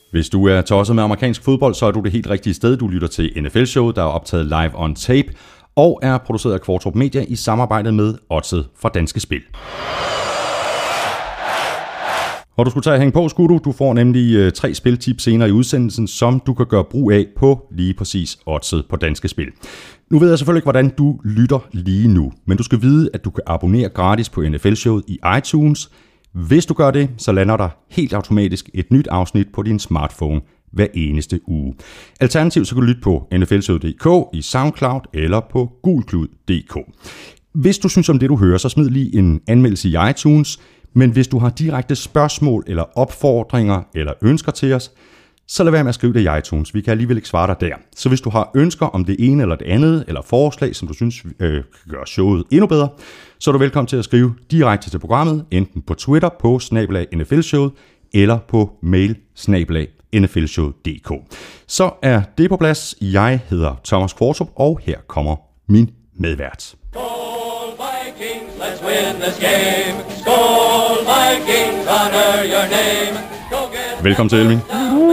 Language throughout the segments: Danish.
Hvis du er tosset med amerikansk fodbold, så er du det helt rigtige sted. Du lytter til NFL-showet, der er optaget live on tape og er produceret af Kvartrup Media i samarbejde med Oddset fra Danske Spil. Og du skulle tage at hænge på, skulle du. Du får nemlig 3 spiltips senere i udsendelsen, som du kan gøre brug af på lige præcis Oddset på Danske Spil. Nu ved jeg selvfølgelig ikke, hvordan du lytter lige nu, men du skal vide, at du kan abonnere gratis på NFL-showet i iTunes. Hvis du gør det, så lander der helt automatisk et nyt afsnit på din smartphone hver eneste uge. Alternativt så kan du lytte på nflshowet.dk, i SoundCloud eller på gulklud.dk. Hvis du synes om det, du hører, så smid lige en anmeldelse i iTunes. Men hvis du har direkte spørgsmål eller opfordringer eller ønsker til os, så lad være med at skrive det i iTunes. Vi kan alligevel ikke svare dig der. Så hvis du har ønsker om det ene eller det andet, eller forslag, som du synes kan gøre showet endnu bedre, så er du velkommen til at skrive direkte til programmet, enten på Twitter på @nflshowet, eller på mail @nflshowet.dk. Så er det på plads. Jeg hedder Thomas Kvartrup, og her kommer min medvært. Let's win this game. Skål, Vikings, honor your name. Velkommen til, Elving.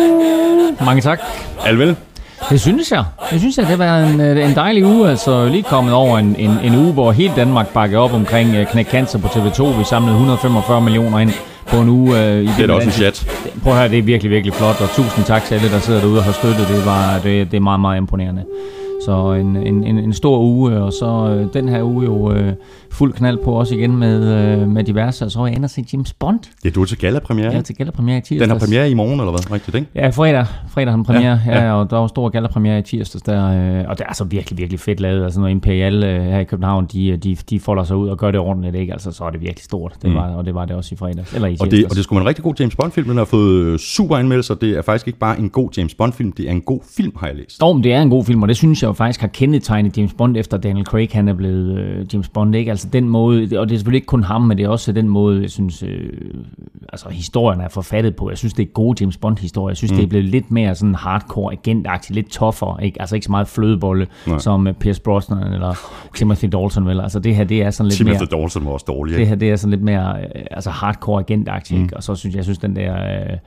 Mange tak. Alt vel? Det synes jeg. Det var en dejlig uge. Altså lige kommet over en uge, hvor hele Danmark bakkede op omkring Knæk Cancer på TV2. Vi samlede 145 millioner ind på en uge. Det er da også en chat. Prøv at høre, det er virkelig, virkelig flot. Og tusind tak til alle, der sidder derude og har støttet. Det er meget, meget imponerende. Så en stor uge, og så den her uge jo fuld knald på os igen med diverse. Og så var jeg inde og se James Bond. Ja, du er til gallapremiere. Ja, til gallapremiere i tirsdags. Den har premiere i morgen, eller hvad? Rigtigt, ikke? Ja, fredag har den premiere, ja, og der var stor gallapremiere i tirsdags der, og det er altså virkelig, virkelig fedt lavet. Altså når Imperial her i København, de folder sig ud og gør det ordentligt, ikke? Altså så er det virkelig stort. Og det var det også i fredags, eller i tirsdags. Og det skulle en rigtig god James Bond-film. Den har fået super anmeldelser. Det er faktisk ikke bare en god James Bond-film, det er en god film, har jeg læst. Men det er en god film, og det synes jeg jo faktisk har kendetegnet James Bond, efter Daniel Craig han er blevet James Bond, ikke? Altså den måde, og det er selvfølgelig ikke kun ham, men det er også den måde, jeg synes, altså historien er forfattet på. Jeg synes, det er gode James Bond-historier. Jeg synes, det er blevet lidt mere sådan hardcore, agentagtigt, lidt tougher, ikke? Altså ikke så meget flødebolle, som Pierce Brosnan eller Timothy Dalton, vel? Altså det her, det er sådan lidt Timothy Dalton var også dårlig, ikke? Det her, det er sådan lidt mere altså hardcore, agentagtigt, ikke? Og så synes jeg synes, den der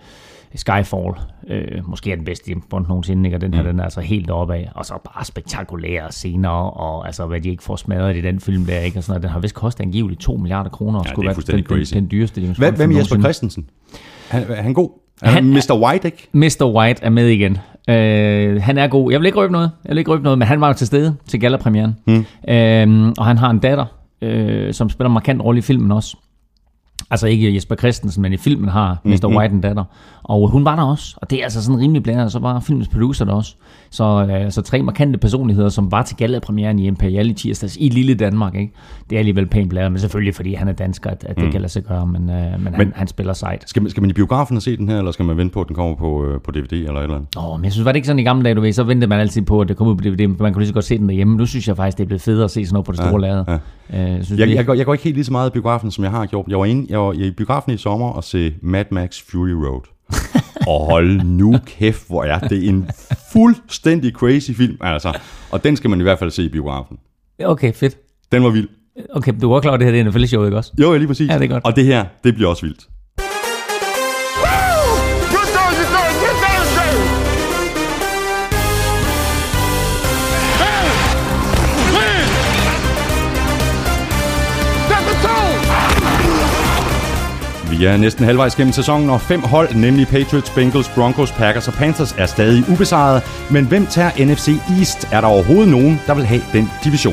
Skyfall måske er den bedste James Bond nogensinde, ikke? Og den her, den er altså helt oppe af, og så bare spektakulære scener, og altså hvad de ikke får smadret i den film der, ikke? Og sådan noget. Den har vist kostet angiveligt 2 milliarder kroner, og skulle være den dyreste James Bond. Hvad med Jesper Christensen? Er han god? Mr. White, ikke? Mr. White er med igen. Han er god. Jeg vil ikke røbe noget, men han var jo til stede til gallapremieren. Og han har en datter, som spiller en markant rolle i filmen også. Altså ikke Jesper Christensen, men i filmen har Mr. White en datter. Og hun var der også. Og det er altså sådan rimelig blandet. Og så var filmens producer der også. Så 3 markante personligheder, som var til gallapremieren i Imperial i tirsdags i lille Danmark, ikke? Det er alligevel pænt blandet, men selvfølgelig fordi han er dansker, at det kan lade sig gøre. Men han spiller sejt. Skal man i biografen og se den her, eller skal man vente på, at den kommer på DVD eller et eller andet? Men jeg synes, var det ikke sådan i gamle dage, du ved, så ventede man altid på, at det kom ud på DVD. Man kunne lige så godt se den derhjemme. Nu synes jeg faktisk, det er blevet federe at se sådan noget på det store lærred. Jeg går ikke helt lige så meget i biografen, som jeg har gjort. Jeg var i biografen i sommer og se Mad Max Fury Road. Og hold nu kæft, hvor er det en fuldstændig crazy film, altså. Og den skal man i hvert fald se i biografen. Okay, fedt. Den var vild. Okay, du er godt klar over, det her det er NFL-showet, ikke også? Jo, lige præcis. Ja, det er godt. Og det her, det bliver også vildt. Vi er næsten halvvejs gennem sæsonen, og 5 hold, nemlig Patriots, Bengals, Broncos, Packers og Panthers, er stadig ubesejret. Men hvem tager NFC East? Er der overhovedet nogen, der vil have den division?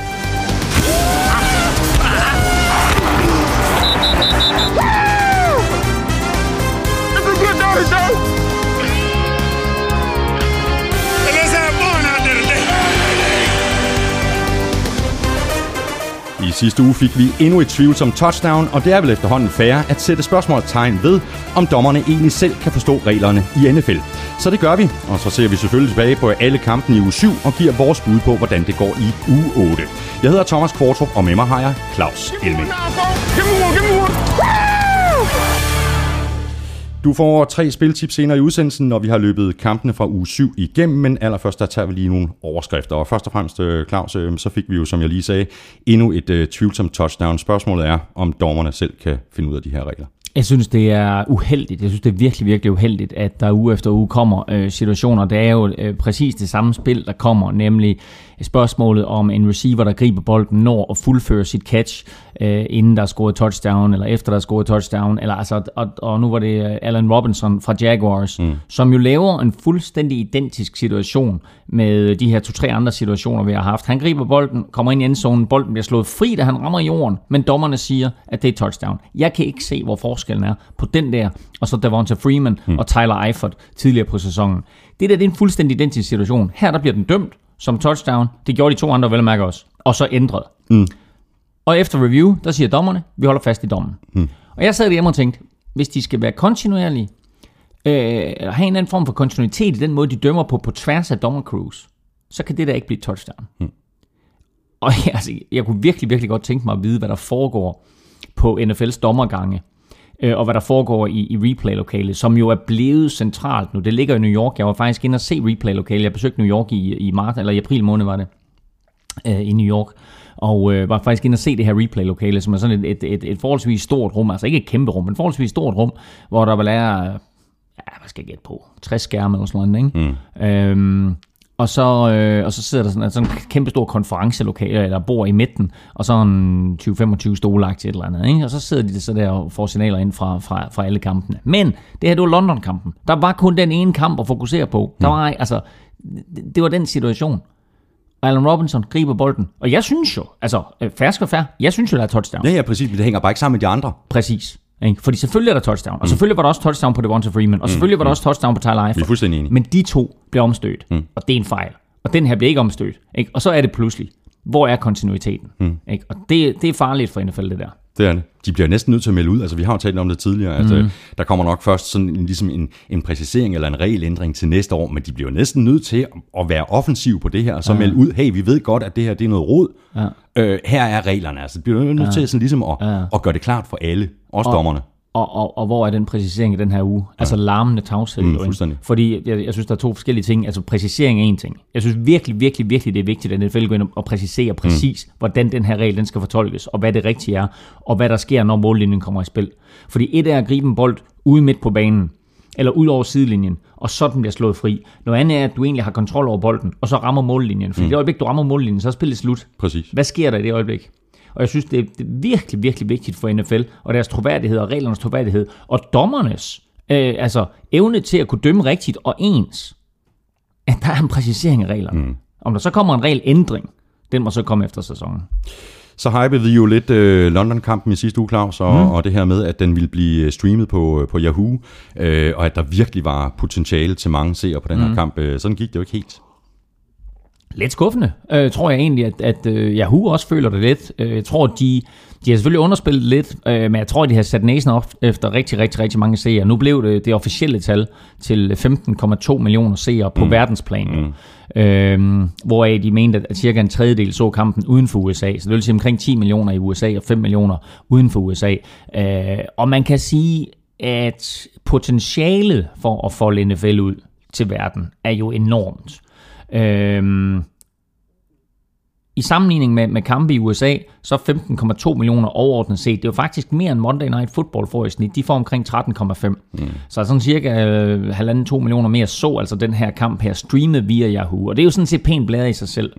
I sidste uge fik vi endnu et tvivlsomt touchdown, og det er vel efterhånden fair at sætte spørgsmålstegn ved, om dommerne egentlig selv kan forstå reglerne i NFL. Så det gør vi, og så ser vi selvfølgelig tilbage på alle kampene i uge 7 og giver vores bud på, hvordan det går i uge 8. Jeg hedder Thomas Kvartrup, og med mig har jeg Claus Elming. Du får 3 spiltips senere i udsendelsen, når vi har løbet kampene fra uge 7 igennem, men allerførst der tager vi lige nogle overskrifter. Og først og fremmest, Claus, så fik vi jo, som jeg lige sagde, endnu et tvivlsomt touchdown. Spørgsmålet er, om dommerne selv kan finde ud af de her regler. Jeg synes, det er uheldigt. Jeg synes, det er virkelig, virkelig uheldigt, at der uge efter uge kommer situationer. Det er jo præcis det samme spil, der kommer, nemlig spørgsmålet om en receiver, der griber bolden, når at fuldføre sit catch, inden der er scoret touchdown, eller efter der er scoret touchdown. Eller, altså, og nu var det Allen Robinson fra Jaguars, som jo laver en fuldstændig identisk situation med de her 2-3 andre situationer, vi har haft. Han griber bolden, kommer ind i endzonen, bolden bliver slået fri, da han rammer jorden, men dommerne siger, at det er touchdown. Jeg kan ikke se, hvor forskellen er på den der, og så Devonta Freeman og Tyler Eifert tidligere på sæsonen. Det der, det er en fuldstændig identisk situation. Her der bliver den dømt som touchdown. Det gjorde de 2 andre vel at mærke også. Og så ændret. Og efter review, der siger dommerne, vi holder fast i dommen. Og jeg sad hjemme og tænkte, hvis de skal være kontinuerlige, eller have en anden form for kontinuitet i den måde, de dømmer på tværs af dommercrews, så kan det der ikke blive touchdown. Og jeg kunne virkelig, virkelig godt tænke mig at vide, hvad der foregår på NFL's dommergange, og hvad der foregår i replay-lokalet, som jo er blevet centralt nu. Det ligger i New York. Jeg var faktisk inde og se replay-lokalet. Jeg besøgte New York i marts, eller i april måned var det, i New York. Og var faktisk inde og se det her replay-lokale, som er sådan et forholdsvis stort rum, altså ikke et kæmpe rum, men et forholdsvis stort rum, hvor der vil være, hvad skal jeg gætte på, 60 skærme eller sådan noget, ikke? Og så sidder der sådan en kæmpe stor konferencelokale, eller bord i midten, og så en 20-25 stole til et eller andet, ikke? Og så sidder de så der og får signaler ind fra alle kampene. Men det her, det var London-kampen. Der var kun den ene kamp at fokusere på. Der var, det var den situation. Allen Robinson griber bolden. Og jeg synes jo, fair, jeg synes jo, der er touchdown. Ja, præcis, men det hænger bare ikke sammen med de andre. Præcis. Fordi selvfølgelig er der touchdown, og selvfølgelig var der også touchdown på Devonta Freeman, og selvfølgelig var der også touchdown på Tyler Eifert. Vi er fuldstændig enige. Men de 2 bliver omstødt, og det er en fejl. Og den her bliver ikke omstødt. Ikke? Og så er det pludselig, hvor er kontinuiteten? Ikke? Og det er farligt for NFL, det der. Det er det. De bliver næsten nødt til at melde ud. Altså, vi har jo talt om det tidligere. Altså, der kommer nok først sådan ligesom en præcisering eller en regelændring til næste år, men de bliver næsten nødt til at være offensiv på det her, og så melde ud, hey, vi ved godt, at det her det er noget rod. Her er reglerne. Altså, de bliver nødt til sådan ligesom at gøre det klart for alle, også dommerne. Og hvor er den præcisering i den her uge? Altså larmende tavshed. Fordi jeg synes, der er 2 forskellige ting. Altså præcisering er en ting. Jeg synes virkelig, virkelig, virkelig, det er vigtigt, at NFL går ind og præciserer præcis, hvordan den her regel den skal fortolkes, og hvad det rigtige er, og hvad der sker, når mållinjen kommer i spil. Fordi et er at gribe en bold ude midt på banen, eller ud over sidelinjen, og så den bliver slået fri. Noget andet er, at du egentlig har kontrol over bolden, og så rammer mållinjen. Fordi i det øjeblik, du rammer mållinjen, så er spillet slut. Præcis. Hvad sker der i det øjeblik? Og jeg synes, det er virkelig, virkelig vigtigt for NFL, og deres troværdighed, og reglernes troværdighed, og dommernes evne til at kunne dømme rigtigt og ens, at der er en præcisering af reglerne. Om der så kommer en regelændring, den må så komme efter sæsonen. Så hypede vi jo lidt London-kampen i sidste uge, Claus, og det her med, at den ville blive streamet på Yahoo, og at der virkelig var potentiale til mange seere på den her kamp. Sådan gik det jo ikke helt. Lidt skuffende, tror jeg egentlig, at Yahoo også føler det lidt. Jeg tror, de har selvfølgelig underspillet lidt, men jeg tror, de har sat næsen op efter rigtig, rigtig, rigtig mange seere. Nu blev det officielle tal til 15,2 millioner seere på verdensplan. Hvoraf de mente, at cirka en tredjedel så kampen uden for USA. Så det vil sige omkring 10 millioner i USA og 5 millioner uden for USA. Og man kan sige, at potentialet for at folde NFL ud til verden er jo enormt. I sammenligning med kampe i USA, så 15,2 millioner overordnet set. Det er jo faktisk mere end Monday Night Football får i snit. De får omkring 13,5. Så sådan cirka 1,5-2 millioner mere så altså den her kamp her streamet via Yahoo. Og det er jo sådan set pænt bladet i sig selv.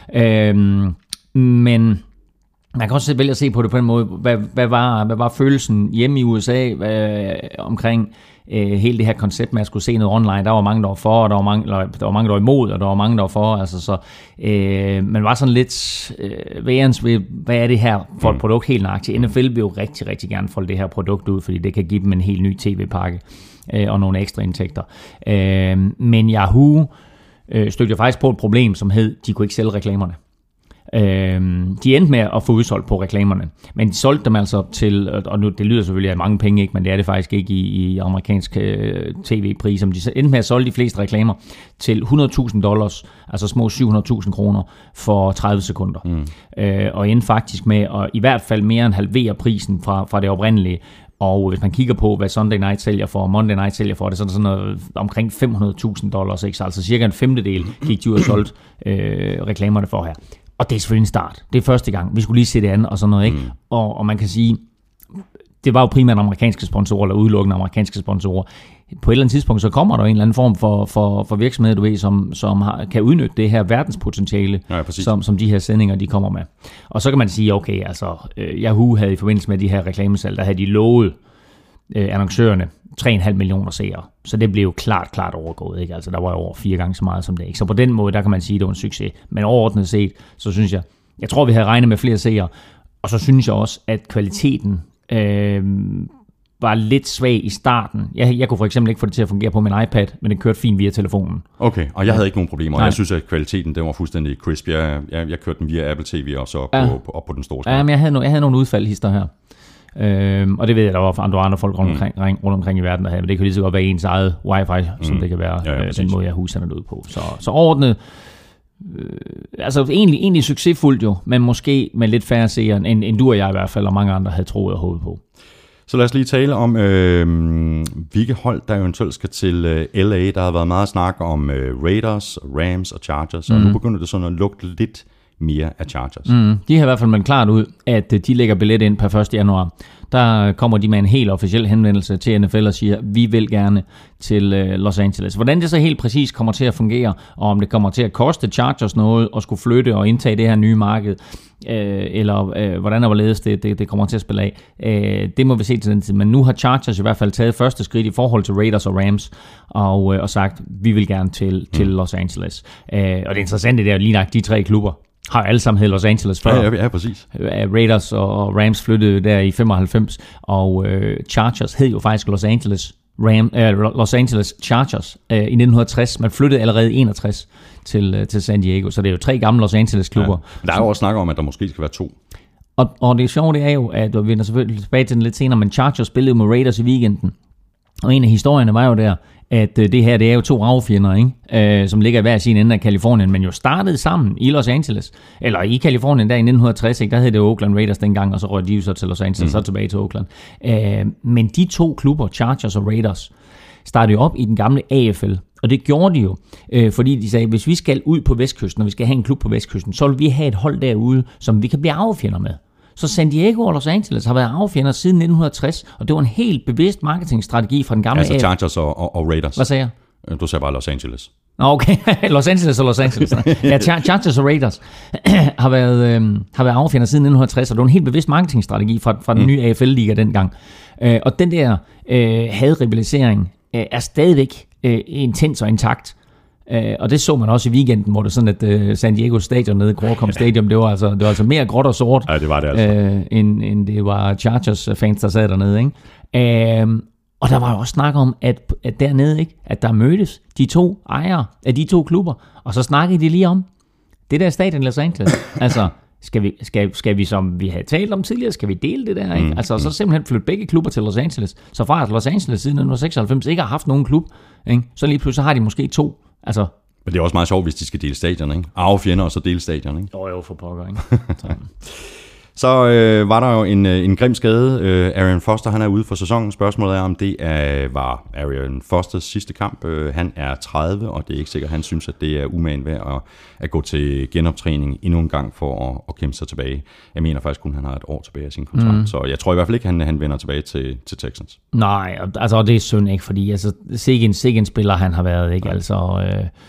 Men man kan også vælge at se på det på en måde. Hvad var følelsen hjemme i USA omkring hele det her koncept med at skulle se noget online? Der var mange, der var for, og der var mange, der var imod, og der var mange, der var for. Altså, så man var sådan lidt værens ved, hvad er det her for et produkt helt nøjagtigt? NFL vil jo rigtig, rigtig gerne folde det her produkt ud, fordi det kan give dem en helt ny tv-pakke og nogle ekstra indtægter. Men Yahoo stødte jo faktisk på et problem, som hed, de kunne ikke sælge reklamerne. De endte med at få udsolgt på reklamerne, men de solgte dem altså til, og nu, det lyder selvfølgelig af mange penge, ikke, men det er det faktisk ikke i amerikansk tv-priser, men de endte med at solgte de fleste reklamer til $100,000, altså små 700.000 kroner for 30 sekunder. Og endte faktisk med at i hvert fald mere end halvere prisen fra det oprindelige Og hvis man kigger på, hvad Sunday Night sælger for, og Monday Night sælger for, det er sådan noget omkring $500,000, ikke? Så altså cirka en femtedel gik de ud og solgte reklamerne for her. Og det er selvfølgelig en start. Det er første gang. Vi skulle lige se det andet og sådan noget, ikke? Og man kan sige, det var jo primært amerikanske sponsorer, eller udelukkende amerikanske sponsorer. På et eller andet tidspunkt, så kommer der en eller anden form for virksomhed, du ved, som kan udnytte det her verdenspotentiale, som de her sendinger, de kommer med. Og så kan man sige, okay, altså Yahoo havde i forbindelse med de her reklamesalg, der havde de lovet annoncørerne 3,5 millioner seere. Så det blev jo klart overgået, ikke? Altså der var jo over 4 gange så meget som det, ikke? Så på den måde, der kan man sige, at det var en succes. Men overordnet set, så synes jeg tror, vi havde regnet med flere seere, og så synes jeg også, at kvaliteten var lidt svag i starten. Jeg kunne for eksempel ikke få det til at fungere på min iPad, men det kørte fint via telefonen. Okay, og jeg havde ikke nogen problemer. Jeg synes, at kvaliteten den var fuldstændig crisp. Jeg kørte den via Apple TV og så op på den store skærm. Ja, men jeg havde nogle udfaldhister her. Og det ved jeg, der var andre folk rundt omkring i verden, der havde, men det kan lige så godt være ens eget wifi, som det kan være den måde, jeg husender det ud på. Så overordnet, altså egentlig succesfuldt jo, men måske med lidt færre seere, end du og jeg i hvert fald, og mange andre havde troet og håbet på. Så lad os lige tale om, hvilke hold, der eventuelt skal til LA. Der har været meget snak om Raiders, Rams og Chargers, og nu begynder det sådan at lugte lidt mere af Chargers. De har i hvert fald meldt klart ud, at de lægger billet ind per 1. januar. Der kommer de med en helt officiel henvendelse til NFL og siger, vi vil gerne til Los Angeles. Hvordan det så helt præcis kommer til at fungere, og om det kommer til at koste Chargers noget at skulle flytte og indtage det her nye marked, eller hvordan og hvorledes det kommer til at spille af, det må vi se til den tid. Men nu har Chargers i hvert fald taget første skridt i forhold til Raiders og Rams, og sagt, vi vil gerne til Los Angeles. Og det interessante det er lige nok de 3 klubber har alle sammen hed Los Angeles før. Ja, præcis. Raiders og Rams flyttede der i 95, og Chargers hed jo faktisk Los Angeles Chargers i 1960. Man flyttede allerede i 61 til San Diego, så det er jo 3 gamle Los Angeles klubber. Ja, der er jo også snak om, at der måske skal være 2. Og det sjove det er jo, at vi vender selvfølgelig tilbage til den lidt senere, men Chargers spillede med Raiders i weekenden. Og en af historierne var jo der, at det her, det er jo 2 arvefjender, ikke? Som ligger i hver sin ende af Kalifornien, men jo startede sammen i Los Angeles, eller i Kalifornien der i 1960, ikke? Der hed det Oakland Raiders dengang, og så røg de jo så til Los Angeles, så tilbage til Oakland. Men de 2 klubber, Chargers og Raiders, startede jo op i den gamle AFL, og det gjorde de jo, fordi de sagde, hvis vi skal ud på Vestkysten, og vi skal have en klub på Vestkysten, så vil vi have et hold derude, som vi kan blive arvefjender med. Så San Diego og Los Angeles har været arvefjender siden 1960, og det var en helt bevidst marketingstrategi fra den gamle AFL. Altså Chargers og Raiders. Hvad sagde jeg? Du sagde bare Los Angeles. Okay, Los Angeles og Los Angeles. Ja, Chargers og Raiders har været arvefjender siden 1960, og det var en helt bevidst marketingstrategi fra den nye AFL-liga dengang. Og den der hadrivalisering er stadigvæk intens og intakt. Og det så man også i weekenden, hvor det sådan, at San Diego Stadion nede i Qualcomm Stadium, det var altså mere gråt og sort, ja, det var det altså. End det var Chargers fans, der sad dernede, ikke? Og der var jo også snak om, at dernede, ikke, at der mødtes de 2 ejere af de 2 klubber, og så snakkede de lige om det der stadion i Los Angeles. Altså, skal vi, som vi havde talt om tidligere, skal vi dele det der, ikke? Altså, så simpelthen flytte begge klubber til Los Angeles. Så fra at Los Angeles siden 1996 ikke har haft nogen klub, ikke? Så lige pludselig har de måske 2. Altså, men det er også meget sjovt, hvis de skal dele stadion, ikke? Arvefjender og så dele stadion, ikke? Jo, for pokker, ikke? Så var der jo en grim skade. Arian Foster, han er ude for sæsonen. Spørgsmålet er, om det var Arian Fosters sidste kamp. Han er 30, og det er ikke sikkert, han synes, at det er umagen værd at gå til genoptræning endnu en gang for at kæmpe sig tilbage. Jeg mener faktisk kun, han har et år tilbage af sin kontrakt. Så jeg tror i hvert fald ikke, han vender tilbage til Texans. Nej, altså det er synd ikke, fordi altså, sikke en spiller han har været, ikke? Altså,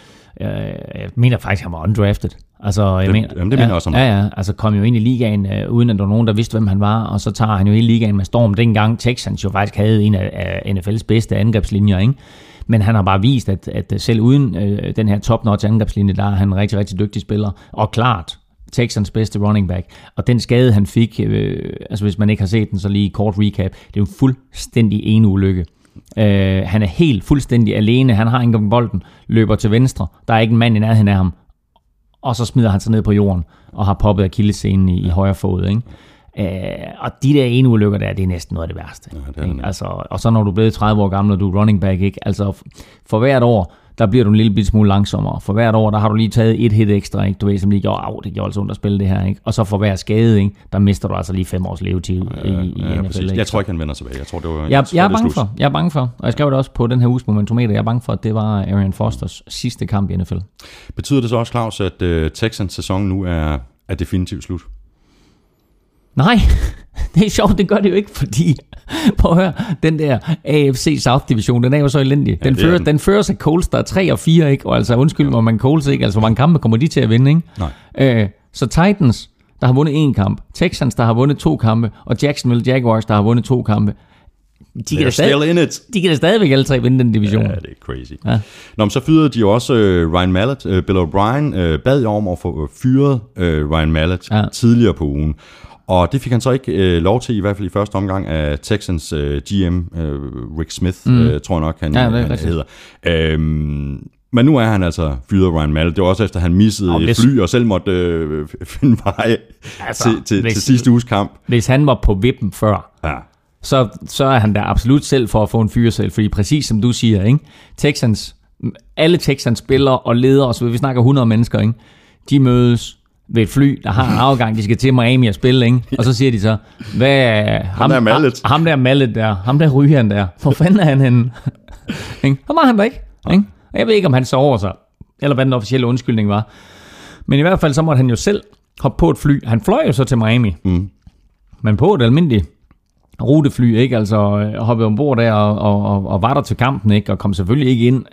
jeg mener faktisk, han var undrafted. Altså, det mener jeg også om. Ja, altså kom jo ind i ligaen, uden at der var nogen, der vidste, hvem han var, og så tager han jo hele ligaen med storm. Dengang Texans jo faktisk havde en af NFL's bedste angrebslinjer, ikke? Men han har bare vist, at selv uden den her top-notch angrebslinje, der er han en rigtig, rigtig dygtig spiller. Og klart, Texans bedste running back. Og den skade, han fik, altså hvis man ikke har set den, så lige kort recap, det er jo en fuldstændig ene ulykke. Han er helt fuldstændig alene. Han har ikke engang bolden, løber til venstre. Der er ikke en mand i nærheden af ham. Og så smider han sig ned på jorden og har poppet akillessenen i højre fod, ikke? Og de der ene ulykker der, det er næsten noget af det værste. Ja, det altså, og så når du er blevet 30 år gammel, og du er running back, ikke? Altså for hvert år, der bliver du en lille bitte smule langsommere. For hvert år, der har du lige taget et hit ekstra, ikke? Du ved, som lige gjorde, det gjorde altså ondt at spille det her, ikke? Og så for hver skade, ikke? Der mister du altså lige 5 års levetid i NFL. Ikke? Jeg tror ikke, han vender tilbage. Jeg tror, det var, jeg er bange for, og jeg skrev det også på den her uges momentometer, jeg er bange for, at det var Arian Fosters sidste kamp i NFL. Betyder det så også, Claus, at Texans sæson nu er definitivt slut? Nej, det er sjovt, det gør det jo ikke, fordi, prøv at høre, den der AFC South-division, den er jo så elendig. Den fører sig Colts, der er 3-4, ikke? Og altså, undskyld mig, man Colts, ikke? Altså, hvor mange kampe kommer de til at vinde, ikke? Nej. Så Titans, der har vundet 1 kamp, Texans, der har vundet 2 kampe, og Jacksonville Jaguars, der har vundet 2 kampe. De kan da stadigvæk alle 3 vinde den division. Ja, det er crazy. Ja. Nå, men så fyrede de jo også Ryan Mallett. Bill O'Brien bad jo om at få fyret Ryan Mallett tidligere på ugen. Og det fik han så ikke lov til, i hvert fald i første omgang, af Texans GM, Rick Smith, tror jeg nok, han hedder. Men nu er han altså fyret Ryan Mallett. Det var også efter, han missede et fly og selv måtte finde vej til sidste uges kamp. Hvis han var på vippen før, så er han der absolut selv for at få en fyreseddel. Fordi præcis som du siger, ikke? Alle Texans spillere og ledere, så vi snakker 100 mennesker, ikke? De mødes ved et fly, der har en afgang, de skal til Miami og spille, ikke? Og så siger de så, hvad er ham der Mallet der, ham der rygeren der, hvor fanden er han henne? Ham var han der ikke, ikke? Og jeg ved ikke, om han så over sig, eller hvad den officielle undskyldning var. Men i hvert fald, så måtte han jo selv hoppe på et fly. Han fløj jo så til Miami, men på et almindeligt rutefly, ikke? Altså hoppede ombord der og var der til kampen, ikke? Og kom selvfølgelig ikke ind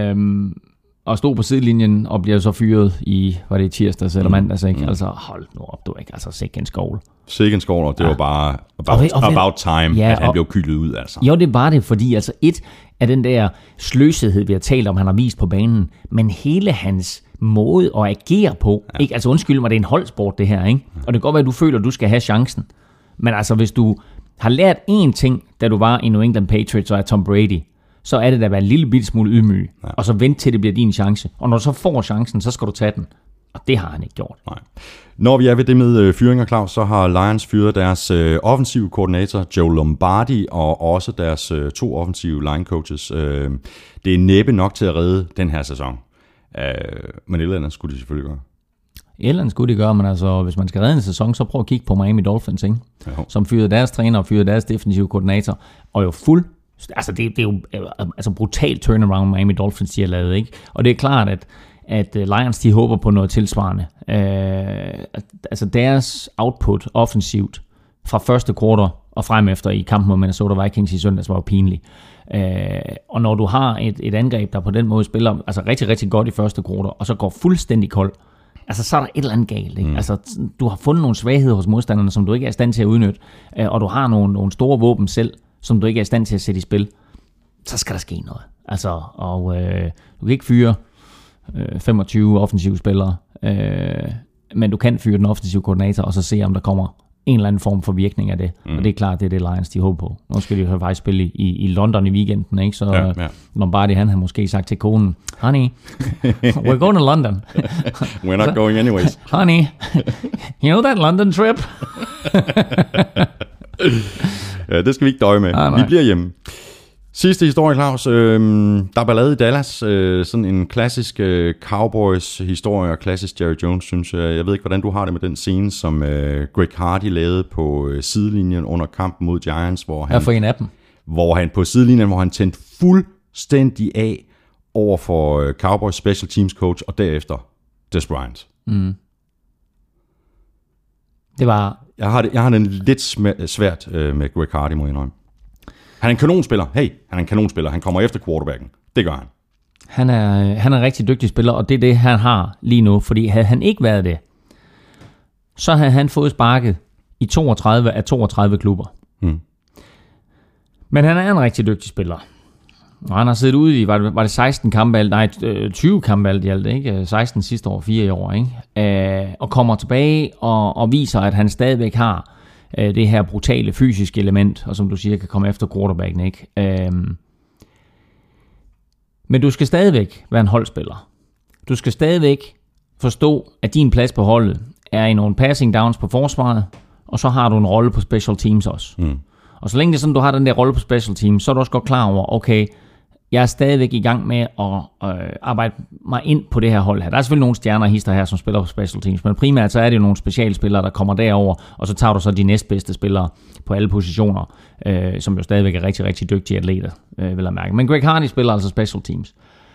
og stod på sidelinjen og bliver så fyret i, var det tirsdags eller mandags, ikke? Altså hold nu op, du ikke, altså sikke en skovl. Sikke en skovl, og det var bare about time, at han blev kylet ud, altså. Jo, det var det, fordi altså et af den der sløsethed, vi har talt om, han har vist på banen, men hele hans måde at agere på, ikke? Altså undskyld mig, det er en holdsport det her, ikke? Og det kan godt være, at du føler, at du skal have chancen. Men altså, hvis du har lært én ting, da du var i New England Patriots og er Tom Brady, så er det da at være en lille bitte smule ydmyg, og så vent til det bliver din chance. Og når du så får chancen, så skal du tage den. Og det har han ikke gjort. Nej. Når vi er ved det med fyringer, Claus, så har Lions fyret deres offensive koordinator, Joe Lombardi, og også deres 2 offensive line coaches. Det er næppe nok til at redde den her sæson. Men et eller andet skulle de selvfølgelig gøre. Et eller andet skulle de gøre, men altså, hvis man skal redde en sæson, så prøv at kigge på Miami Dolphins, ikke? Som fyrede deres træner og fyrede deres defensive koordinator, og jo altså det er jo altså brutalt turnaround Miami Dolphins, de har lavet, ikke? Og det er klart, at Lions, de håber på noget tilsvarende. Altså deres output offensivt fra første kvartal og frem efter i kampen mod Minnesota Vikings i søndags var jo pinligt. Og når du har et angreb, der på den måde spiller altså rigtig, rigtig godt i første kvartal, og så går fuldstændig kold, altså så er der et eller andet galt, ikke? Altså du har fundet nogle svagheder hos modstanderne, som du ikke er i stand til at udnytte, og du har nogle store våben selv, som du ikke er i stand til at sætte i spil, så skal der ske noget. Altså, og du kan ikke fyre 25 offensive spillere, men du kan fyre den offensive koordinator, og så se, om der kommer en eller anden form for virkning af det. Og det er klart, det er det Lions, de håber på. Nu skal de jo faktisk spille i London i weekenden, ikke? Så Lombardi, han har måske sagt til konen, honey, we're going to London. We're not going anyways. Honey, you know that London trip? Ja, det skal vi ikke døje med. Vi bliver hjemme. Sidste historie, Claus. Der er ballade i Dallas. Sådan en klassisk Cowboys-historie og klassisk Jerry Jones, synes jeg. Jeg ved ikke, hvordan du har det med den scene, som Greg Hardy lavede på sidelinjen under kampen mod Giants, hvor han, for en af dem. Hvor han på sidelinjen, hvor han tændte fuldstændig af over for Cowboys special teams coach, og derefter Dez Bryant. Det var... Jeg har den lidt svært med Greg Hardy, må jeg indrømme. Han er en kanonspiller. Han er en kanonspiller. Han kommer efter quarterbacken. Det gør han. Han er en rigtig dygtig spiller, og det er det, han har lige nu. Fordi havde han ikke været det, så havde han fået sparket i 32 af 32 klubber. Men han er en rigtig dygtig spiller. Og han har siddet ude i, var det 16 kampe alt? Nej, 20 kampe alt i alt, ikke? 16 sidste år, 4 i år, ikke? Og kommer tilbage og viser, at han stadigvæk har det her brutale fysiske element, og som du siger, kan komme efter quarterbacken, ikke? Men du skal stadigvæk være en holdspiller. Du skal stadigvæk forstå, at din plads på holdet er i nogle passing downs på forsvaret, og så har du en rolle på special teams også. Og så længe det er sådan, du har den der rolle på special teams, så er du også godt klar over, okay, jeg er stadigvæk i gang med at arbejde mig ind på det her hold her. Der er selvfølgelig nogle stjerner og hister her, som spiller på special teams, men primært så er det jo nogle specialspillere, der kommer derover, og så tager du så de næstbedste spillere på alle positioner, som jo stadigvæk er rigtig, rigtig dygtige atleter, vil jeg mærke. Men Greg Hardy spiller altså special teams.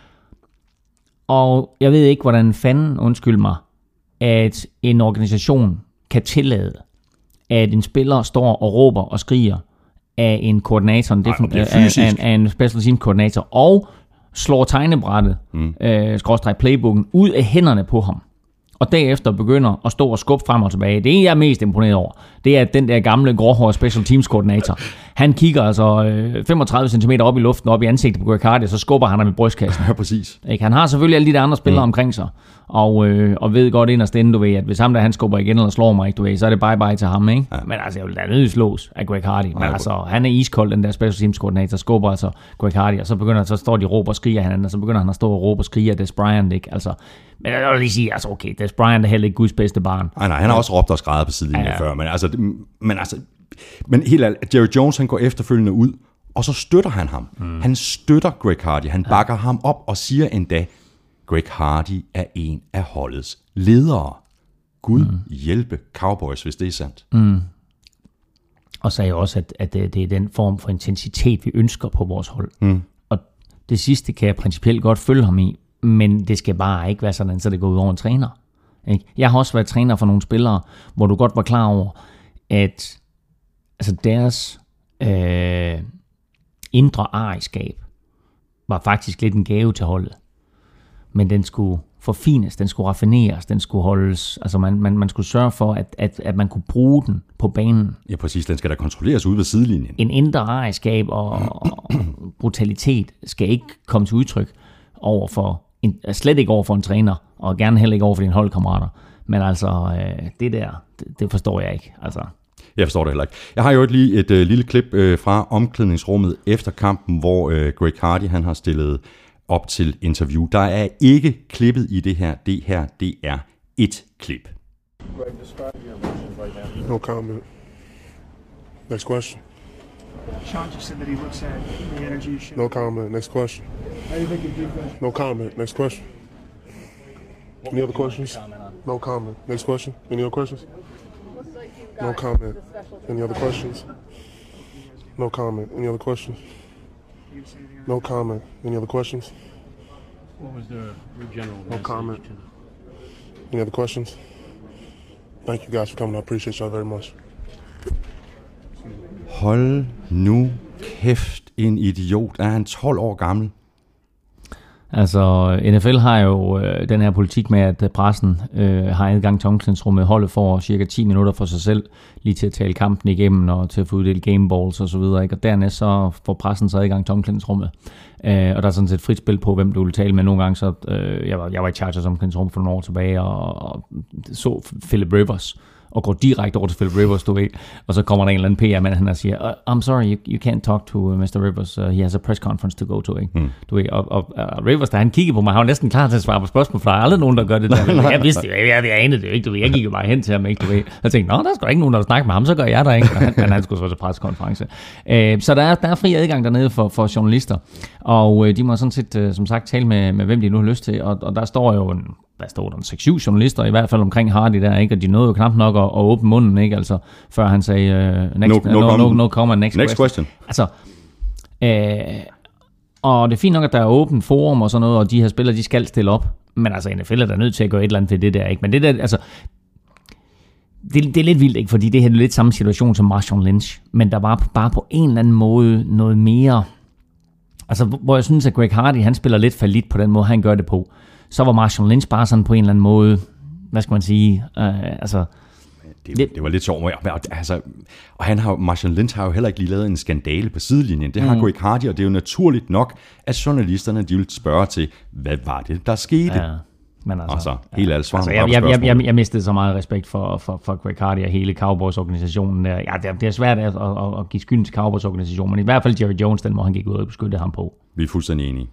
Og jeg ved ikke, hvordan fanden, undskyld mig, at en organisation kan tillade, at en spiller står og råber og skriger af en koordinator, af en special team koordinator, og slår tegnebrættet, skråstreg playbooken, ud af hænderne på ham. Og derefter begynder at stå og skubbe frem og tilbage. Det jeg er mest imponeret over, det er, at den der gamle gråhårede special teams koordinator, han kigger altså 35 cm op i luften, op i ansigtet på Greg Hardy, og så skubber han ham i brystkassen. Ja, præcis. Ikke? Han har selvfølgelig alle de der andre spillere omkring sig, og ved godt inderst inde, du ved, at hvis ham der han skubber igen eller slår mig, ikke, du ved, så er det bye-bye til ham, ikke? Ja. Men altså, jeg vil da nødt slås af Greg Hardy. Men altså, han er iskold, den der special teams koordinator, skubber altså Greg Hardy, og så står de og råber og skriger af hinanden, og så begynder han at stå og råbe og skrige af Des Bryant, ikke? Altså, men jeg vil lige sige, altså okay, Des Bryant er heller ikke Guds bedste barn. Nej, han har også råbt og skrædet på sidelinjen før, men helt ærligt, Jerry Jones, han går efterfølgende ud, og så støtter han ham. Han støtter Greg Hardy, han bakker ham op og siger endda, Greg Hardy er en af holdets ledere. Gud hjælpe Cowboys, hvis det er sandt. Og sagde også, at det er den form for intensitet, vi ønsker på vores hold. Og det sidste kan jeg principielt godt følge ham i, men det skal bare ikke være sådan, så det går ud over en træner. Ikke? Jeg har også været træner for nogle spillere, hvor du godt var klar over, at altså deres indre ejerskab var faktisk lidt en gave til holdet. Men den skulle forfines, den skulle raffineres, den skulle holdes, altså man skulle sørge for, at man kunne bruge den på banen. Ja, præcis, den skal da kontrolleres ude ved sidelinjen. En indre ejerskab og brutalitet skal ikke komme til udtryk slet ikke over for en træner, og gerne heller ikke over for dine holdkammerater. Men altså, det forstår jeg ikke. Altså. Jeg forstår det heller ikke. Jeg har jo lige et lille klip fra omklædningsrummet efter kampen, hvor Greg Hardy han har stillet op til interview. Der er ikke klippet i det her. Det er et klip. No comment. Next question. Sean just said that he looks at the energy you show. No comment. Next question. How do you think your defense? No comment. Next question. Any other questions? No comment. Next question. Any other questions? No comment. Any other questions? No comment. Any other questions? No comment. Any other questions? What was the general No comment. Any other questions? Thank you guys for coming. I appreciate y'all very much. Hold nu kæft, en idiot. Er han 12 år gammel? Altså, NFL har jo den her politik med, at pressen har adgang til omklædningsrummet. Holdet får cirka 10 minutter for sig selv, lige til at tale kampen igennem og til at få uddelt gameballs og så videre. Ikke? Og dernæst så får pressen så adgang til omklædningsrummet. Og der er sådan set frit spil på, hvem du vil tale med. Nogle gange så, jeg var i Chargers omklædningsrum for nogle år tilbage, og så Philip Rivers, og går direkte over til Philip Rivers, du ved. Og så kommer der en eller anden PR-mand, han siger, I'm sorry, you can't talk to Mr. Rivers. He has a press conference to go to. Ikke? Du ved, og Rivers, da han kiggede på mig, han var næsten klar til at svare på spørgsmål, for der er aldrig nogen, der gør det der. Jeg vidste det, jeg anede det ikke, du ved. Jeg gik jo bare hen til ham, ikke, du ved. Jeg tænkte, der er sgu ikke nogen, der vil snakke med ham, så gør jeg der, ikke? Men han skulle så til pressekonference. Så der er fri adgang dernede for journalister, og de må sådan set, som sagt, tale med hvem de nu har lyst til, og der står jo der stod der 6-7 journalister i hvert fald omkring Hardy der, ikke? Og de nåede jo knap nok at åbne munden, ikke? Altså, før han sagde, no comment, next question. Altså, og det er fint nok, at der er åbent forum og sådan noget, og de her spillere, de skal stille op. Men altså, NFL er der nødt til at gøre et eller andet til det der, ikke? Men det der, altså, det er lidt vildt, ikke? Fordi det her er lidt samme situation som Marshawn Lynch, men der var bare på en eller anden måde noget mere, altså, hvor jeg synes, at Greg Hardy, han spiller lidt fallit på den måde, han gør det på. Så var Marshawn Lynch bare sådan på en eller anden måde, hvad skal man sige, altså... Det var lidt sjovt, altså, og Marshawn Lynch har jo heller ikke lige lavet en skandale på sidelinjen. Det har Greg Hardy, og det er jo naturligt nok, at journalisterne, de vil spørge til, hvad var det, der skete? Ja, men altså... Og så helt alt svaret altså, jeg mistede så meget respekt for Greg Hardy og hele Cowboys-organisationen. Ja, det er svært at give skylden til Cowboys-organisationen, men i hvert fald Jerry Jones, den må han gik ud og beskytte ham på. Vi er fuldstændig enige.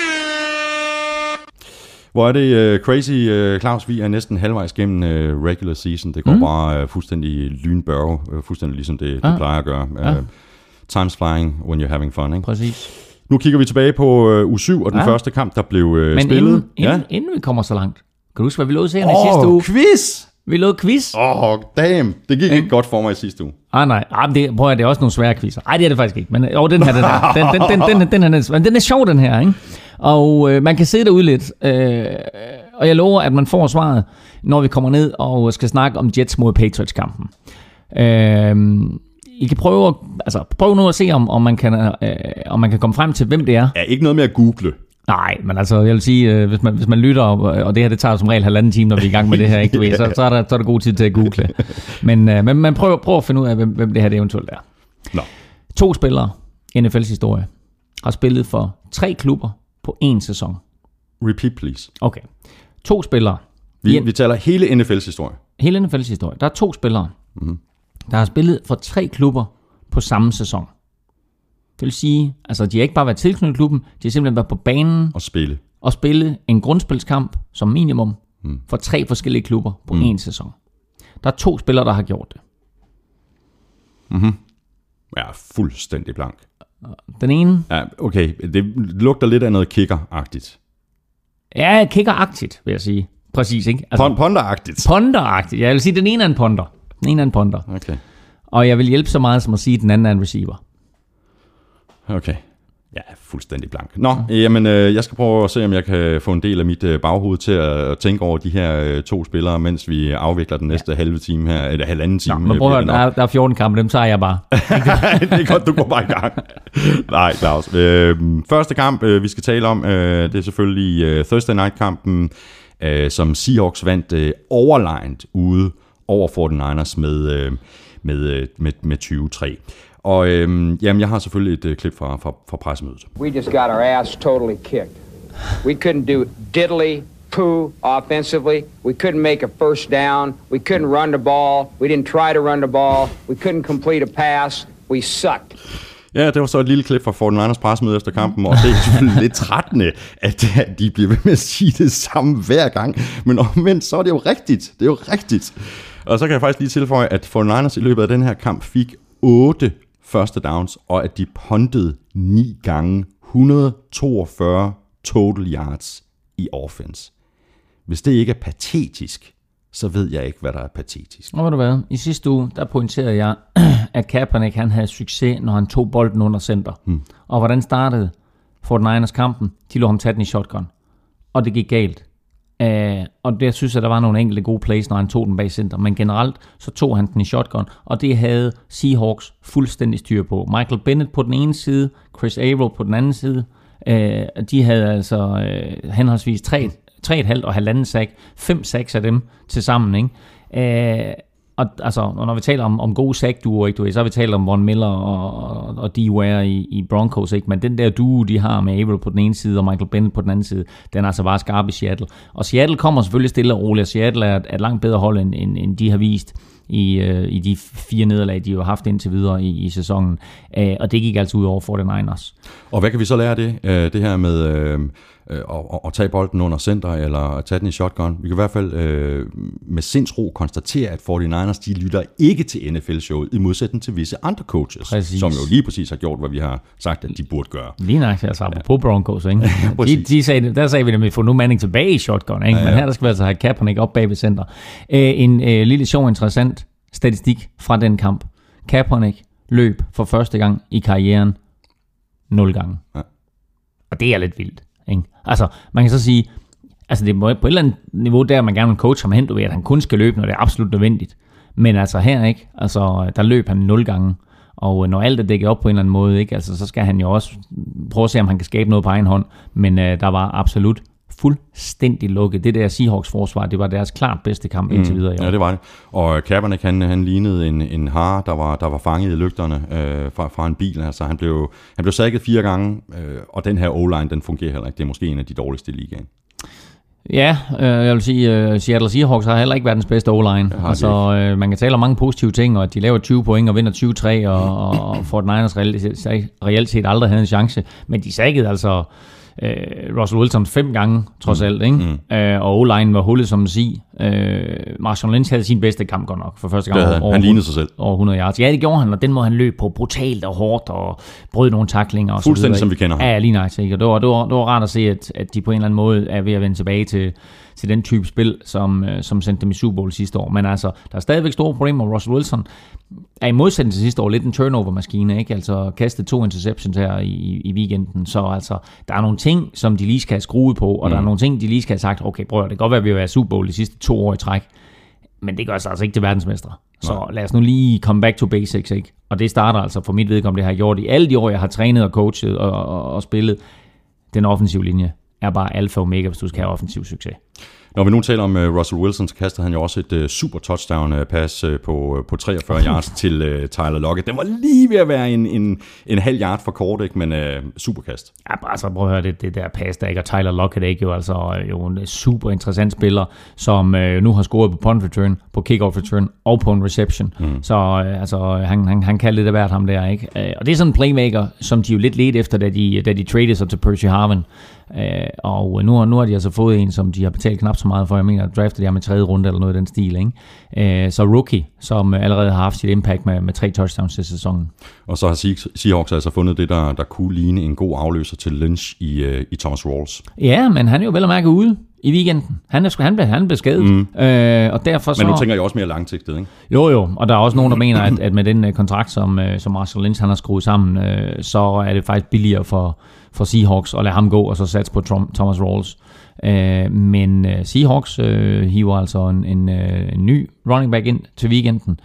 Hvor er det crazy, Claus, vi er næsten halvvejs gennem regular season. Det går bare fuldstændig lynbørge, fuldstændig ligesom det plejer at gøre. Time's flying when you're having fun, ikke? Præcis. Nu kigger vi tilbage på uge 7 og den første kamp, der blev spillet. Men inden vi kommer så langt, kan du huske, hvad vi lovede senere i sidste uge? Quiz! Vi lovede quiz. Damn. Det gik ikke godt for mig i sidste uge. Nej. Prøv at det er også nogle svære quizzer. Nej, det er det faktisk ikke. Men den her, den er sjov, den her, ikke? Og man kan se derude lidt. Og jeg lover, at man får svaret, når vi kommer ned og skal snakke om Jets mod Patriots-kampen. I kan prøve nu at se, om man kan komme frem til, hvem det er. Ja, ikke noget med at google. Nej, men altså, jeg vil sige, hvis man lytter, og det her, det tager som regel 1,5 time, når vi er i gang med det her, ikke? Du ved, så er der god tid til at google. Men man prøver at finde ud af, hvem det her det eventuelt er. Nå. 2 spillere, NFL's historie, har spillet for 3 klubber på 1 sæson. Repeat, please. Okay. 2 spillere. Vi taler hele NFL's historie. Hele NFL's historie. Der er 2 spillere, der har spillet for 3 klubber på samme sæson. Det vil sige, altså de har ikke bare været tilknyttet klubben, de har simpelthen været på banen og spille en grundspilskamp som minimum for 3 forskellige klubber på 1 sæson. Der er 2 spillere, der har gjort det. Ja, fuldstændig blank. Den ene... Ja, okay, det lugter lidt af noget kicker-agtigt. Ja, kicker-agtigt, vil jeg sige. Præcis, ikke? Altså, Ponder-agtigt. Ponder-agtigt. Jeg vil sige, den ene er en ponder. Okay. Og jeg vil hjælpe så meget som at sige, at den anden er en receiver. Okay. Ja, fuldstændig blank. Nå, jamen, jeg skal prøve at se, om jeg kan få en del af mit baghoved til at tænke over de her 2 spillere, mens vi afvikler den næste halve time her, eller halvanden time. Nå, men prøv at høre, der er 14 kampe, dem tager jeg bare. Det er godt, du går bare i gang. Nej, Claus. Første kamp, vi skal tale om, det er selvfølgelig Thursday Night-kampen, som Seahawks vandt overlegent ude over 49ers med 20-3. Og jamen, jeg har selvfølgelig et klip fra pressemødet. We just got our ass totally kicked. We couldn't do diddly poo offensively. We couldn't make a first down. We couldn't run the ball. We didn't try to run the ball. We couldn't complete a pass. We sucked. Ja, det var så et lille klip fra 49ers pressemøde efter kampen, og det er selvfølgelig lidt trættende, at de bliver ved med at sige det samme hver gang. Men omvendt, så er det jo rigtigt. Det er jo rigtigt. Og så kan jeg faktisk lige tilføje, at 49ers i løbet af den her kamp fik 8 første downs, og at de puntede 9 gange 142 total yards i offense. Hvis det ikke er patetisk, så ved jeg ikke, hvad der er patetisk. Og ved du hvad? I sidste uge, der pointerede jeg, at Kaepernick, han havde succes, når han tog bolden under center. Og hvordan startede 49ers kampen? De lå ham tage den i shotgun. Og det gik galt. Og der synes jeg, der var nogle enkelte gode plays, når han tog den bag center. Men generelt, så tog han den i shotgun. Og det havde Seahawks fuldstændig styr på. Michael Bennett på den ene side, Chris Averill på den anden side. De havde altså henholdsvis 3,5 og 1,5 sack. 5 sacks af dem til sammen, ikke? Og altså, når vi taler om gode sack-duoer, ikke, så har vi talt om Von Miller og D. Ware i Broncos, ikke? Men den der duo, de har med Averill på den ene side og Michael Bennett på den anden side, den er altså bare skarp i Seattle. Og Seattle kommer selvfølgelig stille og roligt, og Seattle er et langt bedre hold, end de har vist i de 4 nederlag, de har haft indtil videre i sæsonen. Og det gik altså ud over 49ers. Og hvad kan vi så lære af det? Det her med at tage bolden under center, eller at tage den i shotgun. Vi kan i hvert fald med sindsro konstatere, at 49ers, de lytter ikke til NFL-showet, i modsætning til visse andre coaches, som jo lige præcis har gjort, hvad vi har sagt, at de burde gøre. Lige nok, altså på Broncos, ikke? Der sagde vi, at vi får nu Manning tilbage i shotgun, ikke? Men her der skal vi altså have Kaepernick op bag ved center. En lille sjov, interessant statistik fra den kamp. Kaepernick løb for første gang i karrieren 0 gange. Ja. Og det er lidt vildt. Ikke? Altså, man kan så sige, altså det er på et eller andet niveau, der man gerne vil coach ham hen, du ved, at han kun skal løbe, når det er absolut nødvendigt. Men altså her, ikke? Altså, der løb han 0 gange. Og når alt er dækket op på en eller anden måde, ikke? Altså, så skal han jo også prøve at se, om han kan skabe noget på egen hånd. Men der var absolut fuldstændig lukket. Det der Seahawks forsvar, det var deres klart bedste kamp indtil videre i år. Ja, det var det. Og Kaepernick, han lignede en hare, der var fanget i lygterne fra en bil. Altså, han blev sacket 4 gange, og den her O-line, den fungerer heller ikke. Det er måske en af de dårligste i ligaen. Ja, jeg vil sige, Seattle Seahawks har heller ikke verdens bedste O-line. Altså, man kan tale om mange positive ting, og at de laver 20 point og vinder 20-3, og 49ers reelt set aldrig havde en chance. Men de sackede altså Russell Wilson 5 gange, trods alt, ikke? Og O-line var hullet som en sig. Marshawn Lynch havde sin bedste kamp godt nok, for første gang han lignede sig selv. Over 100 yards. Ja, det gjorde han, og den må han løbe på brutalt og hårdt, og brød nogle tacklinger. Og fuldstændig så som vi kender ham. Ja, lige nøjagtigt, ikke? Og det var rart at se, at de på en eller anden måde er ved at vende tilbage til den type spil, som sendte dem i Super Bowl sidste år. Men altså, der er stadigvæk store problemer, og Russell Wilson er i modsætning til sidste år lidt en turnover-maskine, ikke? Altså kastet 2 interceptions her i weekenden, så altså, der er nogle ting, som de lige skal have skruet på, og der er nogle ting, de lige skal have sagt, okay, prøv, det kan godt være, at vi vil være Super Bowl de sidste 2 år i træk, men det gør sig altså ikke til verdensmestre. Så lad os nu lige come back to basics, ikke? Og det starter altså for mit vedkommende, det har jeg gjort i alle de år, jeg har trænet og coachet og spillet. Den offensive linje er bare alfa og omega, hvis du skal have offensiv succes. Når vi nu taler om Russell Wilson, så kastede han jo også et super touchdown-pass på 43 yards til Tyler Lockett. Den var lige ved at være en halv yard for kort, ikke? Men superkast. Ja, altså prøv at høre det der pass, der ikke, og Tyler Lockett er ikke jo en super interessant spiller, som nu har scoret på punt return, på kickoff return og på en reception. Så altså, han kan lidt af hvert ham der, ikke? Og det er sådan en playmaker, som de jo lidt ledte efter, da de traded sig til Percy Harvin. Og nu har de altså fået en, som de har betalt knap så meget for. Jeg mener, at draftet de ham i 3. runde eller noget i den stil, ikke? Så rookie, som allerede har haft sit impact med 3 touchdowns til sæsonen. Og så har Seahawks altså fundet det, der kunne ligne en god afløser til Lynch i Thomas Rawls. Ja, men han er jo vel at mærke ude i weekenden. Han blev skadet. Og derfor så... Men nu tænker jeg også mere langsigtet, ikke? Jo, og der er også nogen, der mener, at med den kontrakt, som Marshall Lynch han har skruet sammen, så er det faktisk billigere for Seahawks at lade ham gå, og så satse på Thomas Rawls. Men Seahawks hiver altså en ny running back ind til weekenden,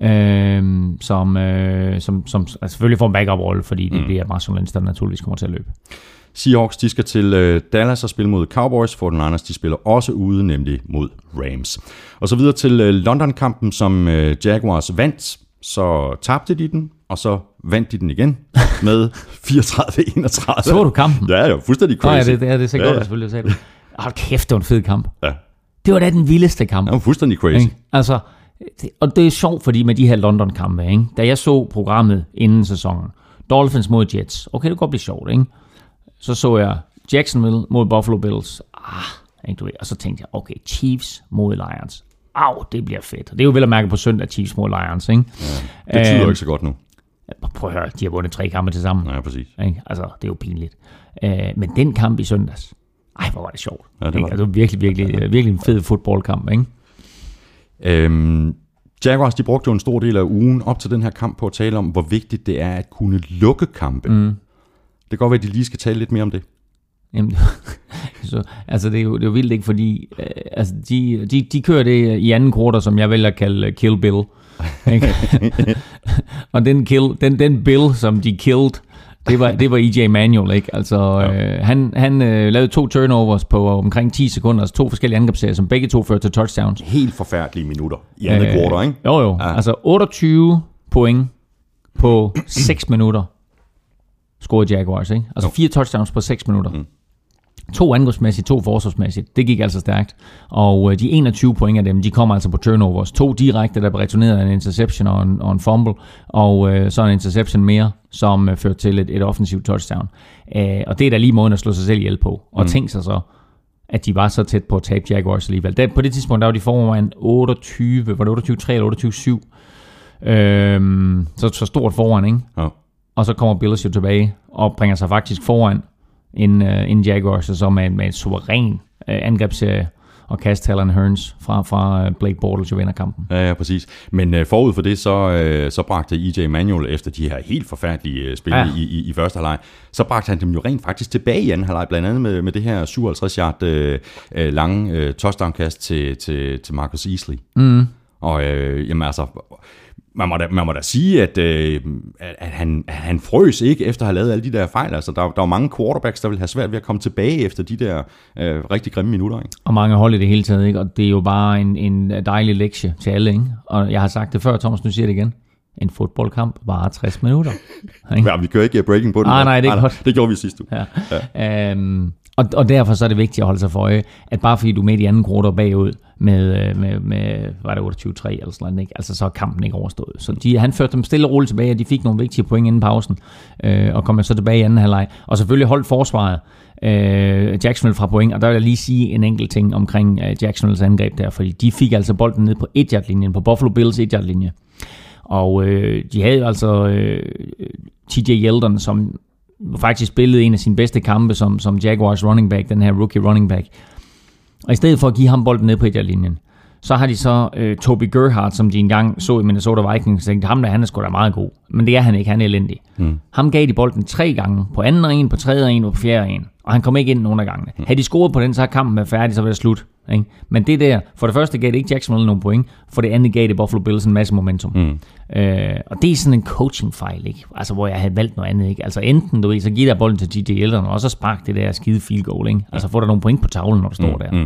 som altså selvfølgelig får en backup-rolle, fordi det bliver Marshall Lynch, der naturligvis kommer til at løbe. Seahawks, de skal til Dallas og spille mod Cowboys, for den Niners, de spiller også ude, nemlig mod Rams. Og så videre til London-kampen, som Jaguars vandt, så tabte de den, og så vandt de den igen med 34-31. Så du kampen? Ja, det var fuldstændig crazy. Ja, det er så godt, selvfølgelig, sagde du. Hold kæft, det var en fed kamp. Ja. Det var da den vildeste kamp. Det var fuldstændig crazy. Ikke? Altså, og det er sjovt, fordi med de her London-kampe, ikke? Da jeg så programmet inden sæsonen, Dolphins mod Jets, okay, det kan godt blive sjovt, ikke? Så jeg Jacksonville mod Buffalo Bills, ikke du ved, og så tænkte jeg, okay, Chiefs mod Lions. Det bliver fedt. Det er jo vel at mærke på søndag, Chiefs mod Lions, ikke? Ja, det tyder ikke så godt nu. Prøv at høre, de har vundet 3 kampe til sammen. Ja, præcis. Ikke? Altså, det er jo pinligt. Men den kamp i søndags, hvor var det sjovt. Ja, det var det var virkelig en fed fodboldkamp, ikke? Jaguars, de brugte jo en stor del af ugen op til den her kamp på at tale om, hvor vigtigt det er at kunne lukke kampe. Det kan godt være, at de lige skal tale lidt mere om det. Jamen, så, altså det er jo vildt, ikke? Fordi altså de kører det i anden kvartal, som jeg vælger at kalde Kill Bill. Ikke? Og den Bill, som de killed, det var EJ Manuel, ikke? Altså, han lavede 2 turnovers på omkring 10 sekunder, altså 2 forskellige angrebsserier, som begge to førte til touchdowns. Helt forfærdelige minutter i andet kvartal, ikke? Jo. Ja. Altså 28 point på 6 minutter scorede Jaguars, ikke? Altså 4 touchdowns på 6 minutter. 2 angrebsmæssigt, 2 forsvarsmæssigt. Det gik altså stærkt. Og de 21 point af dem, de kommer altså på turnovers. 2 direkte, der blev returneret af en interception og en fumble, og så en interception mere, som førte til et offensivt touchdown. Og det er da lige måden at slå sig selv ihjel på. Og tænk sig så, at de var så tæt på at tabe Jaguars alligevel. På det tidspunkt, der var de foran 28, var det 28-3 eller 28-7. Så stort foran, ikke? Ja. Og så kommer Bills jo tilbage og bringer sig faktisk foran en Jaguars, og så med en suveræn angrebsserie og kast Talon Hearns fra Blake Bortles jo vinder kampen. Ja, præcis. Men forud for det, så bragte EJ Manuel efter de her helt forfærdelige spil i første halvleg, så bragte han dem jo rent faktisk tilbage i anden halvleg, blandt andet med det her 57-yard lange touchdown-kast til Marcus Easley. Og jamen altså... Man må da sige, at han frøs ikke efter at have lavet alle de der fejl. Altså, der var mange quarterbacks, der vil have svært ved at komme tilbage efter de der rigtig grimme minutter. Ikke? Og mange hold i det hele taget, ikke? Og det er jo bare en dejlig lektie til alle. Ikke? Og jeg har sagt det før, Thomas, nu siger det igen. En fodboldkamp varer 60 minutter. Ikke? Ja, vi kører ikke breaking på den. Nej, det er godt. Det gjorde vi sidste uge. Ja. Og derfor så er det vigtigt at holde sig for øje, at bare fordi du er midt i anden kvartal bagud med var det 28-3 eller sådan noget, ikke? Altså så er kampen ikke overstået. Så han førte dem stille og roligt tilbage, og de fik nogle vigtige point inden pausen, og kom så tilbage i anden halvleg. Og selvfølgelig holdt forsvaret Jacksonville fra point, og der vil jeg lige sige en enkelt ting omkring Jacksonvilles angreb der, fordi de fik altså bolden ned på 1-yard-linjen, på Buffalo Bills 1-yard-linje. Og de havde altså TJ Yeldon, som faktisk spillede en af sine bedste kampe som Jaguars running back, den her rookie running back. Og i stedet for at give ham bolden ned på 1-yard-linjen, så har de så Toby Gerhardt, som de engang så i Minnesota Vikings, tænkte, ham der, han er sgu da meget god. Men det er han ikke, han er elendig. Ham gav de bolden 3 gange, på anden og en, på tredje og en, og på fjerde og en. Og han kom ikke ind nogen af gangene. Havde de scoret på den, så har kampen været færdig, så var det slut. Ikke? Men det der, for det første gav det ikke Jacksonville nogen point, for det andet gav det Buffalo Bills en masse momentum. Og det er sådan en coaching-fejl, ikke? Altså, hvor jeg havde valgt noget andet, ikke? Altså enten, du ved, så giver der bolden til TJ Yeldon, og så spark det der skide field goal, ikke? Altså, får der nogle point på tavlen, når du står der.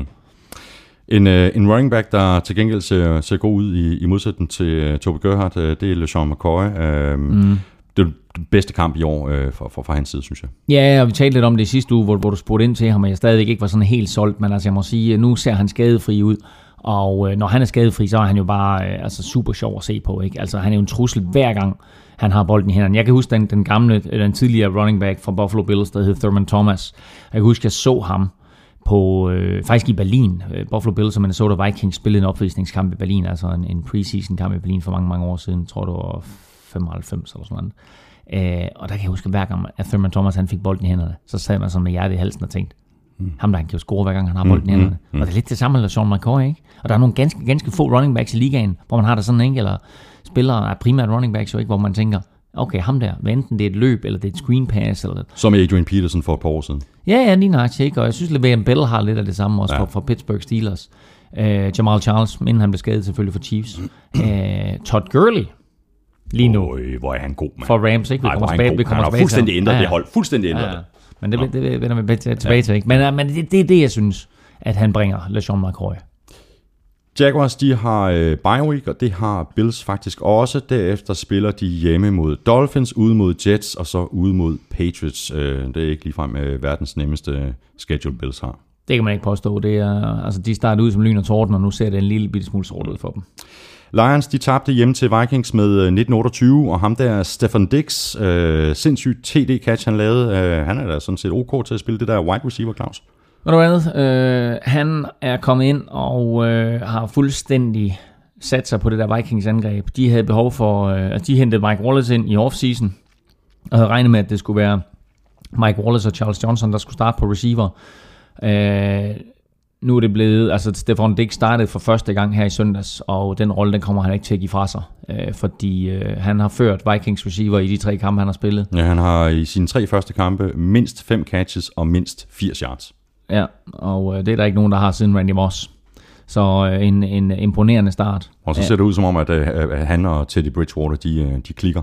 En running back, der til gengæld ser god ud i modsætning til Toby Gerhardt, det er LeSean McCoy. Det er den bedste kamp i år fra hans side, synes jeg. Ja, og vi talte lidt om det i sidste uge, hvor du spurgte ind til ham, og jeg stadigvæk ikke var sådan helt solgt, men altså jeg må sige, nu ser han skadefri ud, og når han er skadefri, så er han jo bare super sjov at se på, ikke? Altså han er jo en trussel hver gang, han har bolden i hænderne. Jeg kan huske den tidligere running back fra Buffalo Bills, der hed Thurman Thomas. Jeg kan huske, jeg så ham på, faktisk i Berlin. Buffalo Bills og Minnesota Vikings spillede en opvisningskamp i Berlin, altså en preseason kamp i Berlin for mange, mange år siden. Jeg tror, det var 95 eller sådan noget. Og der kan jeg huske, hver gang at Thurman Thomas han fik bolden i hænderne, så sad man sådan med hjertet i halsen og tænkte, ham der, han kan jo score hver gang han har bolden i hænderne. Og det er lidt det samme med Sean McCoy, ikke? Og der er nogle ganske få running backs i ligaen, hvor man har det sådan, ikke? Eller spillere er primært running backs, jo ikke, hvor man tænker, okay, ham der, hvad enten det er et løb, eller det er et screen pass, eller... Som Adrian Peterson for et par år siden. Ja, lige nok, ikke? Og jeg synes, Le'Veon Bell har lidt af det samme også for Pittsburgh Steelers. Jamal Charles, inden han blev skadet selvfølgelig for Chiefs. Todd Gurley, lige nu. Hvor er han god, mand. For Rams, ikke? Vi kommer tilbage fuldstændig ændret det hold. Fuldstændig ændret det. Men det vender vi tilbage til, ikke? Men det er det, jeg synes, at han bringer LeSean McCoy. Jaguars, de har bye week, og det har Bills faktisk også. Derefter spiller de hjemme mod Dolphins, ude mod Jets, og så ude mod Patriots. Det er ikke ligefrem verdens nemmeste schedule, Bills har. Det kan man ikke påstå. Det er, altså, de startede ud som lyn og torden, og nu ser det en lille bitte smule sort ud for dem. Lions, de tabte hjemme til Vikings med 19-28, og ham der, Stefan Diggs, sindssygt TD-catch, han lavede. Han er da sådan set ok til at spille det der wide receiver, Claus. Ved du hvad? Han er kommet ind og har fuldstændig sat sig på det der Vikings angreb. De havde behov for, de hentede Mike Wallace ind i offseason, og havde regnet med, at det skulle være Mike Wallace og Charles Johnson, der skulle starte på receiver. Nu er det blevet, altså Stefan Diggs startede for første gang her i søndags, og den rolle, den kommer han ikke til at give fra sig, fordi han har ført Vikings receiver i de 3 kampe, han har spillet. Ja, han har i sine 3 første kampe mindst 5 catches og mindst 80 yards. Ja, og det er der ikke nogen, der har siden Randy Moss. Så en imponerende start. Og så ser det ud som om, at han og Teddy Bridgewater, de klikker.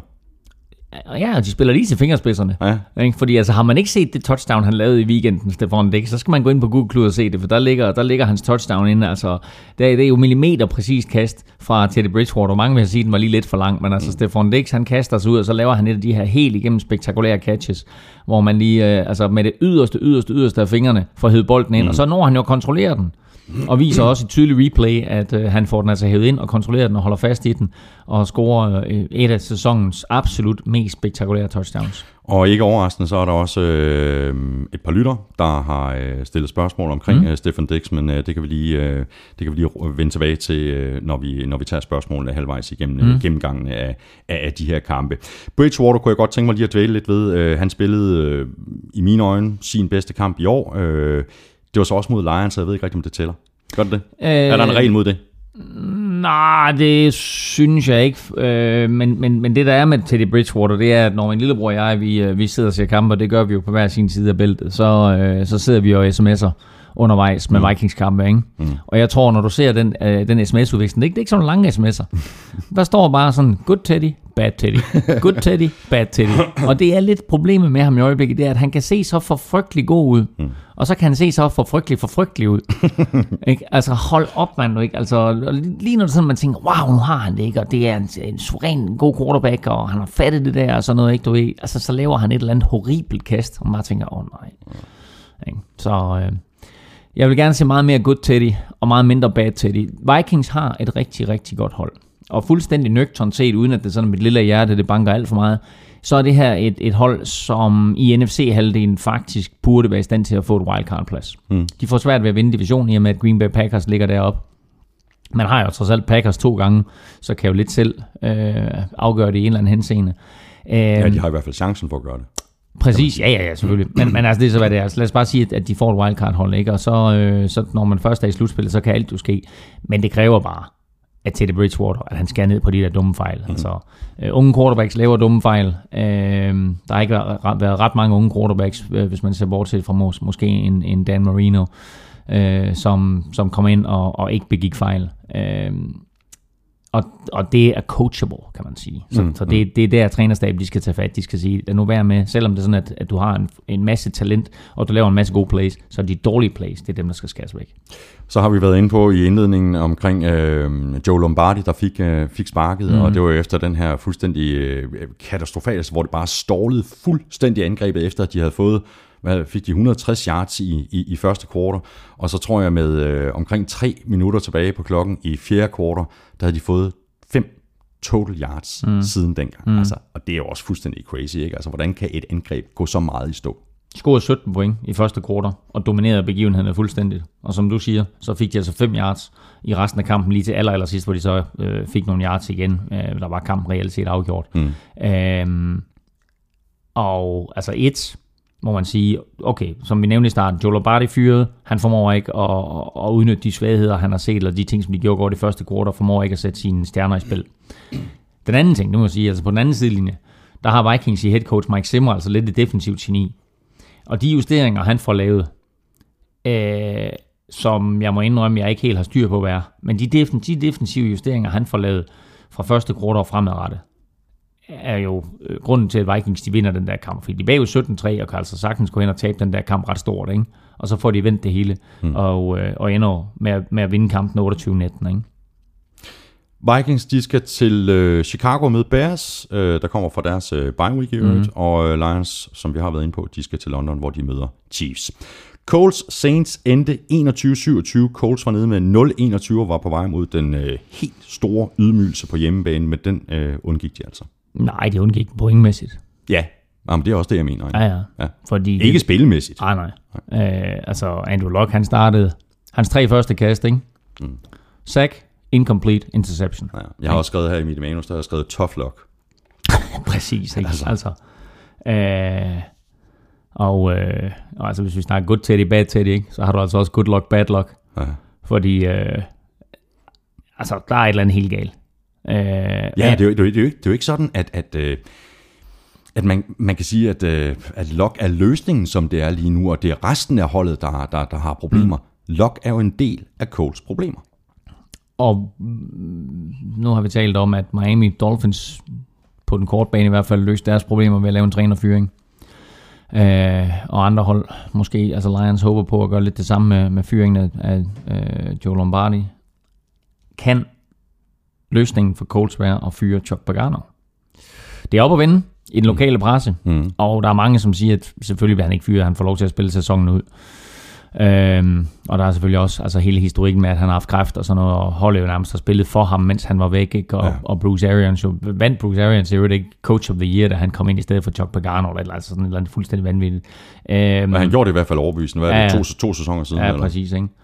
Ja, og de spiller lige til fingerspidserne. Ja. Fordi altså, har man ikke set det touchdown, han lavede i weekenden, Stefan Diggs, så skal man gå ind på Google og se det, for der ligger hans touchdown inde. Altså, det er jo millimeter præcist kast fra Teddy Bridgewater. Mange vil have sige, at den var lige lidt for lang, men altså Stefan Diggs, han kaster sig ud, og så laver han et af de her helt igennem spektakulære catches, hvor man lige altså med det yderste af fingrene får hævet bolden ind, og så når han jo at kontrollere den. Og viser også i tydelig replay, at han får den altså hævet ind og kontrollerer den og holder fast i den og scorer et af sæsonens absolut mest spektakulære touchdowns. Og ikke overraskende, så er der også et par lytter, der har stillet spørgsmål omkring Stefan Diggs, men det kan vi lige vende tilbage til, når vi tager spørgsmålene halvvejs igennem gennemgangen af de her kampe. Bridgewater kunne jeg godt tænke mig lige at dvæle lidt ved. Han spillede i mine øjne sin bedste kamp i år. Det var så også mod Lions, så jeg ved ikke rigtig, om det tæller. Gør det? Er der en regel mod det? Nej, det synes jeg ikke. Men det, der er med Teddy Bridgewater, det er, at når min lillebror og jeg, vi sidder og ser kampe, og det gør vi jo på hver sin side af bæltet, så sidder vi jo sms'er undervejs med Vikings-kampe, ikke? Og jeg tror, når du ser den sms-udveksling, det er ikke sådan lange sms'er. Der står bare sådan, good Teddy, bad Teddy. Good Teddy, bad Teddy. Og det er lidt problemet med ham i øjeblikket, det er, at han kan se så forfrygt god ud, og så kan han se så forfrygtelig ud. Ikke? Altså hold op, man, ikke? Altså, lige når det sådan, man tænker, wow, nu har han det, ikke? Og det er en suveræn god quarterback, og han har fattet det der, og sådan noget, ikke? Du ved, altså så laver han et eller andet horribelt kast, og man bare tænker, nej. Ikke? Så Jeg vil gerne se meget mere good Teddy, og meget mindre bad Teddy. Vikings har et rigtig, rigtig godt hold. Og fuldstændig nøgternt set, uden at det sådan mit lille hjerte, det banker alt for meget, så er det her et hold, som i NFC-halvdelen faktisk burde være i stand til at få et wildcard-plads. De får svært ved at vinde divisionen, i og med at Green Bay Packers ligger deroppe. Man har jo trods alt Packers 2 gange, så kan jo lidt selv afgøre det i en eller anden henseende. Ja, de har i hvert fald chancen for at gøre det. Præcis, ja, selvfølgelig. Men altså, det er så, hvad det er. Altså, lad os bare sige, at de får et wildcard-hold, ikke? Og så når man først er i slutspillet, så kan alt jo ske. Men det kræver bare, at Teddy Bridgewater, at han skal ned på de der dumme fejl. Altså, unge quarterbacks laver dumme fejl. Der har ikke været ret mange unge quarterbacks, hvis man ser bortset fra måske en Dan Marino, som kom ind og ikke begik fejl. Og det er coachable, kan man sige. Så det er der trænerstaben, de skal tage fat. De skal sige, at nu være med, selvom det er sådan, at du har en masse talent, og du laver en masse gode plays, så de dårlige plays, det er dem, der skal skæres væk. Så har vi været inde på i indledningen omkring Joe Lombardi, der fik sparket, og det var efter den her fuldstændig katastrofale, hvor det bare stålede fuldstændig angrebet, efter at de havde fået, fik de 160 yards i første kvartal, og så tror jeg med omkring 3 minutter tilbage på klokken i fjerde kvartal, der havde de fået 5 total yards siden dengang. Altså, og det er jo også fuldstændig crazy, ikke? Altså, hvordan kan et angreb gå så meget i stå? Scorede 17 point i første kvartal og dominerede begivenheden fuldstændigt. Og som du siger, så fik de altså 5 yards i resten af kampen, lige til aller sidst, hvor de så fik nogle yards igen. Der var kampen reelt set afgjort. Og altså må man sige, okay, som vi nævnte i starten, Joe Lombardi fyret, han formår ikke at udnytte de svagheder, han har set, eller de ting, som de gjorde godt i første kvartal, formår ikke at sætte sine stjerner i spil. Den anden ting, det må jeg sige, altså på den anden sidelinje, der har Vikings i head coach Mike Zimmer altså lidt et defensivt geni. Og de justeringer, han får lavet, som jeg må indrømme, jeg ikke helt har styr på, hvad er, men de defensive justeringer, han får lavet fra første kvartal og fremadrettet, er jo grunden til, at Vikings de vinder den der kamp. Fordi de er bagud 17-3, og kan altså sagtens gå hen og tabe den der kamp ret stort, ikke? Og så får de vendt det hele, og ender med at vinde kampen 28-19, ikke? Vikings, de skal til Chicago med Bears, der kommer fra deres bye week i øvrigt, og Lions, som vi har været inde på, de skal til London, hvor de møder Chiefs. Colts Saints endte 21-27. Colts var nede med 0-21 og var på vej mod den helt store ydmygelse på hjemmebane, men den undgik de altså. Nej, de undgik pointmæssigt. Ja, men det er også det, jeg mener. Ja. Fordi ikke spillemæssigt. Nej. Altså, Andrew Luck, han startede hans 3 første kast, ikke? Sack, incomplete, interception. Ja, jeg har også skrevet her i mit manus, der har jeg skrevet tough luck. Præcis, ikke? Altså. Og altså, hvis vi snakker good Teddy, bad Teddy, ikke? Så har du altså også good luck, bad luck. Ja. Fordi altså, der er et eller andet helt galt. Det er jo ikke sådan, at man kan sige, at Luck er løsningen, som det er lige nu, og det er resten af holdet, der har problemer. Luck er jo en del af Colts problemer. Og nu har vi talt om, at Miami Dolphins på den korte bane i hvert fald løste deres problemer ved at lave en trænerfyring. Og andre hold, måske, altså Lions håber på at gøre lidt det samme med fyringen af Joe Lombardi. Kan løsningen for Colts være at fyre Chuck Pagano? Det er op at vende i den lokale presse, og der er mange, som siger, at selvfølgelig vil han ikke fyre, han får lov til at spille sæsonen ud. Og der er selvfølgelig også altså hele historikken med, at han har haft kræft og sådan noget, og holdet jo nærmest har spillet for ham, mens han var væk, ikke? Og Bruce Arians jo vandt Bruce Arians jo ikke Coach of the Year, da han kom ind i stedet for Chuck Pagano, eller altså sådan et eller andet fuldstændig vanvittigt. Men han gjorde det i hvert fald overbevisende. Hvad er det, to sæsoner siden? Ja, eller? Præcis, ikke?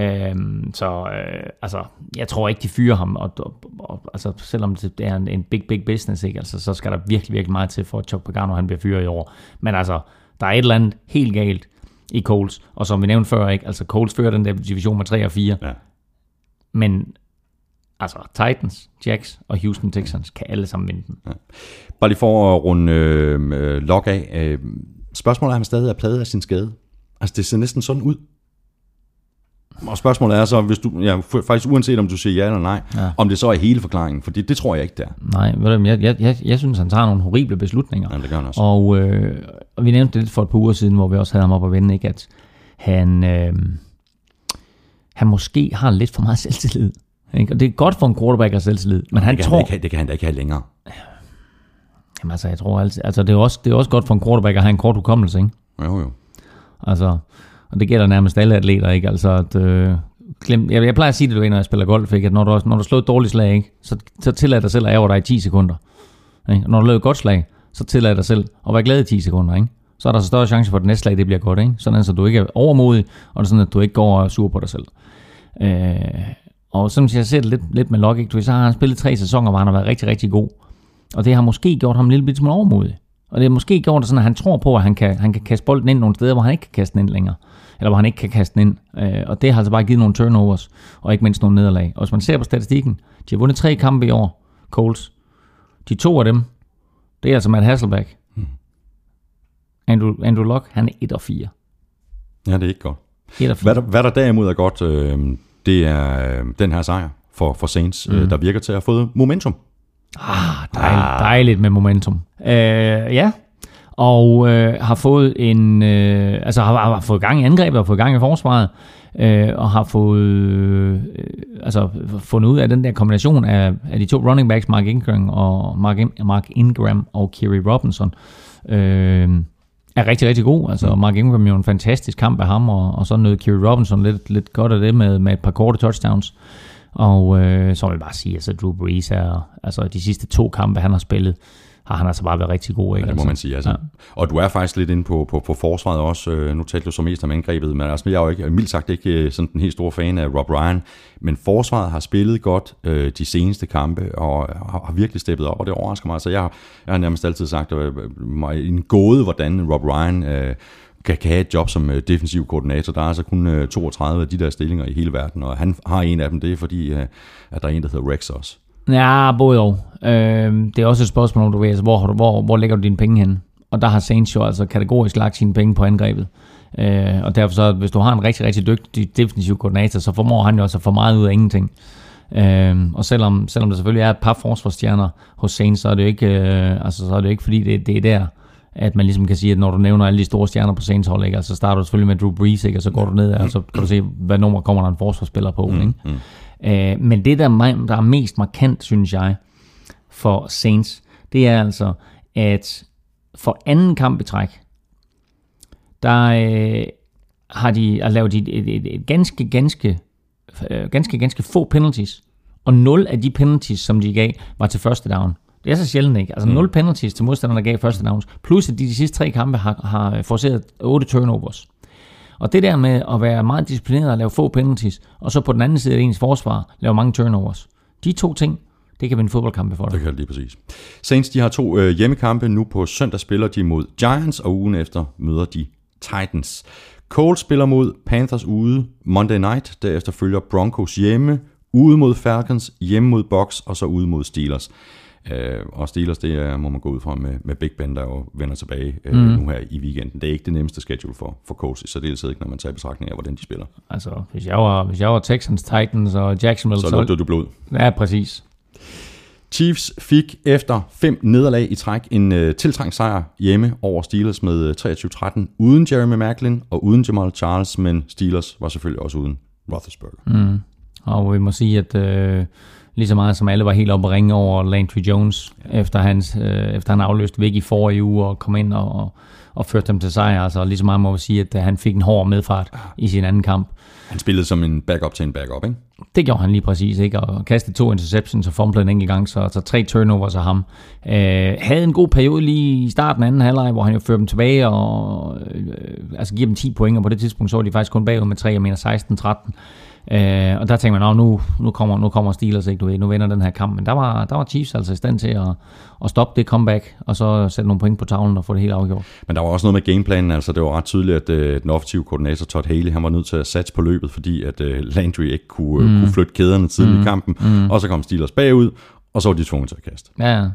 Altså, jeg tror ikke, de fyrer ham, og altså, selvom det er en big business, ikke? Altså, så skal der virkelig, virkelig meget til, for at Chuck Pagano han bliver fyret i år. Men altså, der er et eller andet helt galt i Colts, og som vi nævnte før, ikke? Altså Colts fører den der division med 3 og 4, ja. Men altså Titans, Jacks og Houston Texans kan alle sammen vinde den. Ja. Bare lige for at runde Luck af. Spørgsmålet er, om han stadig er plaget af sin skade. Altså det ser næsten sådan ud. Og spørgsmålet er så, hvis du, faktisk uanset om du siger ja eller nej, om det så er hele forklaringen, for det tror jeg ikke, det er. Nej, jeg synes, han tager nogle horrible beslutninger. Ja, det gør han også. Og vi nævnte det lidt for et par uger siden, hvor vi også havde ham op at vende, ikke? At han måske har lidt for meget selvtillid. Ikke? Og det er godt for en quarterback af selvtillid, men han tror... Det kan han da ikke have længere. Jamen altså, jeg tror altså det er også godt for en quarterback at have en kort hukommelse, ikke? Jo. Altså... Og det gælder nærmest alle atleter, ikke? Altså, at, jeg plejer at sige det, når jeg spiller golf, ikke? At når du slår et dårligt slag, ikke? Så tillad dig selv at ære dig i 10 sekunder. Ikke? Og når du laver et godt slag, så tillad dig selv at være glad i 10 sekunder, ikke? Så er der så større chance for, at det næste slag det bliver godt, ikke? Sådan så du ikke er overmodig, og det er sådan, at du ikke går og sur på dig selv. Og sådan jeg ser det lidt med Logic, så har han spillet 3 sæsoner, hvor han har været rigtig, rigtig god. Og det har måske gjort ham en lille smule overmodig. Og det har måske gjort det sådan, at han tror på, at han kan kaste bolden ind nogle steder, hvor han ikke kan kaste den ind længere. Eller hvor han ikke kan kaste den ind. Og det har altså bare givet nogle turnovers, og ikke mindst nogle nederlag. Og hvis man ser på statistikken, de har vundet 3 kampe i år, Colts. De 2 af dem, det er altså Matt Hasselbeck. Andrew Luck, han er 1-4. Ja, det er ikke godt. 1-4. Hvad der derimod er godt, det er den her sejr for Saints, der virker til at have fået momentum. Dejligt med momentum. Ja, og har fået har fået gang i angrebet og fået gang i forsvaret, og har fået fundet ud af den der kombination af de 2 running backs, Mark Ingram og Kerry Robinson, er rigtig, rigtig god. Altså Mark Ingram jo en fantastisk kamp af ham, og så nød Kerry Robinson lidt godt af det med et par korte touchdowns. Og så vil jeg bare sige, altså Drew Brees er, de sidste 2 kampe, han har spillet, har han altså bare været rigtig god. Ikke? Ja, det må man sige, altså. Ja. Og du er faktisk lidt inde på forsvaret også. Nu talte du så mest om angrebet, men altså, jeg er jo ikke, mildt sagt ikke sådan den helt store fan af Rob Ryan, men forsvaret har spillet godt de seneste kampe, og har virkelig steppet op, og det overrasker mig. Altså, jeg har nærmest altid sagt, en gåde, hvordan Rob Ryan kan have et job som defensiv koordinator. Der er altså kun 32 af de der stillinger i hele verden, og han har en af dem, det er fordi, at der er en, der hedder Rex også. Ja, både og. Det er også et spørgsmål, du ved, altså, hvor lægger du dine penge hen? Og der har Saints jo altså kategorisk lagt sine penge på angrebet. Og derfor så, hvis du har en rigtig, rigtig dygtig defensiv koordinator, så formår han jo også at få meget ud af ingenting. Og selvom der selvfølgelig er et par forsvarsstjerner hos Saints, så er det jo ikke, så er det ikke fordi det er der, at man ligesom kan sige, at når du nævner alle de store stjerner på Saints hold, ikke, så starter du selvfølgelig med Drew Brees, ikke, og så går du ned, og så kan du se, hvad nummer kommer der en forsvarsspiller på. Ikke? Men det, der er mest markant, synes jeg, for Saints, det er altså, at for anden kamp i træk, der har de lavet et ganske få penalties, og 0 af de penalties, som de gav, var til første down. Det er så sjældent, ikke? Altså 0 penalties til modstanderne, der gav første downs, plus at de sidste 3 kampe har forceret 8 turnovers. Og det der med at være meget disciplineret og lave få penalties, og så på den anden side af ens forsvar lave mange turnovers. De 2 ting, det kan vinde fodboldkampe for dig. Det kan det lige præcis. Saints, de har 2 hjemmekampe. Nu på søndag spiller de mod Giants, og ugen efter møder de Titans. Colts spiller mod Panthers ude Monday night. Derefter følger Broncos hjemme, ude mod Falcons, hjemme mod Bucks, og så ude mod Steelers. Og Steelers, det må man gå ud fra med Big Ben, der jo vender tilbage nu her i weekenden. Det er ikke det nemmeste schedule for Colts, i særdeleshed ikke, når man tager betragtning af, hvordan de spiller. Altså, hvis jeg var Texans, Titans og Jacksonville, så lugtede du blod. Ja, præcis. Chiefs fik efter 5 nederlag i træk en tiltrængt sejr hjemme over Steelers med 23-13, uden Jeremy Maclin og uden Jamal Charles, men Steelers var selvfølgelig også uden Roethlisberger. Og vi må sige, at lige så meget som alle var helt oppe at ringe over Landry Jones, efter han afløste væk i forrige uge og kom ind og førte dem til sejr. Altså lige så meget må vi sige, at han fik en hård medfart i sin anden kamp. Han spillede som en backup til en backup, ikke? Det gjorde han lige præcis, ikke? Og kastede 2 interceptions og fumblede en enkelt gang, så 3 turnovers af ham. Havde en god periode lige i starten af anden halvleg, hvor han jo førte dem tilbage og giver dem 10 point, og på det tidspunkt så var de faktisk kun bagud med 3, jeg mener 16-13. Og der tænker man, nu kommer Steelers, ikke, du ved, nu vinder den her kamp. Men der var Chiefs altså i stand til at stoppe det comeback, og så sætte nogle point på tavlen og få det hele afgjort. Men der var også noget med gameplanen, altså det var ret tydeligt, at den offensive koordinator Todd Haley, han var nødt til at satse på løbet, fordi at Landry ikke kunne flytte kæderne tidligt i kampen, og så kom Steelers bagud, og så var de tvunget til at kaste. Ja,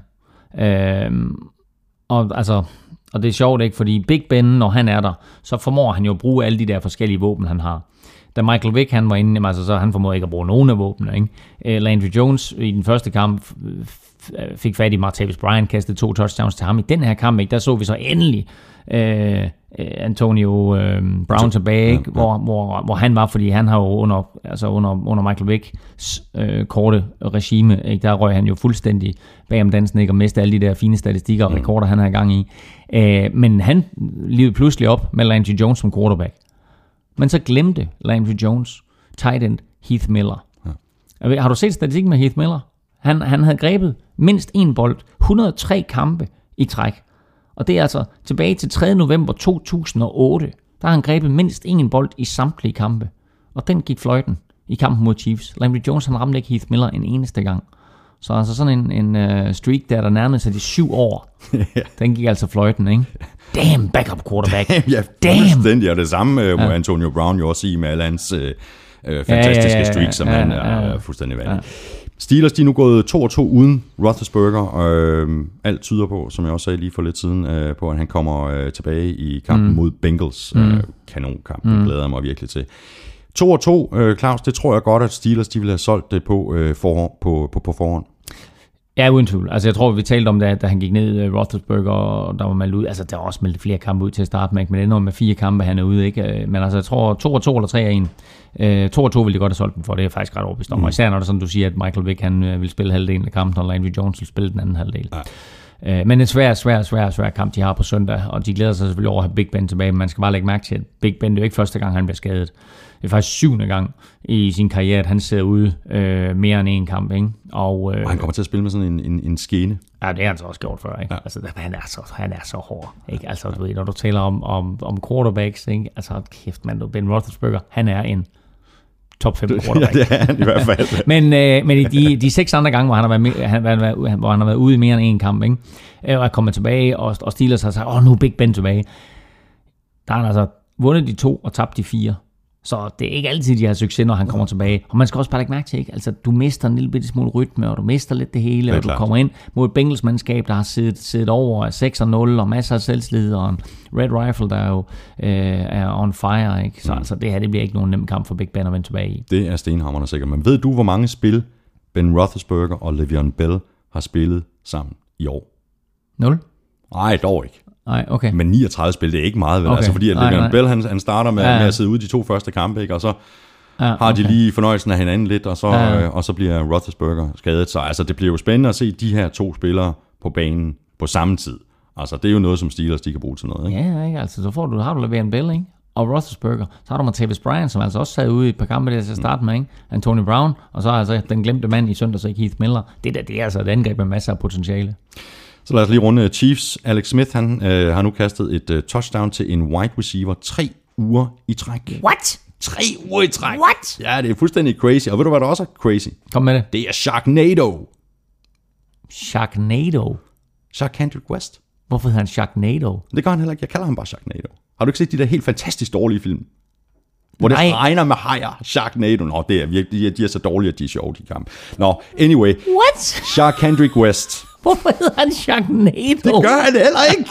og det er sjovt, ikke, fordi Big Ben, når han er der, så formår han jo at bruge alle de der forskellige våben, han har. Da Michael Vick han var inde, altså så han formåede ikke at bruge nogen af våbnene, ikke? Landry Jones i den første kamp fik fat i Martavis Bryant, kastede 2 touchdowns til ham. I den her kamp, ikke, der så vi så endelig Antonio Brown tilbage, ikke? Hvor han var, fordi han har jo under Michael Vicks korte regime, ikke? Der røg han jo fuldstændig bagom dansen, ikke? Og mistede alle de der fine statistikker og rekorder, han har i gang i. Men han livede pludselig op med Landry Jones som quarterback. Men så glemte Landry Jones tight end Heath Miller. Ja. Har du set statistikken med Heath Miller? Han havde grebet mindst en bold, 103 kampe i træk. Og det er altså tilbage til 3. november 2008. Der har han grebet mindst en bold i samtlige kampe. Og den gik fløjten i kampen mod Chiefs. Landry Jones, han ramte ikke Heath Miller en eneste gang. Så altså sådan en streak der nærmede sig de 7 år. Den gik altså fløjten, ikke? Damn, backup quarterback. Fuldstændig. Og det samme må Antonio Brown jo også sige med alle hans fantastiske streaks, som han er fuldstændig vanlig. Ja. Steelers, de er nu gået 2-2 uden Roethlisberger. Alt tyder på, som jeg også sagde lige for lidt siden, på at han kommer tilbage i kampen mod Bengals. Kanonkampen, glæder jeg mig virkelig til. 2-2, Claus, det tror jeg godt, at Steelers de vil have solgt det på forhånd. Ja, uden tvivl. Altså, jeg tror, vi talte om det, da han gik ned Roethlisberger, og der var meldt ud. Altså, der var også meldt flere kampe ud til at starte med, men det ender med 4 kampe, han er ude, ikke? Men altså, jeg tror 2-2 eller 3-1. 2-2 ville de godt have solgt dem for, det er jeg faktisk ret overbevist om. Og især når det sådan, du siger, at Michael Vick, han vil spille halvdelen af kampen, og Landry Jones vil spille den anden halvdel. Ja. Men en svær kamp, de har på søndag, og de glæder sig selvfølgelig over at have Big Ben tilbage, men man skal bare lægge mærke til, at Big Ben, det er jo ikke første gang, han bliver skadet. Det er faktisk 7. gang i sin karriere, at han sidder ude mere end en kamp, ikke? Og han kommer til at spille med sådan en skene. Ja, det har han så også gjort før, ikke? Ja. Altså, han er så hård, ikke? Altså, du ved, når du taler om quarterbacks, ikke? Altså, kæft, man, Ben Roethlisberger, han er en top 5 quarterback. Ja, det er han i hvert fald. men i de 6 andre gange, hvor han har været ude i mere end en kamp, ikke? Og er kommet tilbage, og Steelers har sagt, nu er Big Ben tilbage. Der har han altså vundet de 2 og tabt de 4. Så det er ikke altid, de har succes, når han kommer tilbage. Og man skal også bare lægge mærke til, ikke? Altså, du mister en lille bitte smule rytme, og du mister lidt det hele, og du kommer ind mod et Bengals-mandskab, der har siddet over 6-0, og masser af selvslid, og en Red Rifle, der jo er on fire, ikke? Så altså, det her, det bliver ikke nogen nem kamp for Big Ben at vende tilbage i. Det er stenhamrende sikkert. Men ved du, hvor mange spil Ben Roethlisberger og Le'Veon Bell har spillet sammen i år? 0? Nej, dog ikke. Nej, okay. Men 39 spil, det er ikke meget, vel? Okay. Altså, fordi at Le'Veon Bell, han starter med at sidde ude de 2 første kampe, ikke? Og så har de lige fornøjelsen af hinanden lidt, og så bliver Roethlisberger skadet. Så altså, det bliver jo spændende at se de her 2 spillere på banen på samme tid. Altså, det er jo noget, som Steelers de kan bruge til noget, ikke? Ja, ikke? Altså, så har du Le'Veon Bell, ikke? Og Roethlisberger. Så har du Martavis Bryant, som altså også sad ude i et par kampe der til at starte med, ikke? Antonio Brown, og så altså den glemte mand i søndags, ikke? Heath Miller. Det er altså et angreb med masser af potentiale. Så lad os lige runde Chiefs. Alex Smith, han har nu kastet et touchdown til en wide receiver 3 uger i træk. What? 3 uger i træk? What? Ja, det er fuldstændig crazy. Og ved du, hvad der også er crazy? Kom med det. Det er Sharknado. Sharknado? Sharkhandrick West. Hvorfor hedder han Sharknado? Det gør han heller ikke. Jeg kalder ham bare Sharknado. Har du ikke set de der helt fantastisk dårlige film? Hvor det regner med hajer. Sharknado. Nå, det er virkelig, de er så dårlige, at de er sjove, de kamp. Nå, anyway. What? Sharkhandrick West. Hvorfor hedder han Sharknado? Det gør han heller ikke.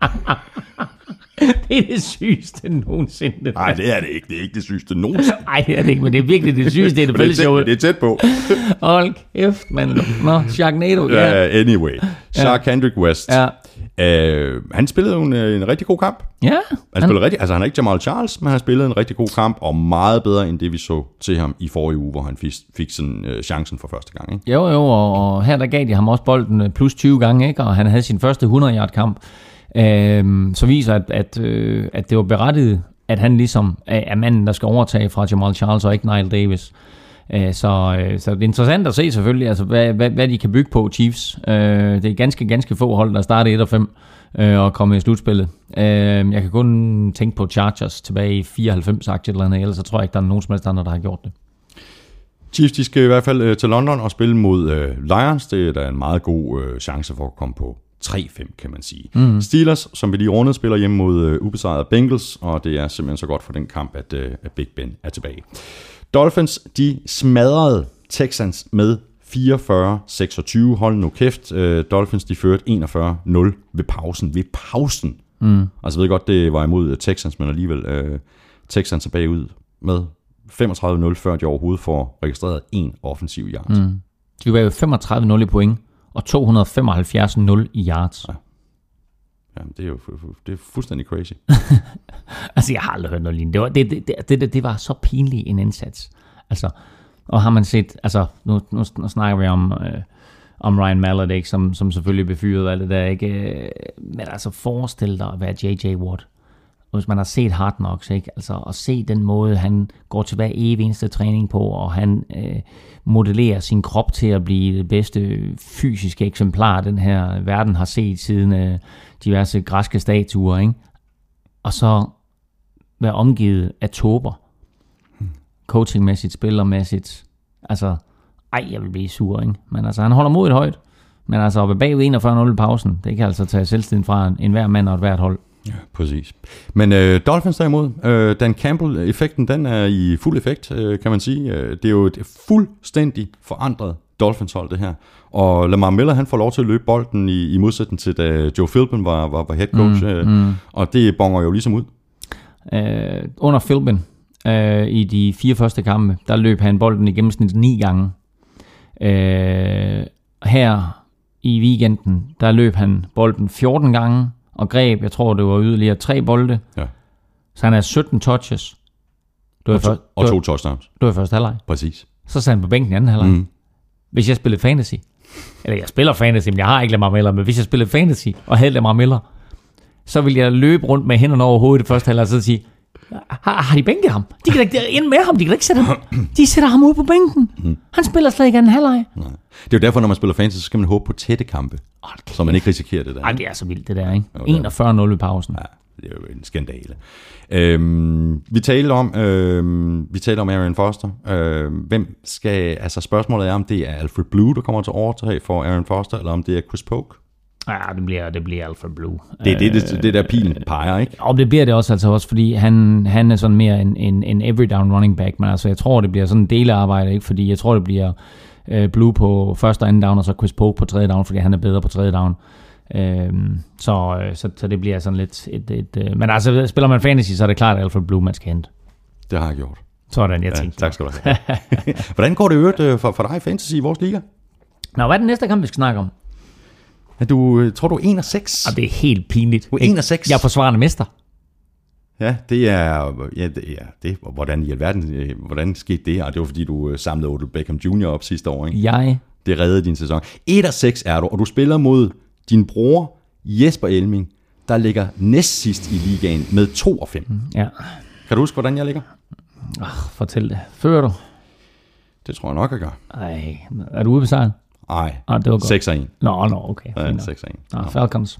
Det er det sygeste nogensinde. Nej, det er det ikke. Det er ikke det sygeste nogensinde. Nej, det er det ikke, men det er virkelig det sygeste. Det er tæt på. Hold kæft, mand. Nå, Sharknado. Ja, anyway. Sharkhandrick West. Ja. Han spillede jo en rigtig god kamp. Ja. Han er ikke Jamal Charles, men han spillede en rigtig god kamp, og meget bedre end det, vi så til ham i forrige uge, hvor han fik sådan chancen for første gang. Ikke? Jo, og her der gav de ham også bolden plus 20 gange, ikke? Og han havde sin første 100-yard kamp. Så viser, at det var berettiget, at han ligesom er manden, der skal overtage fra Jamal Charles, og ikke Nile Davis. Så det er interessant at se selvfølgelig, altså, hvad de kan bygge på, Chiefs. Det er ganske få hold, der starter 1-5 og kommer i slutspillet. Jeg kan kun tænke på Chargers tilbage i 94, eller andet, ellers så tror jeg ikke, der er nogen som helst andre, der har gjort det. Chiefs, de skal i hvert fald til London og spille mod Lions. Det er da en meget god chance for at komme på 3-5, kan man sige. Steelers, som vi lige rundede, spiller hjemme mod ubesejrede Bengals, og det er simpelthen så godt for den kamp, at Big Ben er tilbage. Dolphins, de smadrede Texans med 44-26. Hold nu kæft. Dolphins, de førte 41-0 ved pausen. Altså, jeg ved godt, det var imod Texans, men alligevel Texans er bagud med 35-0, før de overhovedet får registreret 1 offensiv yard. De var jo 35-0 i point, og 275-0 i yards. Ja. Jamen, det er fuldstændig crazy. Altså, jeg har aldrig hørt noget lignende. Det var så pinlig en indsats. Altså, og har man set, altså, nu snakker vi om Ryan Mallett, ikke, som selvfølgelig befyrede alt det der, ikke? Men altså, forestil dig at være J.J. Watt, Og hvis man har set Hard Knocks, ikke? Altså at se den måde, han går til hver evig eneste træning på, og han modellerer sin krop til at blive det bedste fysiske eksemplar, den her verden har set siden diverse græske statuer, ikke? Og så være omgivet af tober. Coachingmæssigt, spillermæssigt. Altså, jeg vil blive sur, ikke? Men altså, han holder modet højt. Men altså, at være bagud 41-0 i pausen, det kan altså tage selvstiden fra enhver mand og et hvert hold. Ja, præcis. Men Dolphins derimod, Dan Campbell-effekten, den er i fuld effekt, kan man sige. Det er jo et fuldstændig forandret Dolphins-hold, det her. Og Lamar Miller, han får lov til at løbe bolden i modsætning til, da Joe Philbin var head coach. Og det bonger jo ligesom ud. Under Philbin, i de 4 første kampe, der løb han bolden i gennemsnit 9 gange. Her i weekenden, der løb han bolden 14 gange, og greb, jeg tror, det var yderligere 3 bolde. Ja. Så han havde 17 touches. Og 2 touchdowns. Det var første halvleg. Præcis. Så sad han på bænken i anden halvleg. Hvis jeg spillede fantasy, eller jeg spiller fantasy, men jeg har ikke Lamar Miller, men hvis jeg spillede fantasy og havde Lamar Miller, så ville jeg løbe rundt med hænderne over hovedet i første halvleg og så sige, har de bænket ham? De kan ikke ind med ham, de kan ikke sætte ham. De sætter ham ud på bænken. Han spiller slet ikke anden halvleg. Nej. Det er jo derfor, når man spiller fantasy, så skal man håbe på tætte kampe, så man ikke risikerer det der. Ej, det er så vildt det der, ikke? 41-0 i pausen. Ja, det er jo en skandale. Vi taler om Arian Foster. Hvem skal, altså spørgsmålet er, om det er Alfred Blue, der kommer til overtag for Arian Foster, eller om det er Chris Polk? Ja, det bliver Alfred Blue. Det der pilen peger, ikke? Og det bliver det også, fordi han er sådan mere en every down running back, men altså jeg tror, det bliver sådan en delearbejde, ikke? Fordi jeg tror, det bliver Blue på første og anden down, og så Chris Polk på tredje down, fordi han er bedre på tredje down. Så det bliver sådan lidt men altså spiller man fantasy, så er det klart, at Alfred Blue man skal hente. Det har jeg gjort. Sådan, jeg tænkte. Tak skal du have. Hvordan går det øvrigt for dig i fantasy i vores liga? Nå, hvad er den næste kamp, vi skal snakke om? Tror du 1-6? Det er helt pinligt. 1-6? Jeg er forsvarende mester. Ja, det er hvordan i alverden, hvordan skete det? Og det var fordi, du samlede Odell Beckham Jr. op sidste år, ikke? Det reddede din sæson. 1-6 er du, og du spiller mod din bror Jesper Elming, der ligger næst sidst i ligaen med 2-5. Ja. Kan du huske, hvordan jeg ligger? Fortæl det. Fører du? Det tror jeg nok, jeg gør. Ej, er du ude på sejren? Nej, det var godt. 6-1. Nå, okay. 6-1. Falcons.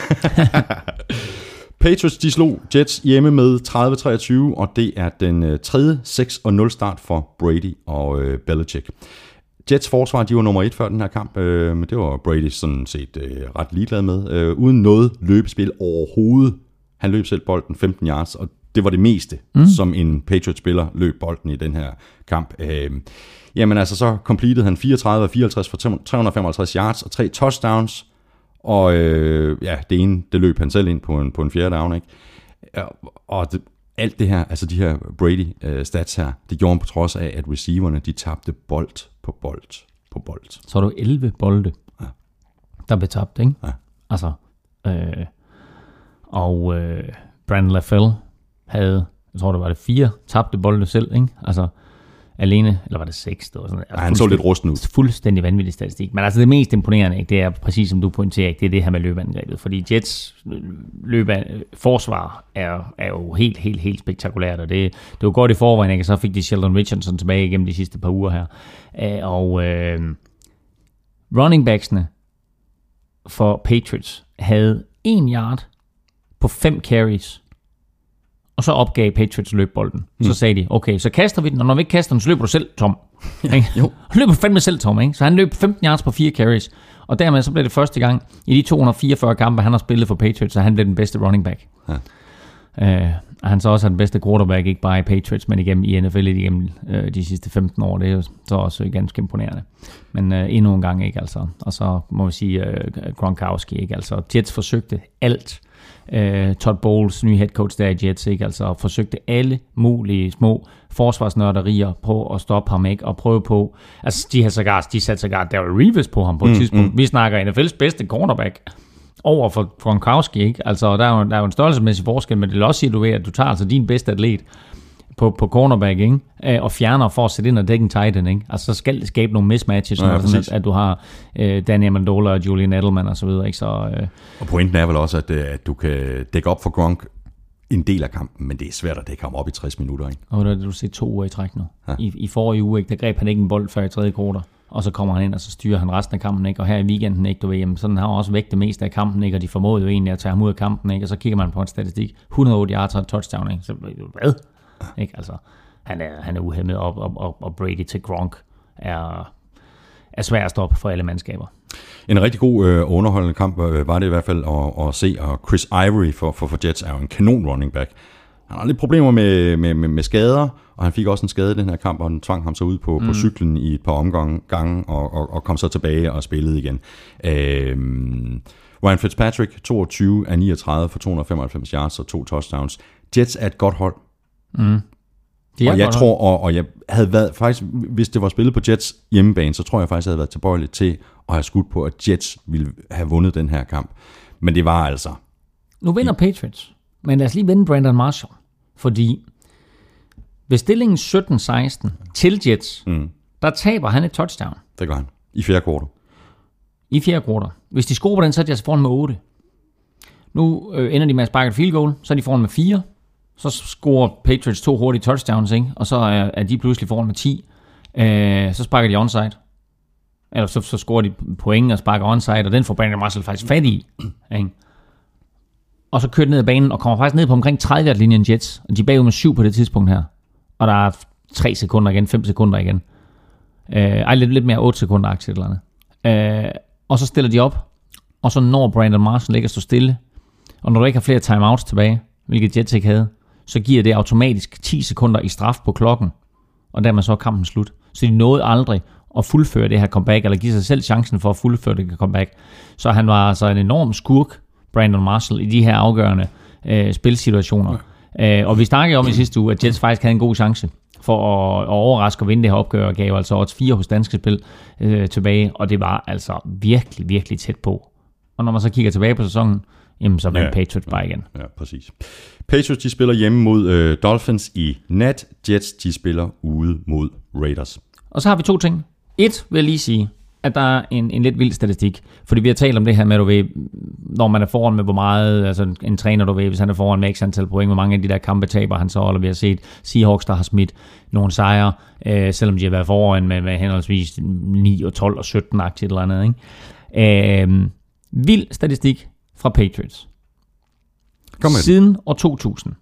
Patriots, de slog Jets hjemme med 30-23, og det er den tredje 6-0 start for Brady og Belichick. Jets forsvar, de var nummer 1 før den her kamp, men det var Brady sådan set ret ligeglad med. Uden noget løbespil overhovedet. Han løb selv bolden 15 yards, og det var det meste, som en Patriots-spiller løb bolden i den her kamp. Jamen altså, så completed han 34 og 54 for 355 yards og 3 touchdowns. Og det ene, det løb han selv ind på en fjerde down, ikke? Og alt det her, altså de her Brady-stats her, det gjorde han på trods af, at receiverne, de tabte bold på bold. Så er du 11 bolde, der blev tabt, ikke? Ja. Altså, Brandon LaFell havde, jeg tror det var det 4 tabte bolde selv, ikke? Altså, alene, eller var det 6? Det var sådan, altså han så lidt rusten ud. Fuldstændig vanvittig statistik. Men altså det mest imponerende, ikke, det er præcis som du pointerer, ikke, det er det her med løbeangrebet. Fordi Jets forsvar er jo helt spektakulært, og det var godt i forvejen, ikke? Så fik de Sheldon Richardson tilbage igennem de sidste par uger her. Running backsene for Patriots havde 1 yard på 5 carries. Og så opgav Patriots løbbolden. Så sagde de, okay, så kaster vi den, og når vi ikke kaster den, så løber du selv tom. Han løber fandme selv tom, ikke? Så han løb 15 yards på 4 carries. Og dermed så blev det første gang i de 244 kampe, han har spillet for Patriots, så han blev den bedste running back. Ja. Og han så også er den bedste quarterback, ikke bare i Patriots, men igennem i NFL igennem de sidste 15 år. Det er jo så også ganske imponerende. Men endnu en gang, ikke altså. Og så må vi sige Gronkowski, ikke altså. Jets forsøgte alt. Todd Bowles, ny head coach der i Jets, ikke altså, forsøgte alle mulige små forsvarsnørderier på at stoppe ham, ikke, og prøve på, altså de satte sågar Darrell Reeves på ham på et tidspunkt. Vi snakker NFL's bedste cornerback over for Gronkowski, ikke, altså der er jo en størrelsesmæssig forskel, men det vil også sige, at du tager altså din bedste atlet på cornerback, ikke? Og fjerner for at sætte ind og dække en tight end, ikke? Altså så skal det skabe nogle mismatches, sådan, at du har Danny Amendola og Julian Edelman og så videre, ikke? Så, og pointen er vel også, at du kan dække op for Gronk en del af kampen, men det er svært at dække ham op i 60 minutter, ikke? Og det du ser 2 uger i træk nu. Ja. I forrige uge, ikke, der greb han ikke en bold før i tredje kvartal, og så kommer han ind, og så styrer han resten af kampen, ikke? Og her i weekenden, ikke, du ved, jamen, sådan har han også væk det meste af kampen, ikke? Og de formåede jo egentlig at tage ham ud af kampen, ikke? Og så kigger man på en statistik, 108 yards og touchdown, ikke? Så hvad? Ikke? Altså, han er uhæmmet op, og Brady til Gronk er svær at stoppe for alle mandskaber. En rigtig god underholdende kamp var det i hvert fald at se, og Chris Ivory for Jets er jo en kanon running back. Han har lidt problemer med skader, og han fik også en skade i den her kamp, og han tvang ham så ud på cyklen i et par omgange, og kom så tilbage og spillede igen. Ryan Fitzpatrick, 22 af 39 for 295 yards og 2 touchdowns. Jets er et godt hold. Og jeg tror, og jeg havde været faktisk, hvis det var spillet på Jets hjemmebane, så tror jeg faktisk, jeg havde været tilbøjelig til at have skudt på, at Jets ville have vundet den her kamp. Men det var altså... Nu vinder Patriots, men lad os lige vinde Brandon Marshall, fordi ved stillingen 17-16 til Jets, der taber han et touchdown. Det gør han. I fjerde kvartal. Hvis de scorer på den, så er de altså foran med 8. Nu ender de med at sparke et field goal, så er de foran med 4. Så scorer Patriots 2 hurtige touchdowns, ikke? Og så er de pludselig foran med 10. Så sparker de onside. Eller så scorer de point og sparker onside, og den får Brandon Marshall faktisk fat i. Ikke? Og så kører de ned ad banen og kommer faktisk ned på omkring 30-linjen Jets. Og de er bagud med 7 på det tidspunkt her. Og der er 3 sekunder igen, 5 sekunder igen. Lidt mere 8 sekunder-aktigt eller andet. Og så stiller de op, og så når Brandon Marshall ikke at stå stille. Og når du ikke har flere timeouts tilbage, hvilket Jets ikke havde, så giver det automatisk 10 sekunder i straf på klokken, og dermed så er kampen slut. Så de nåede aldrig at fuldføre det her comeback, eller give sig selv chancen for at fuldføre det comeback. Så han var altså en enorm skurk, Brandon Marshall, i de her afgørende spilsituationer. Og vi snakkede om i sidste uge, at Jets faktisk havde en god chance for at overraske og vinde det her opgør, og gav altså odds 4 hos danske spil tilbage, og det var altså virkelig, virkelig tæt på. Og når man så kigger tilbage på sæsonen, jamen så vandt Patriots bare igen. Ja, præcis. Patriots, de spiller hjemme mod Dolphins i nat. Jets, de spiller ude mod Raiders. Og så har vi 2 ting. 1 vil jeg lige sige, at der er en lidt vild statistik. Fordi vi har talt om det her med, du ved, når man er foran med hvor meget, altså en træner, du ved, hvis han er foran med x antal point, hvor mange af de der kampe taber han så, eller vi har set Seahawks, der har smidt nogle sejre, selvom de har været foran med henholdsvis 9 og 12 og 17-agtigt eller andet. Ikke? Vild statistik fra Patriots. Siden år 2000.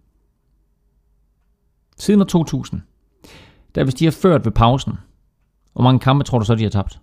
Der hvis de har ført ved pausen, hvor mange kampe tror du så, de har tabt?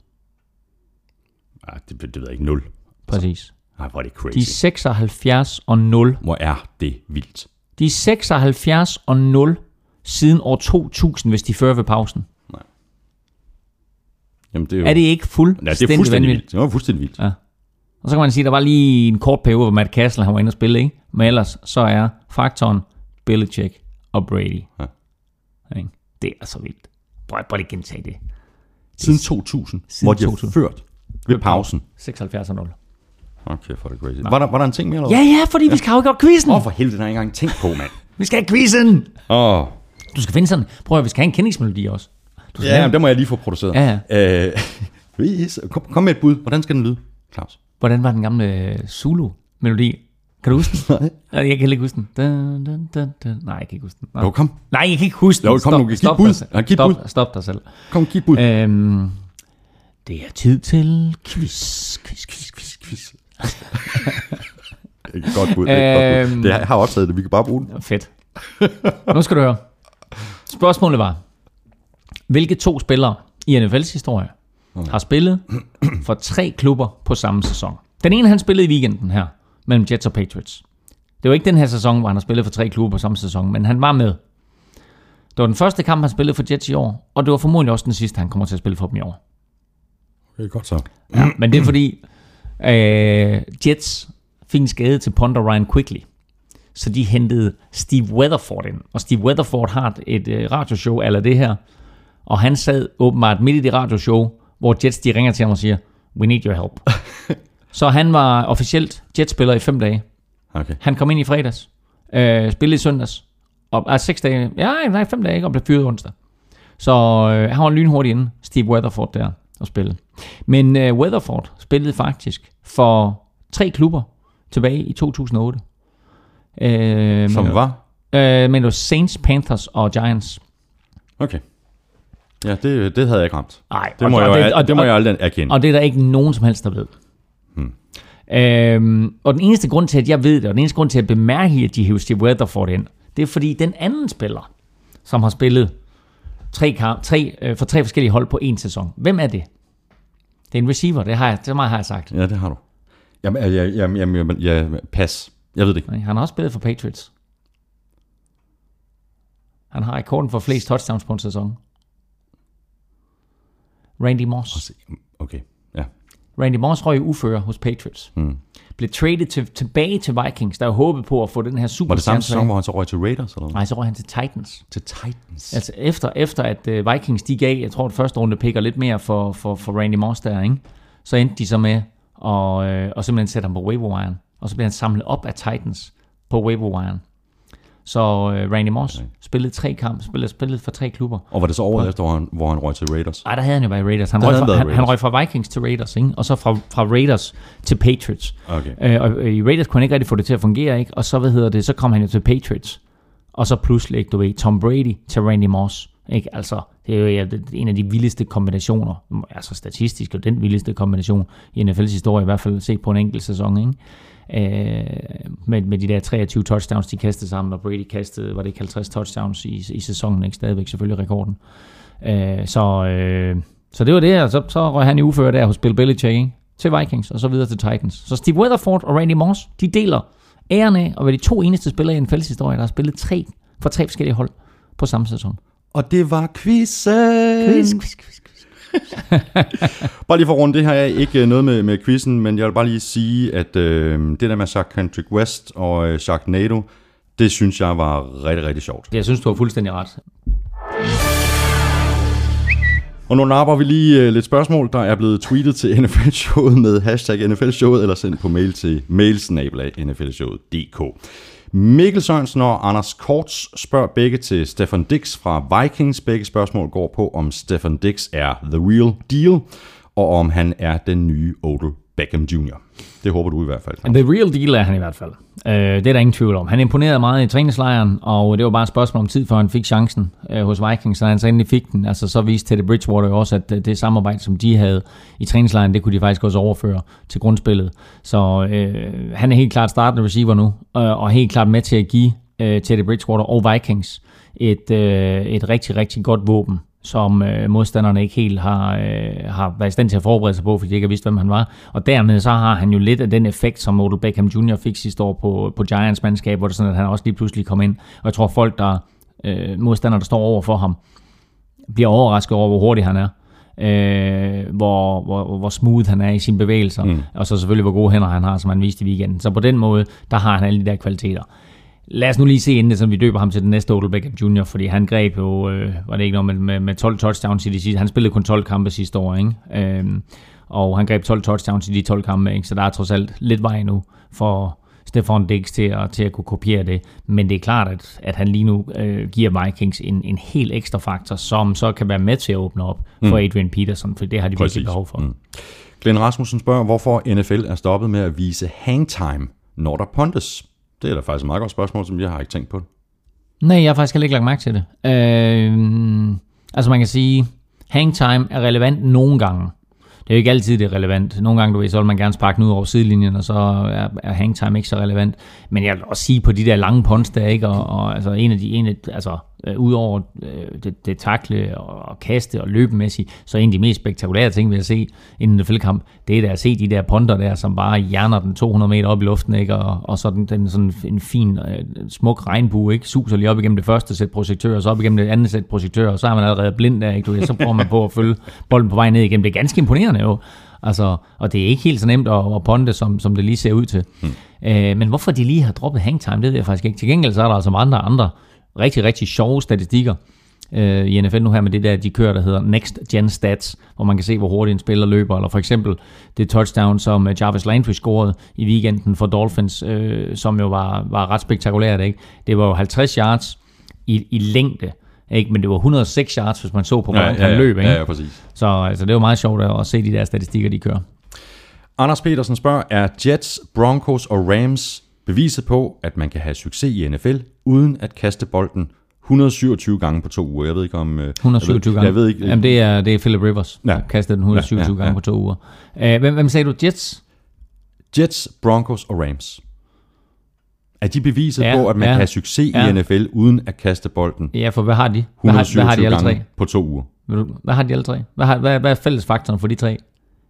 Det ved jeg ikke. 0. Præcis. Hvor er det crazy. De er 76-0. Hvor er det vildt. De er 76-0 siden år 2000, hvis de fører ved pausen. Nej. Jamen, det er, jo... er det ikke fuldstændig vildt? Det var fuldstændig vildt. Ja. Og så kan man sige, at der var lige en kort periode, hvor Matt Cassel han var inde og spille, ikke? Men ellers så er faktoren Belichick og Brady. Ja. Det er så vildt. Prøv lige gentage det. Siden 2000, hvor de har ført ved pausen. 76-0. Okay, for det crazy. Var der en ting mere? Eller? Ja, fordi vi skal jo ikke quizzen. For helvede, den har jeg ikke engang tænkt på, mand. Vi skal have quizzen. Du skal finde sådan. Prøv at vi skal have en kendingsmelodi også. Ja, det må jeg lige få produceret. Ja. Kom med et bud. Hvordan skal den lyde, Claus? Hvordan var den gamle Zulu-melodi? Kan du huske den? Nej, jeg kan ikke huske den. Nej, jeg kan ikke huske den. Jo, kom. Nej, jeg kan ikke huske den. Jo, kom nu. Stop dig selv. Kom, giv et bud. Det er tid til quiz. Godt bud. Det har optaget det. Vi kan bare bruge den. Fedt. Nu skal du høre. Spørgsmålet var, hvilke 2 spillere i NFL's historie har spillet for 3 klubber på samme sæson? Den ene, han spillede i weekenden her, mellem Jets og Patriots. Det var ikke den her sæson, hvor han har spillet for 3 klubber på samme sæson, men han var med. Det var den første kamp, han spillede for Jets i år, og det var formodentlig også den sidste, han kommer til at spille for dem i år. Det er godt så. Ja, men det er fordi, Jets fik en skade til punter Ryan Quigley, så de hentede Steve Weatherford ind, og Steve Weatherford har et radioshow eller det her, og han sad åbenbart midt i det radioshow, hvor Jets de ringer til ham og siger, we need your help. Så han var officielt Jets-spiller i 5 dage. Okay. Han kom ind i fredags, spillede i søndags, og 6 dage, 5 dage, og blev fyret onsdag. Så han var lynhurtigt inde, Steve Weatherford der, og spille. Men Weatherford spillede faktisk for 3 klubber tilbage i 2008. Som var? Men det var Saints, Panthers og Giants. Okay. Ja, det havde jeg ikke ramt. Nej, det må jeg aldrig erkende. Og det er der ikke nogen som helst, der ved. Og den eneste grund til, at jeg ved det, og den eneste grund til, at bemærke, at de hiver Steve Weatherford ind, det er fordi den anden spiller, som har spillet for tre forskellige hold på en sæson. Hvem er det? Det er en receiver, det meget har jeg sagt. Ja, det har du. Jamen, pas. Jeg ved det ikke. Nej, han har også spillet for Patriots. Han har rekorden for flest touchdowns på en sæson. Randy Moss. Okay, ja. Randy Moss røg uføre hos Patriots. Blev traded tilbage til Vikings, der jo håbede på at få den her super. Var det samme sæson, hvor han så røg til Raiders? Eller? Nej, så røg han til Titans. Til Titans? Altså efter at Vikings, de gav, jeg tror, det første runde picker lidt mere for Randy Moss der, ikke? Så endte de så med og simpelthen sætte ham på waiver-wiren. Og så blev han samlet op af Titans på waiver-wiren. Så Randy Moss spillede 3 kampe, spillede for 3 klubber. Og var det så året efter, hvor han røg til Raiders? Nej, der havde han jo været i Raiders. Han røg fra Vikings til Raiders, ikke? Og så fra Raiders til Patriots. Okay. Og i Raiders kunne han ikke rigtig få det til at fungere, ikke? Og så, så kom han jo til Patriots. Og så pludselig, du ved, Tom Brady til Randy Moss. Ikke? Altså, det er jo en af de vildeste kombinationer, altså statistisk og den vildeste kombination i NFL's historie, i hvert fald set på en enkelt sæson, ikke? Med de der 23 touchdowns, de kastede sammen, og Brady kastede, var det ikke 50 touchdowns i sæsonen, ikke? Stadigvæk selvfølgelig rekorden. Så det var det, og så røg han i uføre der hos Bill Belichick, ikke? Til Vikings, og så videre til Titans. Så Steve Weatherford og Randy Moss, de deler æren af at være de 2 eneste spillere i NFL's historie, der har spillet 3 forskellige hold på samme sæson. Og det var quizzen. Quiz. Bare lige for rundt, det her er ikke noget med quizzen, men jeg vil bare lige sige, at det der med Kendrick West og Sharknado, det synes jeg var rigtig, rigtig sjovt. Jeg synes, du har fuldstændig ret. Og nu napper vi lige lidt spørgsmål, der er blevet tweetet til NFL-showet med hashtag NFL-showet, eller sendt på mail til mailsnabelag.nflshowet.dk. Mikkel Sørensen og Anders Korts spørger begge til Stefan Diggs fra Vikings. Begge spørgsmål går på, om Stefan Diggs er the real deal, og om han er den nye Odell Beckham Jr. Det håber du i hvert fald. The real deal er han i hvert fald. Det er der ingen tvivl om. Han imponerede meget i træningslejren, og det var bare et spørgsmål om tid, før han fik chancen hos Vikings, så han så endelig fik den. Altså så viste Teddy Bridgewater jo også, at det samarbejde, som de havde i træningslejren, det kunne de faktisk også overføre til grundspillet. Så han er helt klart startende receiver nu, og helt klart med til at give Teddy Bridgewater og Vikings et rigtig, rigtig godt våben, som modstanderne ikke helt har været i stand til at forberede sig på, fordi de ikke har vidst, hvem han var. Og dermed så har han jo lidt af den effekt, som Odell Beckham Jr. fik sidste år på Giants mandskab, hvor det sådan, at han også lige pludselig kom ind. Og jeg tror, folk, modstandere, der står over for ham, bliver overrasket over, hvor hurtig han er. Hvor smooth han er i sine bevægelser, og så selvfølgelig, hvor gode hænder han har, som han viste i weekenden. Så på den måde, der har han alle de der kvaliteter. Lad os nu lige se inden det, som vi døber ham til den næste Odell Beckham Jr., fordi han greb jo, var det ikke noget med 12 touchdowns i de sidste. Han spillede kun 12 kampe sidste år, ikke? Og han greb 12 touchdowns i de 12 kampe, ikke? Så der er trods alt lidt vej nu for Stefan Diggs til at kunne kopiere det. Men det er klart, at han lige nu giver Vikings en helt ekstra faktor, som så kan være med til at åbne op for Adrian Peterson, for det har de virkelig behov for. Glenn Rasmussen spørger, hvorfor NFL er stoppet med at vise hangtime, når der pontes. Det er da faktisk et meget godt spørgsmål, som jeg har ikke tænkt på. Nej, jeg har faktisk heller ikke lagt mærke til det. Altså man kan sige, hangtime er relevant nogle gange. Det er jo ikke altid, det er relevant. Nogle gange, så vil man gerne sparke den ud over sidelinjen, og så er hangtime ikke så relevant. Men jeg vil også sige, på de der lange punts der, ikke? Og altså udover det takle og kaste og løbemæssigt, så en af de mest spektakulære ting, vi har set inden en NFL-kamp, det er da at se de der punter der, som bare hjerner den 200 meter op i luften, ikke? Og så den sådan en fin, smuk regnbue, ikke? Suser lige op igennem det første sæt projektører, så op igennem det andet sæt projektører, og så er man allerede blind der, ikke? Så prøver man på at følge bolden på vej ned igennem. Det er ganske imponerende jo. Altså, og det er ikke helt så nemt at ponte, som det lige ser ud til. Men hvorfor de lige har droppet hangtime, det ved jeg faktisk ikke. Til gengæld så er der altså andre rigtig, rigtig sjove statistikker i NFL nu her med det der, de kører, der hedder Next Gen Stats, hvor man kan se, hvor hurtigt en spiller løber, eller for eksempel det touchdown, som Jarvis Landry scorede i weekenden for Dolphins, som jo var ret spektakulært, ikke? Det var jo 50 yards i længde, ikke? Men det var 106 yards, hvis man så på, hvordan han løb, ikke? Ja, præcis. Så altså, det var meget sjovt at se de der statistikker, de kører. Anders Petersen spørger, er Jets, Broncos og Rams Beviset på, at man kan have succes i NFL, uden at kaste bolden 127 gange på 2 uger. Jeg ved ikke om... 127 gange? Jeg ved ikke... Jamen, det er Philip Rivers, der kastede den 127 gange på 2 uger. Hvem sagde du? Jets? Jets, Broncos og Rams. Er de beviset på, at man kan have succes i NFL, uden at kaste bolden? Ja, for hvad har de? 127 hvad har de alle gange tre? på 2 uger. Hvad har de alle tre? Hvad er fællesfaktoren for de tre?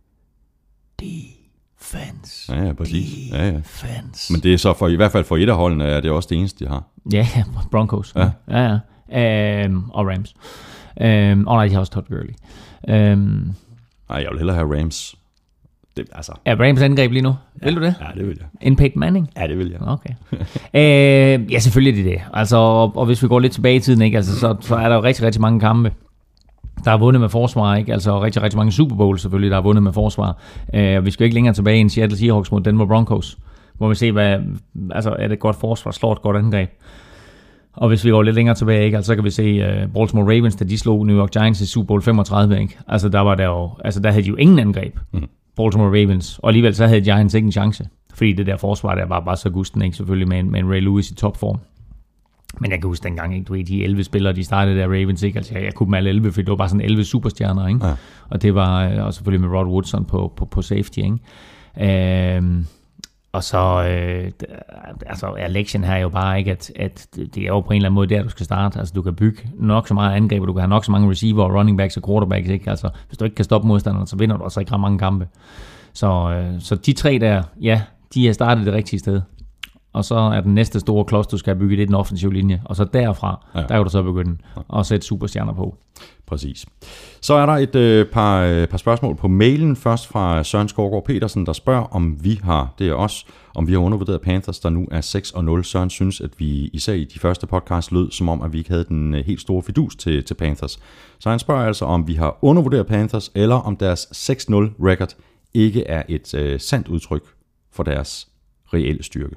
Defense. Ja, præcis. Defense. Men det er så i hvert fald for et af holdene, er det også det eneste, de har. Ja, Broncos. Ja. Og Rams. Nej, de har også Todd Gurley. Nej, jeg vil hellere have Rams. Er Rams angreb lige nu? Vil du det? Ja, det vil jeg. En Peyton Manning? Ja, det vil jeg. Okay. Ja, selvfølgelig er det. Altså, og hvis vi går lidt tilbage i tiden, ikke? Altså, så er der jo rigtig, rigtig mange kampe, der er vundet med forsvar, ikke? Altså rigtig, rigtig mange Super Bowls selvfølgelig, der er vundet med forsvar. Vi skal ikke længere tilbage end Seattle Seahawks mod Denver Broncos, hvor vi ser, er det et godt forsvar, slår et godt angreb. Og hvis vi går lidt længere tilbage, ikke? Altså, så kan vi se Baltimore Ravens, da de slog New York Giants i Super Bowl 35, ikke? Altså der havde de jo ingen angreb, Baltimore Ravens, og alligevel så havde Giants ikke en chance, fordi det der forsvar der var bare så gusten, ikke? Selvfølgelig med en Ray Lewis i topform. Men jeg kan huske dengang, ikke? Du ved, de 11 spillere, de startede der Ravens, ikke? Altså, jeg kunne dem alle 11, for det var bare sådan 11 superstjerner, ikke? Ja. Og det var og selvfølgelig med Rod Woodson på safety, ikke? Og så er lektien her jo bare ikke, at det er jo på en eller anden måde der, du skal starte. Altså, du kan bygge nok så meget angreb, og du kan have nok så mange receiver og running backs og quarterbacks, ikke? Altså, hvis du ikke kan stoppe modstanderne, så vinder du også ikke ret mange kampe. Så de tre der, ja, de er startet det rigtige sted. Og så er den næste store klods, du skal bygge, det er den offensive linje. Og så derfra, der kan du så begynde at sætte superstjerner på. Præcis. Så er der et par spørgsmål på mailen. Først fra Søren Skovgaard Petersen, der spørger, om vi har undervurderet Panthers, der nu er 6-0. Søren synes, at vi især i de første podcast lød, som om, at vi ikke havde den helt store fidus til Panthers. Så han spørger altså, om vi har undervurderet Panthers, eller om deres 6-0 record ikke er et sandt udtryk for deres reelle styrke.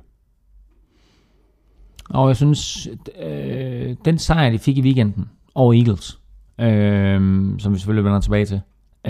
Og jeg synes, den sejr, de fik i weekenden over Eagles, som vi selvfølgelig vender tilbage til,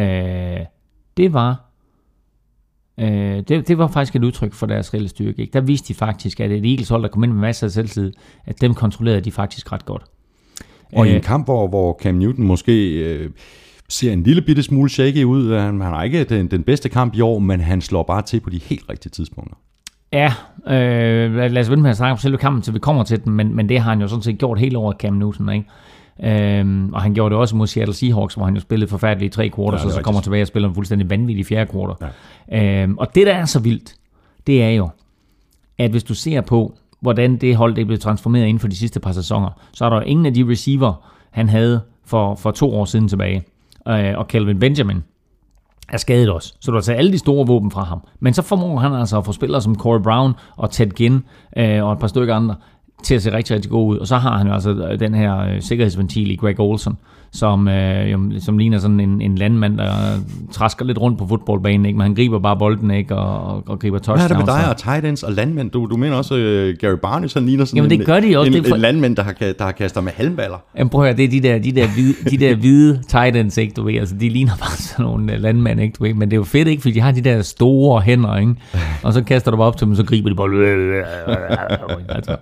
det var faktisk et udtryk for deres reelle styrke. Ikke? Der viste de faktisk, at et Eagles hold, der kom ind med masser af selvtillid, at dem kontrollerede de faktisk ret godt. Og i en kamp, hvor Cam Newton måske ser en lille bitte smule shaky ud, han har ikke den bedste kamp i år, men han slår bare til på de helt rigtige tidspunkter. Ja, lad os vente med at snakke om selve kampen, til vi kommer til den, men det har han jo sådan set gjort hele året, Cam Newton, ikke? Og han gjorde det også mod Seattle Seahawks, hvor han jo spillede forfærdelige 3 quarters, og så kommer tilbage og spiller en fuldstændig vanvittig 4. quarter. Ja. Og det, der er så vildt, det er jo, at hvis du ser på, hvordan det hold det blev transformeret inden for de sidste par sæsoner, så er der ingen af de receiver, han havde for 2 år siden tilbage. Og Kelvin Benjamin er skadet også. Så du har taget alle de store våben fra ham. Men så formår han altså at få spillere som Corey Brown og Ted Ginn og et par stykker andre til at se rigtig, rigtig god ud. Og så har han jo altså den her sikkerhedsventil i Greg Olsen, som ligner sådan en landmand, der træsker lidt rundt på fodboldbanen, ikke? Men han griber bare bolden, ikke? Og griber touchdowns. Hvad er det med dig og tight ends og landmænd? Du mener også Gary Barnes, han ligner sådan jamen, det gør de også. en landmænd, der har kastet med halmballer. Jamen prøv at høre, det er de der hvide tight ends, ikke? Du ved, altså de ligner bare sådan nogle landmænd, ikke? Du ved, men det er jo fedt, ikke? Fordi de har de der store hænder, ikke? Og så kaster du bare op til dem, så griber de bolden. Altså.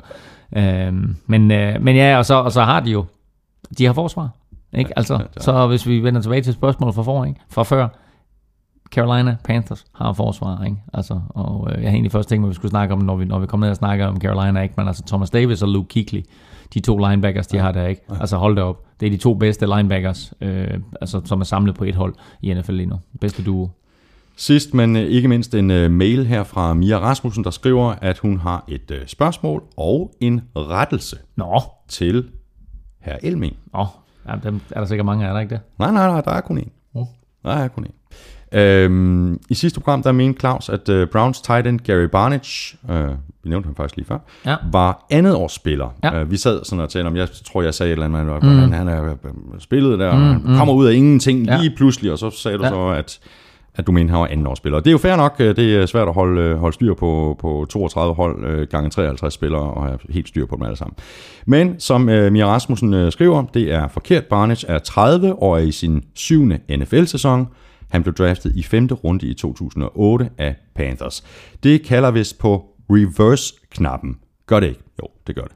Men ja, og så har de har forsvar, ikke? Altså, så hvis vi vender tilbage til spørgsmålet fra før, Carolina Panthers har forsvar, ikke? Altså, og jeg har egentlig først tænkt mig, at vi skulle snakke om, når vi kommer ned og snakker om Carolina, ikke? Men altså Thomas Davis og Luke Kuechly, de 2 linebackers, de har der, ikke? Altså hold da op, det er de 2 bedste linebackers, altså, som er samlet på et hold i NFL lige nu. Bedste duo. Sidst, men ikke mindst en mail her fra Mia Rasmussen, der skriver, at hun har et spørgsmål og en rettelse til hr. Elming. Ja, dem er der sikkert mange af, er der ikke det? Nej, der er kun en. Der er kun en. I sidste program, der mente Claus, at Browns tight end Gary Barnidge, vi nævnte ham faktisk lige før, var andet års spiller. Ja. Vi sad sådan og talte om, jeg tror, jeg sagde et eller andet, han er spillet der, og han kommer ud af ingenting lige pludselig, og så sagde du så, at du mener, han var anden årsspiller. Det er jo fair nok, det er svært at holde styr på 32 hold gange 53 spillere, og have helt styr på dem alle sammen. Men som Mia Rasmussen skriver, det er forkert. Barnidge er 30 og er i sin 7. NFL-sæson. Han blev draftet i 5. runde i 2008 af Panthers. Det kalder vist på reverse knappen. Gør det ikke? Jo, det gør det.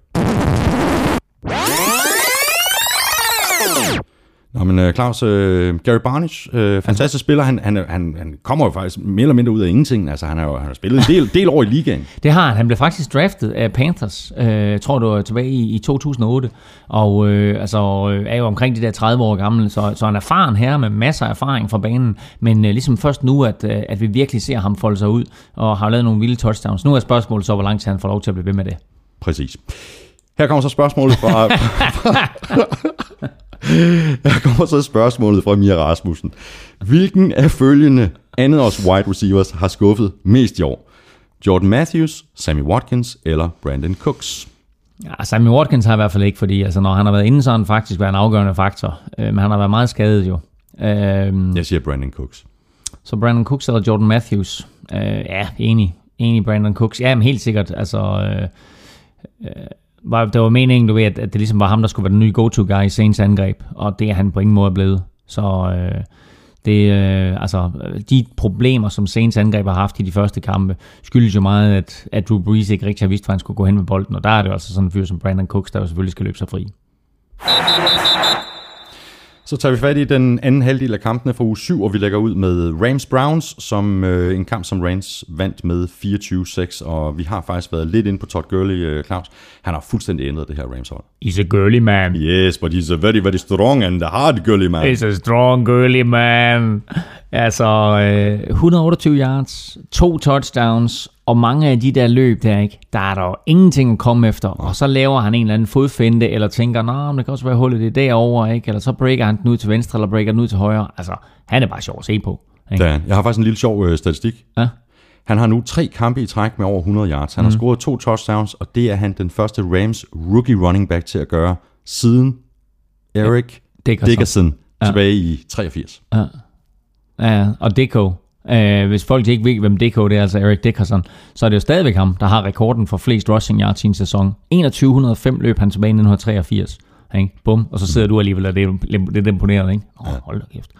Nå, men Claus, Gary Barnidge, fantastisk spiller. Han kommer jo faktisk mere eller mindre ud af ingenting. Altså, han har spillet en del år i ligaen. Det har han. Han blev faktisk draftet af Panthers, tror du, tilbage i 2008. Og er jo omkring de der 30 år gammel, så han er erfaren her med masser af erfaring fra banen. Men ligesom først nu, at vi virkelig ser ham folde sig ud og har lavet nogle vilde touchdowns. Nu er spørgsmålet så, hvor lang tid han får lov til at blive ved med det. Præcis. Her kommer så spørgsmålet fra... Her kommer så spørgsmålet fra Mia Rasmussen. Hvilken af følgende andet års wide receivers har skuffet mest i år? Jordan Matthews, Sammy Watkins eller Brandon Cooks? Ja, Sammy Watkins har i hvert fald ikke, fordi når han har været inde, så har han faktisk været en afgørende faktor. Men han har været meget skadet jo. Jeg siger Brandon Cooks. Så Brandon Cooks eller Jordan Matthews? Ja, enig Brandon Cooks. Ja, men helt sikkert. Det var meningen, du ved, at det ligesom var ham, der skulle være den nye go-to-guy i Saints angreb, og det er han på ingen måde blevet. Så de problemer, som Saints angreb har haft i de første kampe, skyldes jo meget, at Drew Brees ikke rigtig har vidst, hvor han skulle gå hen med bolden, og der er det jo altså sådan en fyr som Brandon Cooks, der jo selvfølgelig skal løbe sig fri. Så tager vi fat i den anden halvdel af kampene fra uge 7, og vi lægger ud med Rams-Browns, som en kamp, som Rams vandt med 24-6, og vi har faktisk været lidt inde på Todd Gurley, Claus. Han har fuldstændig ændret det her Rams-hold. He's a Gurley man. Yes, but he's a very, very strong and hard Gurley man. He's a strong Gurley man. 128 yards, 2 touchdowns, og mange af de der løb der, ikke, der er der ingenting at komme efter, og så laver han en eller anden fodfinde, eller tænker, men det kan også være hullet det derovre, ikke? Eller så breaker han den ud til venstre, eller breaker den ud til højre. Han er bare sjov at se på. Ikke? Jeg har faktisk en lille sjov statistik. Ja? Han har nu 3 kampe i træk med over 100 yards. Han har scoret 2 touchdowns, og det er han den første Rams rookie running back til at gøre siden Eric Dickerson tilbage i 83. Ja, og Dicko. Hvis folk ikke ved, hvem Dicko det er, altså Eric Dickerson, så er det jo stadigvæk ham, der har rekorden for flest rushing yards i en sæson. 2105 løb han tilbage i 1983. Ikke? Bum, og så sidder du alligevel, og det er lidt imponerende, ikke? Hold da kæft.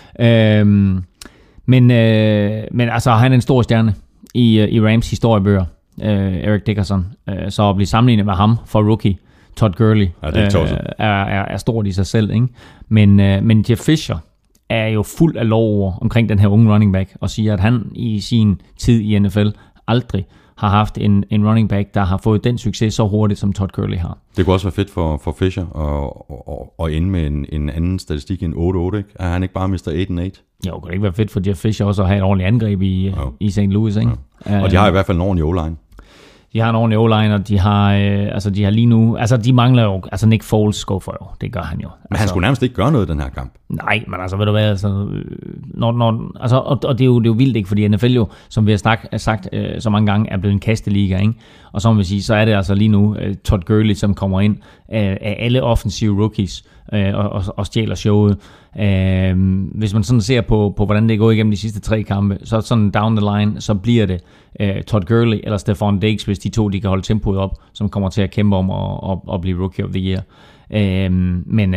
Men han er en stor stjerne i Rams historiebøger, Eric Dickerson. Så at blive sammenlignet med ham for rookie, Todd Gurley, er stort i sig selv, ikke? Men Jeff Fisher er jo fuld af lovord omkring den her unge running back, og siger, at han i sin tid i NFL aldrig har haft en running back, der har fået den succes så hurtigt, som Todd Gurley har. Det kunne også være fedt for Fisher at ende med en anden statistik end 8-8, ikke? Er han ikke bare Mr. 8-8? Jo, kunne det ikke være fedt for Jeff Fisher også at have et ordentligt angreb i St. Louis, ikke? Ja. Og de har i hvert fald en ordentlig O-line. De har en ordentlig O-line, og de har lige nu... de mangler jo... Nick Foles skuffer jo. Det gør han jo. Men han skulle nærmest ikke gøre noget i den her kamp. Nej, men ved du hvad... og det er jo vildt, ikke? Fordi NFL jo, som vi har sagt så mange gange, er blevet en kasteliga, ikke? Og som vi siger, så er det altså lige nu Todd Gurley, som kommer ind af alle offensive rookies og stjæler showet. Hvis man sådan ser på hvordan det er gået igennem de sidste 3 kampe, så sådan down the line, så bliver det Todd Gurley eller Stephon Diggs, hvis de to de kan holde tempoet op, som kommer til at kæmpe om at blive Rookie of the Year. Men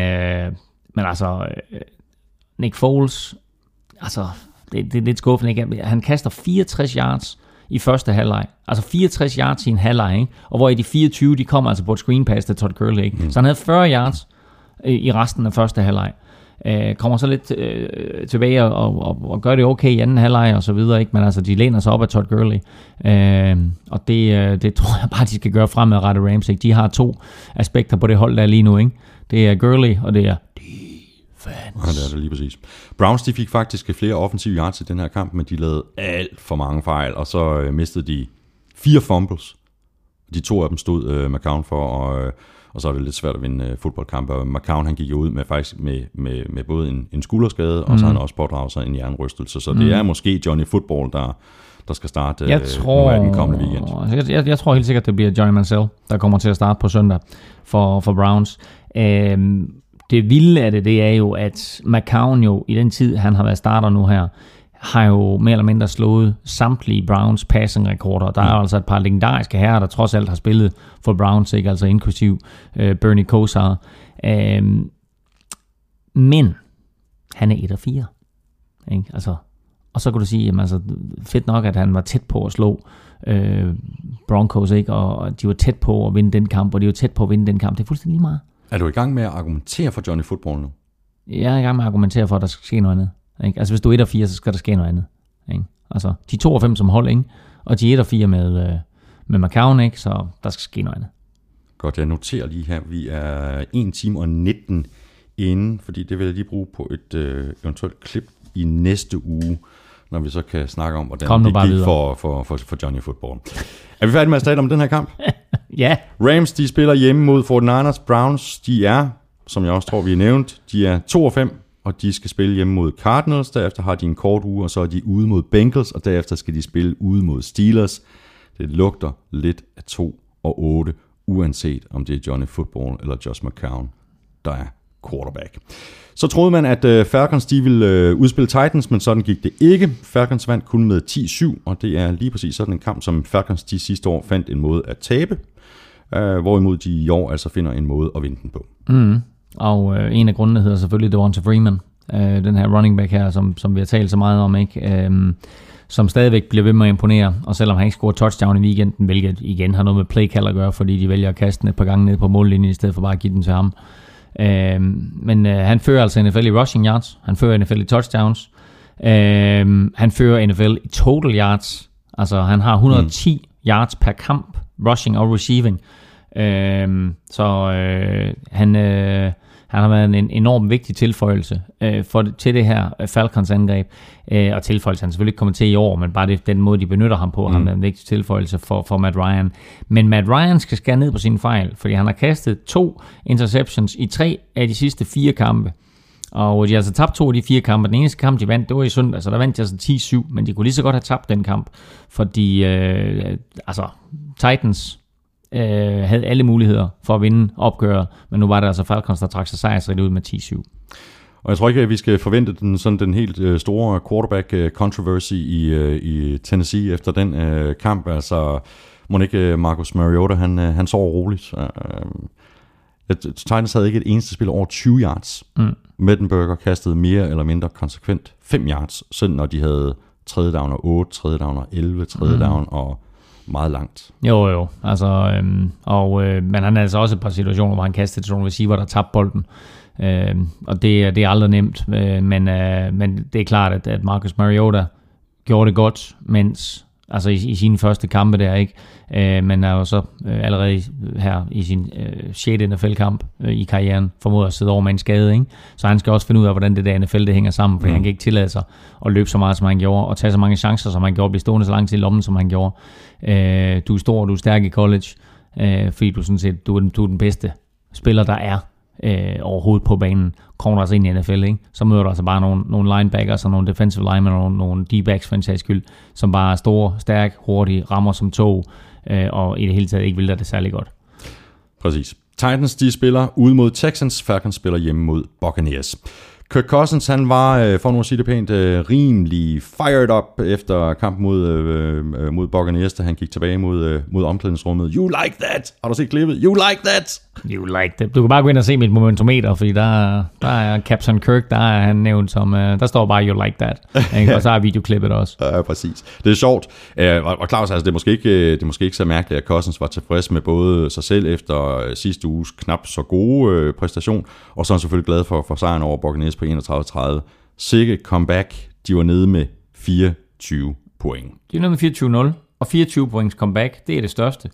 Nick Foles, det er lidt skuffende, ikke? Han kaster 64 yards i første halvleg. 64 yards i en halvleg, ikke? Og hvor i de 24, de kommer altså på et screen pass til Todd Gurley, ikke? Så han havde 40 yards i resten af første halvleg. Kommer så lidt tilbage og gør det okay i anden halvleg og så videre, ikke? Men de læner sig op af Todd Gurley, og det tror jeg bare de skal gøre fremadrettet Rams, ikke? De har 2 aspekter på det hold der lige nu, ikke? Det er Gurley, og det er defense. Ja, det er det lige præcis. Browns, de fik faktisk flere offensive yards i den her kamp, men de lavede alt for mange fejl, og så mistede de 4 fumbles. De 2 af dem stod McCown for, og så er det lidt svært at vinde fodboldkampe. Og McCown, han gik jo ud med både en skulderskade, og så har han også pådraget sig en jernrystelse. Så det er måske Johnny Football, der skal starte den kommende weekend. Jeg tror helt sikkert, det bliver Johnny Manziel, der kommer til at starte på søndag for Browns. Det vilde af det er jo, at McCown jo i den tid, han har været starter nu her, har jo mere eller mindre slået samtlige Browns passing-rekorder. Der er jo altså et par legendariske herrer, der trods alt har spillet for Browns, ikke? Altså inklusiv Bernie Kosar. Men han er 1-4. Ikke? Og så kunne du sige, jamen altså, fedt nok, at han var tæt på at slå Broncos, ikke? Og de var tæt på at vinde den kamp, og de var tæt på at vinde den kamp. Det er fuldstændig lige meget. Er du i gang med at argumentere for Johnny Football nu? Jeg er i gang med at argumentere for, at der skal ske noget andet. Ikke? Altså hvis du er 1-4, så skal der ske noget andet. Ikke? Altså de 2-5 som hold, ikke? Og de 1-4 med McCown, ikke? Så der skal ske noget andet. Godt, jeg noterer lige her, vi er 1 time og 19 inde, fordi det vil jeg lige bruge på et eventuelt klip i næste uge, når vi så kan snakke om, hvordan det gik for Johnny Football. Er vi færdige med at tale om den her kamp? Ja. Rams, de spiller hjemme mod 49ers. Browns, de er, som jeg også tror, vi har nævnt, de er 2-5, og de skal spille hjemme mod Cardinals. Derefter har de en kort uge, og så er de ude mod Bengals, og derefter skal de spille ude mod Steelers. Det lugter lidt af 2-8, uanset om det er Johnny Football eller Josh McCown, der er quarterback. Så troede man, at Falcons de ville udspille Titans, men sådan gik det ikke. Falcons vandt kun med 10-7, og det er lige præcis sådan en kamp, som Falcons de sidste år fandt en måde at tabe, hvorimod de i år altså finder en måde at vinde den på. Og en af grundene hedder selvfølgelig Devonta Freeman, den her running back her, som vi har talt så meget om, ikke? Som stadigvæk bliver ved med at imponere, og selvom han ikke scorer touchdown i weekenden, hvilket igen har noget med play call at gøre, fordi de vælger at kaste den et par gange ned på mållinjen, i stedet for bare at give den til ham. Men han fører altså NFL i rushing yards, han fører NFL i touchdowns, han fører NFL i total yards, altså han har 110 yards per kamp, rushing og receiving, han har været en enormt vigtig tilføjelse til det her Falcons angreb, og tilføjelse han selvfølgelig ikke kommer til i år, men bare den måde de benytter ham på, har været en vigtig tilføjelse for Matt Ryan. Men Matt Ryan skal skære ned på sine fejl, fordi han har kastet 2 interceptions i 3 af de sidste 4 kampe. Og de har altså tabt 2 af de 4 kampe. Den eneste kamp, de vandt, det var i søndag, så der vandt de altså 10-7, men de kunne lige så godt have tabt den kamp, fordi Titans havde alle muligheder for at vinde opgøret, men nu var det altså Falcons, der trak sig sejrsrigt ud med 10-7. Og jeg tror ikke, at vi skal forvente den helt store quarterback controversy i Tennessee efter den kamp. Altså, må ikke Marcus Mariota, han sover roligt. Titans havde ikke et eneste spil over 20 yards. Mettenberger kastede mere eller mindre konsekvent 5 yards, selv når de havde 3. down og 8, 3. down og 11, 3. down og meget langt. Jo. Altså, men han er altså også et par situationer, hvor han kastede til nogle receiver, der tabte bolden. Og det er aldrig nemt. Men det er klart, at Marcus Mariota gjorde det godt, mens altså i sine første kampe der, ikke? Men er jo så allerede her i sin 6. NFL-kamp i karrieren formået at sidde over med en skade, ikke? Så han skal også finde ud af, hvordan det der NFL det hænger sammen, fordi han kan ikke tillade sig at løbe så meget, som han gjorde, og tage så mange chancer, som han gjorde, blive stående så lang tid i lommen, som han gjorde. Du er stor, du er stærk i college, fordi du sådan set, du er den bedste spiller, der er overhovedet på banen. Kommer der altså ind i NFL, ikke? Så møder du altså bare nogle linebackers og nogle defensive linemen og nogle D-backs for en sags skyld, som bare er store, stærk, hurtige, rammer som tog, og i det hele taget ikke vil det særlig godt. Præcis. Titans, de spiller ude mod Texans, Falcons spiller hjemme mod Buccaneers. Kirk Cousins, han var, for nu at sige det pænt, rimelig fired up efter kampen mod Buccaneers, da han gik tilbage mod omklædningsrummet. You like that! Har du set klippet? You like that! You like that. Du kan bare gå ind og se mit momentometer, fordi der er Captain Kirk, der er han nævnt som, der står bare you like that. Og så er videoklippet også. Ja, præcis. Det er sjovt. Og Claus, altså, det er måske ikke så mærkeligt, at Cousins var tilfreds med både sig selv efter sidste uges knap så gode præstation, og så er han selvfølgelig glad for sejren over Buccaneers på 31-30. Sikke comeback. De var nede med 24 point. De er nede med 24-0, og 24 points comeback, det er det største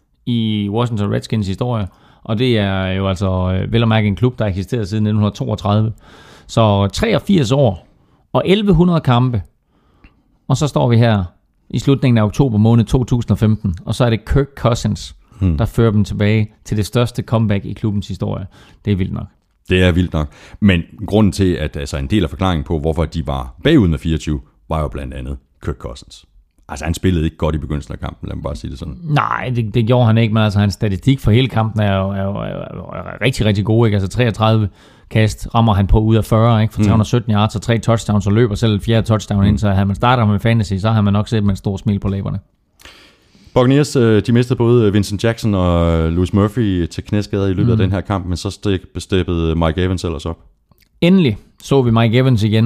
i Washington Redskins historie. Og det er jo altså vel at mærke en klub, der har eksisteret siden 1932. Så 83 år og 1100 kampe. Og så står vi her i slutningen af oktober måned 2015, og så er det Kirk Cousins, der fører dem tilbage til det største comeback i klubbens historie. Det er vildt nok. Det er vildt nok. Men grunden til, at altså en del af forklaringen på, hvorfor de var bagud med 24, var jo blandt andet Kirk Cousins. Altså, han spillede ikke godt i begyndelsen af kampen, lad mig bare sige det sådan. Nej, det gjorde han ikke, men altså hans statistik for hele kampen er jo rigtig, rigtig god, ikke? Altså 33 kast rammer han på ud af 40, ikke? For 317 yards og 3 touchdowns, og løber selv 4. touchdown ind, så havde man starter med fantasy, så har man nok set med en stor smil på læberne. Buccaneers, de mistede både Vincent Jackson og Louis Murphy til knæskader i løbet af den her kamp, men så steppede Mike Evans ellers op. Endelig. så vi Mike Evans igen,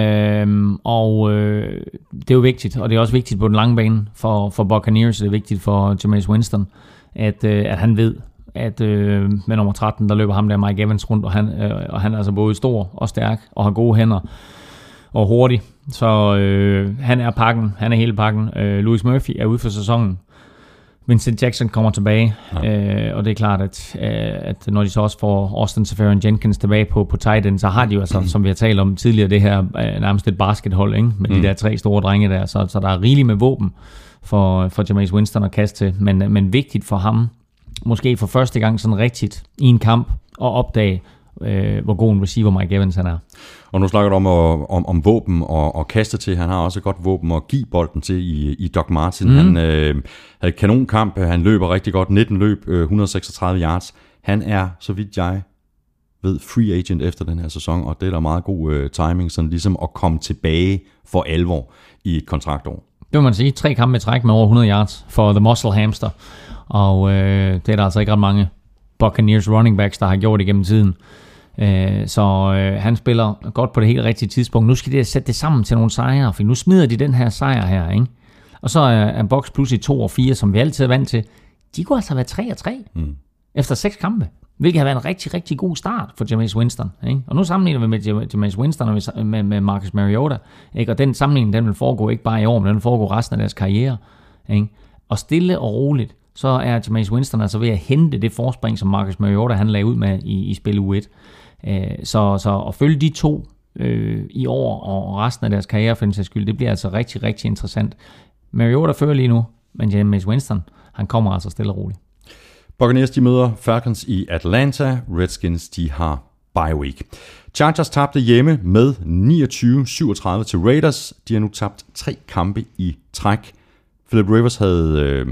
og det er jo vigtigt, og det er også vigtigt på den lange bane for Buccaneers, det er vigtigt for Jameis Winston, at han ved, at med nummer 13, der løber ham der Mike Evans rundt, og han er altså både stor og stærk, og har gode hænder, og hurtig, så han er pakken, han er hele pakken. Louis Murphy er ude for sæsonen, Vincent Jackson kommer tilbage, og det er klart, at når de så også får Austin Seferian-Jenkins tilbage på tight end, så har de jo altså, som vi har talt om tidligere, det her nærmest et baskethold, ikke? Med de der 3 store drenge der, så der er rigeligt med våben for Jameis Winston at kaste til, men vigtigt for ham, måske for første gang sådan rigtigt i en kamp, at opdage, hvor god en receiver Mike Evans han er. Og nu snakker du om våben og kaste til. Han har også et godt våben at give bolden til i Doc Martin. Han havde kanonkamp. Han løber rigtig godt. 19 løb, 136 yards. Han er, så vidt jeg ved, free agent efter den her sæson, og det er der meget god timing, sådan ligesom at komme tilbage for alvor i et kontraktår. Det må man sige. 3 kampe i træk med over 100 yards for The Muscle Hamster. Og det er der altså ikke ret mange Buccaneers running backs, der har gjort det gennem tiden. Så han spiller godt på det helt rigtige tidspunkt. Nu skal de sætte det sammen til nogle sejre, for nu smider de den her sejr her, ikke? Og så er Bucs pludselig 2-4, som vi altid er vant til. De kunne altså være 3-3 efter 6 kampe, hvilket har været en rigtig, rigtig god start for Jameis Winston, ikke? Og nu sammenligner vi med Jameis Winston og med Marcus Mariota, ikke? Og den sammenligning, den vil foregå ikke bare i år, men den vil foregå resten af deres karriere, ikke? Og stille og roligt, så er Jameis Winston altså ved at hente det forspring, som Marcus Mariota han lagde ud med i spil U1. Så at følge de to i år og resten af deres karriere for den sags skyld, det bliver altså rigtig, rigtig interessant. Mariota fører lige nu, men Jameis Winston, han kommer altså stille og roligt. Buccaneers, de møder Falcons i Atlanta. Redskins, de har bye week. Chargers tabte hjemme med 29-37 til Raiders. De har nu tabt 3 kampe i træk. Philip Rivers havde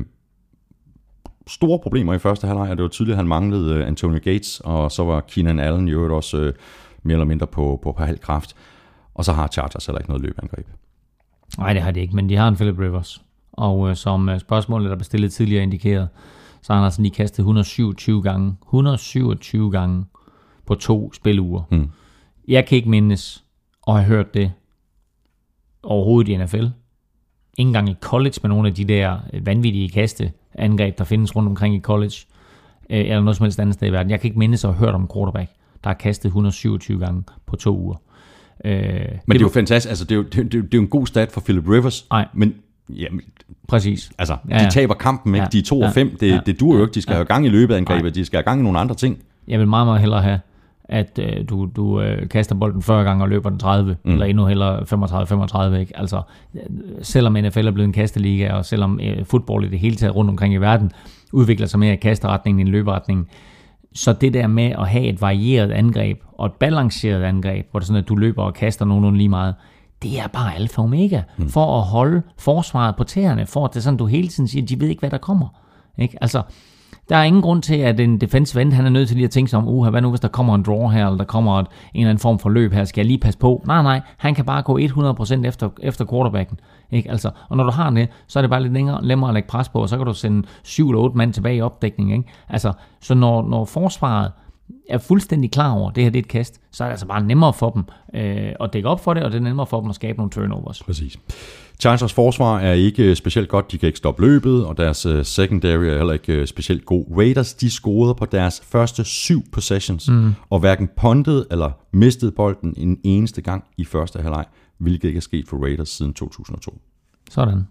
store problemer i første halvleg, og det var tydeligt, at han manglede Antonio Gates, og så var Keenan Allen i øvrigt også mere eller mindre på halv kraft. Og så har Chargers heller ikke noget løbeangreb. Nej, det har de ikke, men de har en Philip Rivers. Og som spørgsmålet, der blev stillet tidligere indikeret, så har han altså lige kastet 127 gange. 127 gange på 2 spiluger. Jeg kan ikke mindes at have hørt det overhovedet i NFL. Ikke engang i college med nogle af de der vanvittige kasteangreb, der findes rundt omkring i college, eller noget som helst andet sted i verden. Jeg kan ikke mindes at have hørt om en quarterback, der har kastet 127 gange på 2 uger. Men det er jo fantastisk. Altså, det er jo en god stat for Philip Rivers. Nej. Men jamen, præcis. Altså, de taber kampen, ikke? De er 2-5. Det duer jo ikke. De skal have gang i løbeangrebet. De skal have gang i nogle andre ting. Jeg vil meget, meget hellere have, at du kaster bolden 40 gange og løber den 30, eller endnu hellere 35-35, ikke? Altså, selvom NFL er blevet en kasteliga, og selvom fodbold i det hele taget rundt omkring i verden udvikler sig mere i kasteretningen end løberetningen, så det der med at have et varieret angreb, og et balanceret angreb, hvor det sådan, at du løber og kaster nogenlunde lige meget, det er bare alfa og omega, for at holde forsvaret på tæerne, for at det er sådan, du hele tiden siger, de ved ikke, hvad der kommer, ikke? Altså, der er ingen grund til, at en defensive end, han er nødt til lige at tænke sig om, hvad nu hvis der kommer en draw her, eller der kommer en eller anden form for løb her, skal jeg lige passe på? Nej, han kan bare gå 100% efter quarterbacken, ikke? Altså, og når du har det, så er det bare lidt nemmere at lægge pres på, og så kan du sende 7 eller 8 mand tilbage i opdækning, ikke? Altså, så når forsvaret er fuldstændig klar over, det her det er et kast, så er det altså bare nemmere for dem at dække op for det, og det er nemmere for dem at skabe nogle turnovers. Præcis. Chargers forsvar er ikke specielt godt, de kan ikke stoppe løbet, og deres secondary er heller ikke specielt god. Raiders, de scorede på deres første 7 possessions, og hverken puntede eller mistede bolden en eneste gang i første halvleg, hvilket ikke er sket for Raiders siden 2002. Sådan.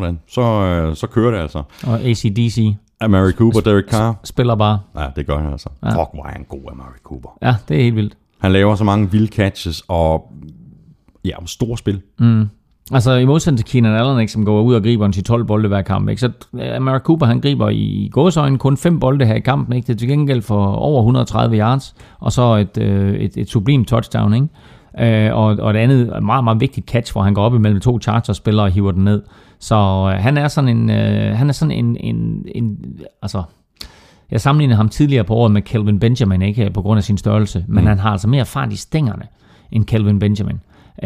Så kører det altså. Og ACDC. Amari Cooper, Derek Carr. Spiller bare. Ja, det gør han altså. Ja. Fuck, hvor er han god, Amari Cooper. Ja, det er helt vildt. Han laver så mange vilde catches og store spil. Altså i modsætning til Keenan Allen, ikke, som går ud og griber en 10-12 bolde hver kamp, ikke? Så Amari Cooper, han griber i gåseøjne kun 5 bolde her i kampen, ikke? Det er til gengæld for over 130 yards, og så et sublimt touchdown, ikke? Og et andet meget, meget vigtigt catch, hvor han går op imellem 2 Chargers-spillere og hiver den ned. Så han er sådan en altså, jeg sammenlignede ham tidligere på året med Kelvin Benjamin, ikke på grund af sin størrelse, men han har altså mere fart i stængerne end Kelvin Benjamin.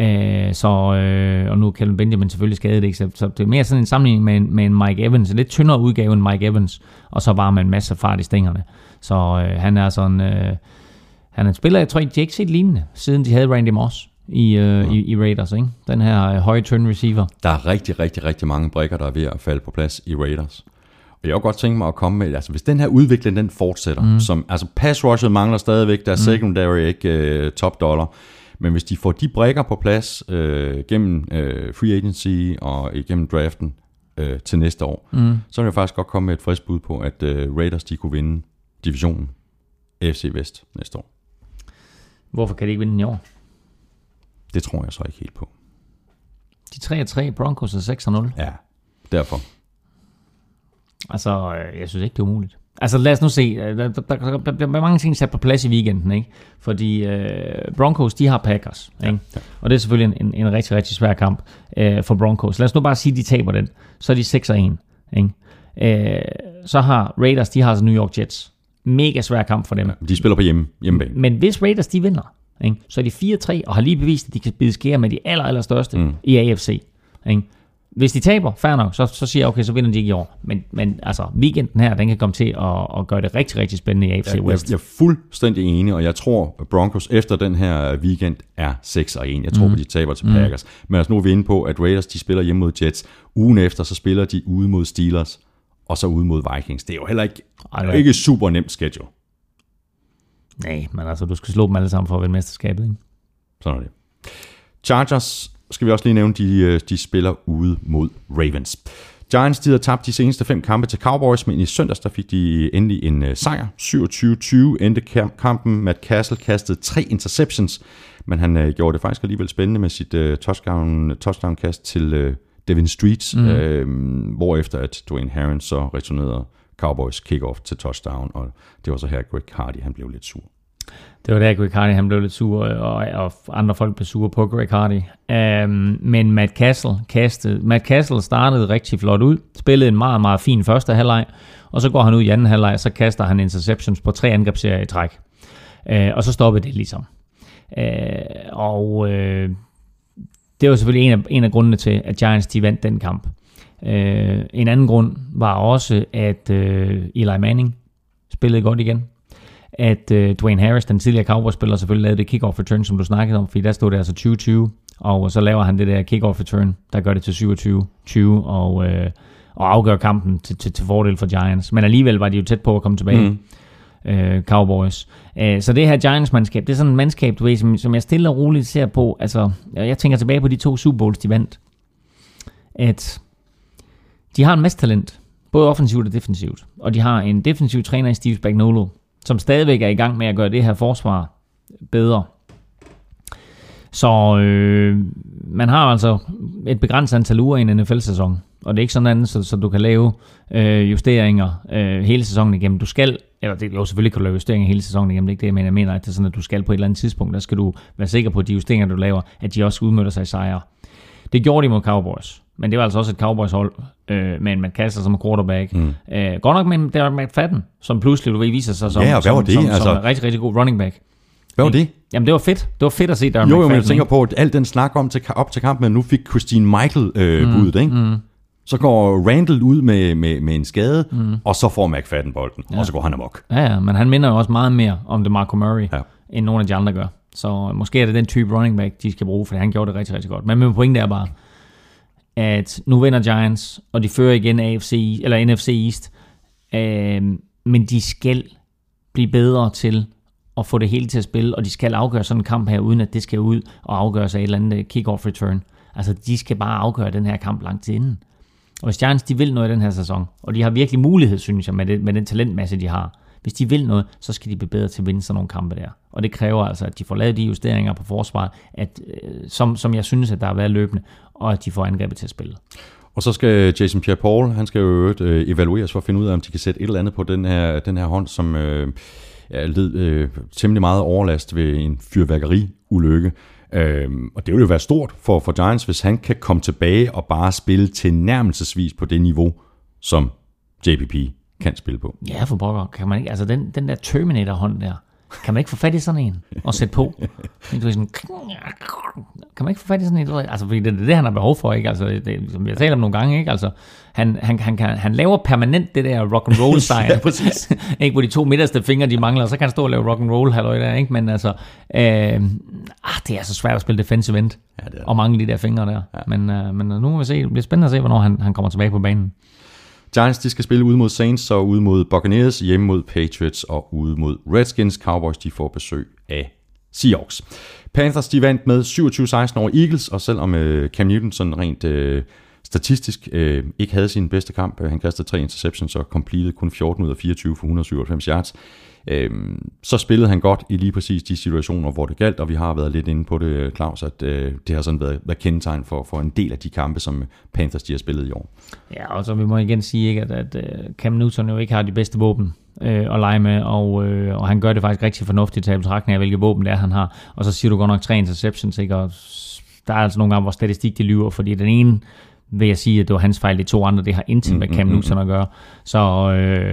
Og nu er Kelvin Benjamin selvfølgelig skadet, ikke? Så det er mere sådan en sammenligning med en Mike Evans, en lidt tyndere udgave end Mike Evans, og så bare med en masse fart i stængerne. Så han er sådan Han spiller, jeg tror ikke, de har ikke set lignende, siden de havde Randy Moss i Raiders, ikke? Den her høje turn receiver. Der er rigtig, rigtig, rigtig mange brikker, der er ved at falde på plads i Raiders. Og jeg har godt tænkt mig at komme med, altså hvis den her udvikling, den fortsætter, som, altså pass rushet mangler stadigvæk, der er secondary ikke top dollar, men hvis de får de brikker på plads gennem free agency og igennem draften til næste år, så vil jeg faktisk godt komme med et frisk bud på, at Raiders, de kunne vinde divisionen AFC Vest næste år. Hvorfor kan de ikke vinde den i år? Det tror jeg så ikke helt på. De 3-3, Broncos er 6-0. Ja, derfor. Altså, jeg synes ikke, det er umuligt. Altså, lad os nu se. Der bliver mange ting sat på plads i weekenden, ikke? Fordi Broncos, de har Packers, ikke? Ja. Og det er selvfølgelig en rigtig, rigtig svær kamp for Broncos. Lad os nu bare sige, at de taber den. Så er de 6-1, ikke? Så har Raiders, de har altså New York Jets. Mega svær kamp for dem. Ja, de spiller på hjemmebane. Men hvis Raiders, de vinder, ikke? Så er de 4-3 og har lige bevist, at de kan bide skære med de allerstørste i AFC, ikke? Hvis de taber, fair nok, så siger jeg, okay, så vinder de ikke i år. Men altså, weekenden her, den kan komme til at gøre det rigtig, rigtig spændende i AFC West. Jeg er fuldstændig enig, og jeg tror, Broncos efter den her weekend er 6-1. Jeg tror, de taber til Packers. Men altså nu er vi inde på, at Raiders, de spiller hjemme mod Jets. Ugen efter, så spiller de ude mod Steelers, og så ude mod Vikings. Det er jo heller ikke super nemt schedule. Nej, men altså, du skal slå dem alle sammen for at vinde mesterskabet, ikke? Sådan er det. Chargers skal vi også lige nævne, de spiller ude mod Ravens. Giants, de havde tabt de seneste 5 kampe til Cowboys, men i søndags der fik de endelig en sejr. 27-20 endte kampen. Matt Cassel kastede 3 interceptions, men han gjorde det faktisk alligevel spændende med sit touchdown-kast til Devin Streets, hvorefter at Dwayne Haron så returnerede Cowboys kickoff til touchdown, og det var så her Greg Hardy, han blev lidt sur. Det var der, Greg Hardy han blev lidt sur, og andre folk blev sure på Greg Hardy. Men Matt Cassel startede rigtig flot ud, spillede en meget, meget fin første halvleg, og så går han ud i anden halvleg, så kaster han interceptions på 3 angrebsserier i træk. Og så stoppede det ligesom. Det var selvfølgelig en af grundene til, at Giants de vandt den kamp. En anden grund var også, at Eli Manning spillede godt igen. At Dwayne Harris, den tidligere Cowboys-spiller, selvfølgelig lavede det kick-off return, som du snakkede om, fordi der stod det altså 20-20, og så laver han det der kick-off return, der gør det til 27-20, og afgør kampen til fordel for Giants. Men alligevel var de jo tæt på at komme tilbage, Cowboys. Så det her Giants-mandskab, det er sådan et mandskab, du ved, som jeg stille og roligt ser på. Altså, jeg tænker tilbage på de 2 Super Bowls, de vandt. At de har en masse talent, både offensivt og defensivt, og de har en defensiv træner i Steve Spagnuolo, som stadigvæk er i gang med at gøre det her forsvar bedre. Så man har altså et begrænset antal uger i en NFL-sæson, og det er ikke sådan andet, så du kan lave justeringer hele sæsonen igennem. Du skal, eller det er jo selvfølgelig, kan du lave justeringer hele sæsonen igennem, det er ikke det, men jeg mener, at det er sådan, at du skal på et eller andet tidspunkt, der skal du være sikker på, at de justeringer, du laver, at de også udmønter sig i sejre. Det gjorde de mod Cowboys, men det var altså også et Cowboys-hold med en Matt Cassel som quarterback. Godt nok med Darren McFadden, som pludselig viser sig som en rigtig, rigtig god running back. Hvad var det? Jamen det var fedt. Det var fedt at se Darren McFadden. Jo, men jeg tænker på, at al den snak op til kampen, men nu fik Christine Michael budet, ikke? Så går Randall ud med en skade, og så får McFadden bolden, og så går han amok. Ja, men han minder jo også meget mere om DeMarco Murray, end nogle af de andre gør. Så måske er det den type running back, de skal bruge, for han gjorde det rigtig, rigtig godt. Men min pointe er bare, at nu vinder Giants, og de fører igen NFC East, men de skal blive bedre til at få det hele til at spille, og de skal afgøre sådan en kamp her, uden at det skal ud og afgøres af et eller andet kick-off return. Altså, de skal bare afgøre den her kamp langt til inden. Og hvis Giants, de vil noget i den her sæson, og de har virkelig mulighed, synes jeg, med den talentmasse, de har. Hvis de vil noget, så skal de blive bedre til at vinde sådan nogle kampe der. Og det kræver altså, at de får lavet de justeringer på forsvaret, som jeg synes, at der har været løbende, og at de får angrebet til at spille. Og så skal Jason Pierre-Paul, han skal jo evalueres for at finde ud af, om de kan sætte et eller andet på den her hånd, som led temmelig meget overlast ved en fyrværkeriulykke. Og det vil jo være stort for Giants, hvis han kan komme tilbage og bare spille tilnærmelsesvis på det niveau, som JPP kan spille på. Ja, for pokker, kan man ikke. Altså den der Terminator-hånd der, kan man ikke få fat i sådan en og sætte på? Sådan, kan man ikke få fat i sådan en? Altså, fordi det er det, han har behov for, ikke? Altså, det, som jeg taler om nogle gange, ikke? Altså, han laver permanent det der rock and roll sign, ja, præcis. ikke, hvor de 2 midterste fingre, de mangler, så kan han stå og lave rock and roll halløj der, ikke? Men altså, det er så svært at spille defensive end, og mange af de der fingre der. Ja. Men nu må vi se, det bliver spændende at se, hvornår han kommer tilbage på banen. Giants, de skal spille ude mod Saints, og ude mod Buccaneers, hjemme mod Patriots og ude mod Redskins. Cowboys, de får besøg af Seahawks. Panthers, de vandt med 27-16 over Eagles, og selvom Cam Newton sådan rent statistisk ikke havde sin bedste kamp, han kastede 3 interceptions og completed kun 14 ud af 24 for 197 yards, så spillede han godt i lige præcis de situationer, hvor det galt, og vi har været lidt inde på det, Claus, at det har sådan været kendetegn for en del af de kampe, som Panthers de har spillet i år. Ja, og så vi må igen sige, ikke, at Cam Newton jo ikke har de bedste våben at lege med, og han gør det faktisk rigtig fornuftigt til betragtning af, hvilke våben det er, han har. Og så siger du godt nok 3 interceptions, ikke? Og der er altså nogle gange, hvor statistik de lyver, fordi den ene vil jeg sige, at det var hans fejl, de 2 andre, det har intet med Cam Newton at gøre. Så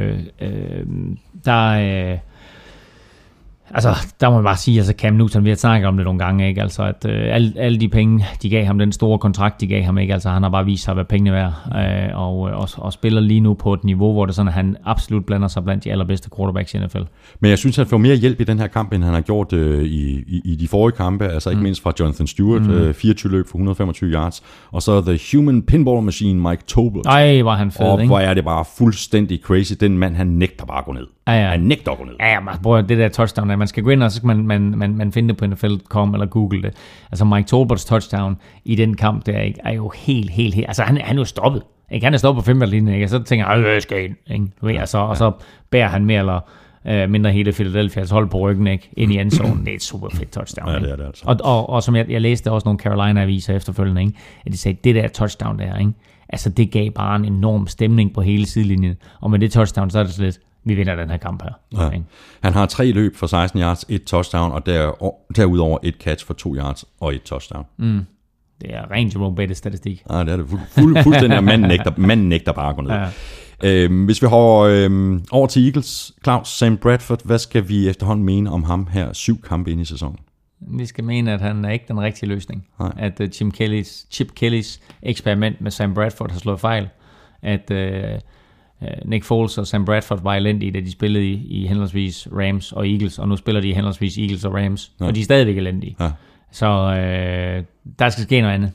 der må man bare sige, altså Cam Newton, vi har snakket om det nogle gange, ikke? Altså at alle de penge, de gav ham, den store kontrakt, de gav ham, ikke? Altså han har bare vist sig, hvad pengene er værd, og spiller lige nu på et niveau, hvor det sådan, at han absolut blander sig blandt de allerbedste quarterbacks i NFL. Men jeg synes, han får mere hjælp i den her kamp, end han har gjort i de forrige kampe, altså ikke mindst fra Jonathan Stewart, 24 løb for 125 yards, og så The Human Pinball Machine, Mike Tolbert. Ej, var han fed, og ikke? hvor er det bare fuldstændig crazy. Den mand, han nægter bare at gå ned. Ja. Han nægter at gå ned. Ja, man bruger det der touchdown, man skal gå ind, og så kan man finde det på NFL.com eller google det. Altså Mike Tolberts touchdown i den kamp der, ikke, er jo helt, altså han er jo stoppet. Ikke? Han er stoppet på 5-linjen, ikke? Og så tænker jeg skal ind, ikke? Og så bærer han mere eller mindre hele Philadelphia's hold på ryggen, ikke? Ind i endzonen. Det er et super fedt touchdown. Ja, det er det altså. Og som jeg læste også nogle Carolina-aviser efterfølgende, ikke? At de sagde, det der touchdown der, ikke? Altså det gav bare en enorm stemning på hele sidelinjen. Og med det touchdown, så er det slet, vi vinder den her kamp her. Ja. Han har 3 løb for 16 yards, 1 touchdown, og derudover 1 catch for 2 yards og 1 touchdown. Det er rent Jerome Bettis-statistik. Ja, det er det. Fuldstændig. Manden nægter bare at gå ned. Ja. Hvis vi holder over til Eagles, Claus, Sam Bradford, hvad skal vi efterhånden mene om ham her 7 kampe ind i sæsonen? Vi skal mene, at han er ikke den rigtige løsning. Nej. At Chip Kellys eksperiment med Sam Bradford har slået fejl. At Nick Foles og Sam Bradford var elendige, da de spillede i henholdsvis Rams og Eagles, og nu spiller de i henholdsvis Eagles og Rams, og de er stadigvæk elendige. Ja. Så der skal ske noget andet.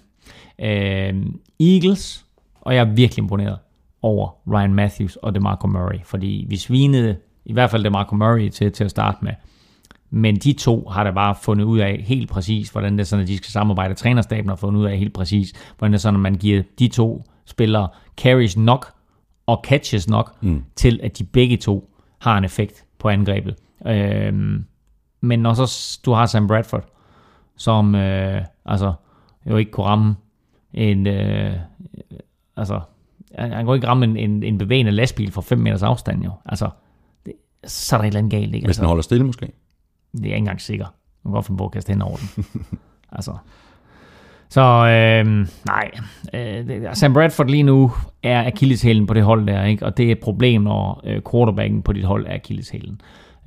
Eagles, og jeg er virkelig imponeret over Ryan Matthews og DeMarco Murray, fordi vi svinede i hvert fald DeMarco Murray til at starte med. Men de 2 har da bare fundet ud af helt præcis, hvordan det er sådan, at de skal samarbejde. Trænerstaben har fundet ud af helt præcis, hvordan det er sådan, at man giver de 2 spillere carries nok og catches nok til, at de begge 2 har en effekt på angrebet. Men når så du har Sam Bradford, som jo ikke kunne ramme en han kunne ikke ramme en bevægende lastbil fra 5 meters afstand jo. Altså, så er der et eller andet galt, ikke? Hvis den holder stille måske? Det er jeg ikke engang sikker. Man kan godt finde på at kaste hen over den. Altså. Så nej. Sam Bradford lige nu er akilleshælen på det hold der, ikke? Og det er et problem, når quarterbacken på dit hold er akilleshælen.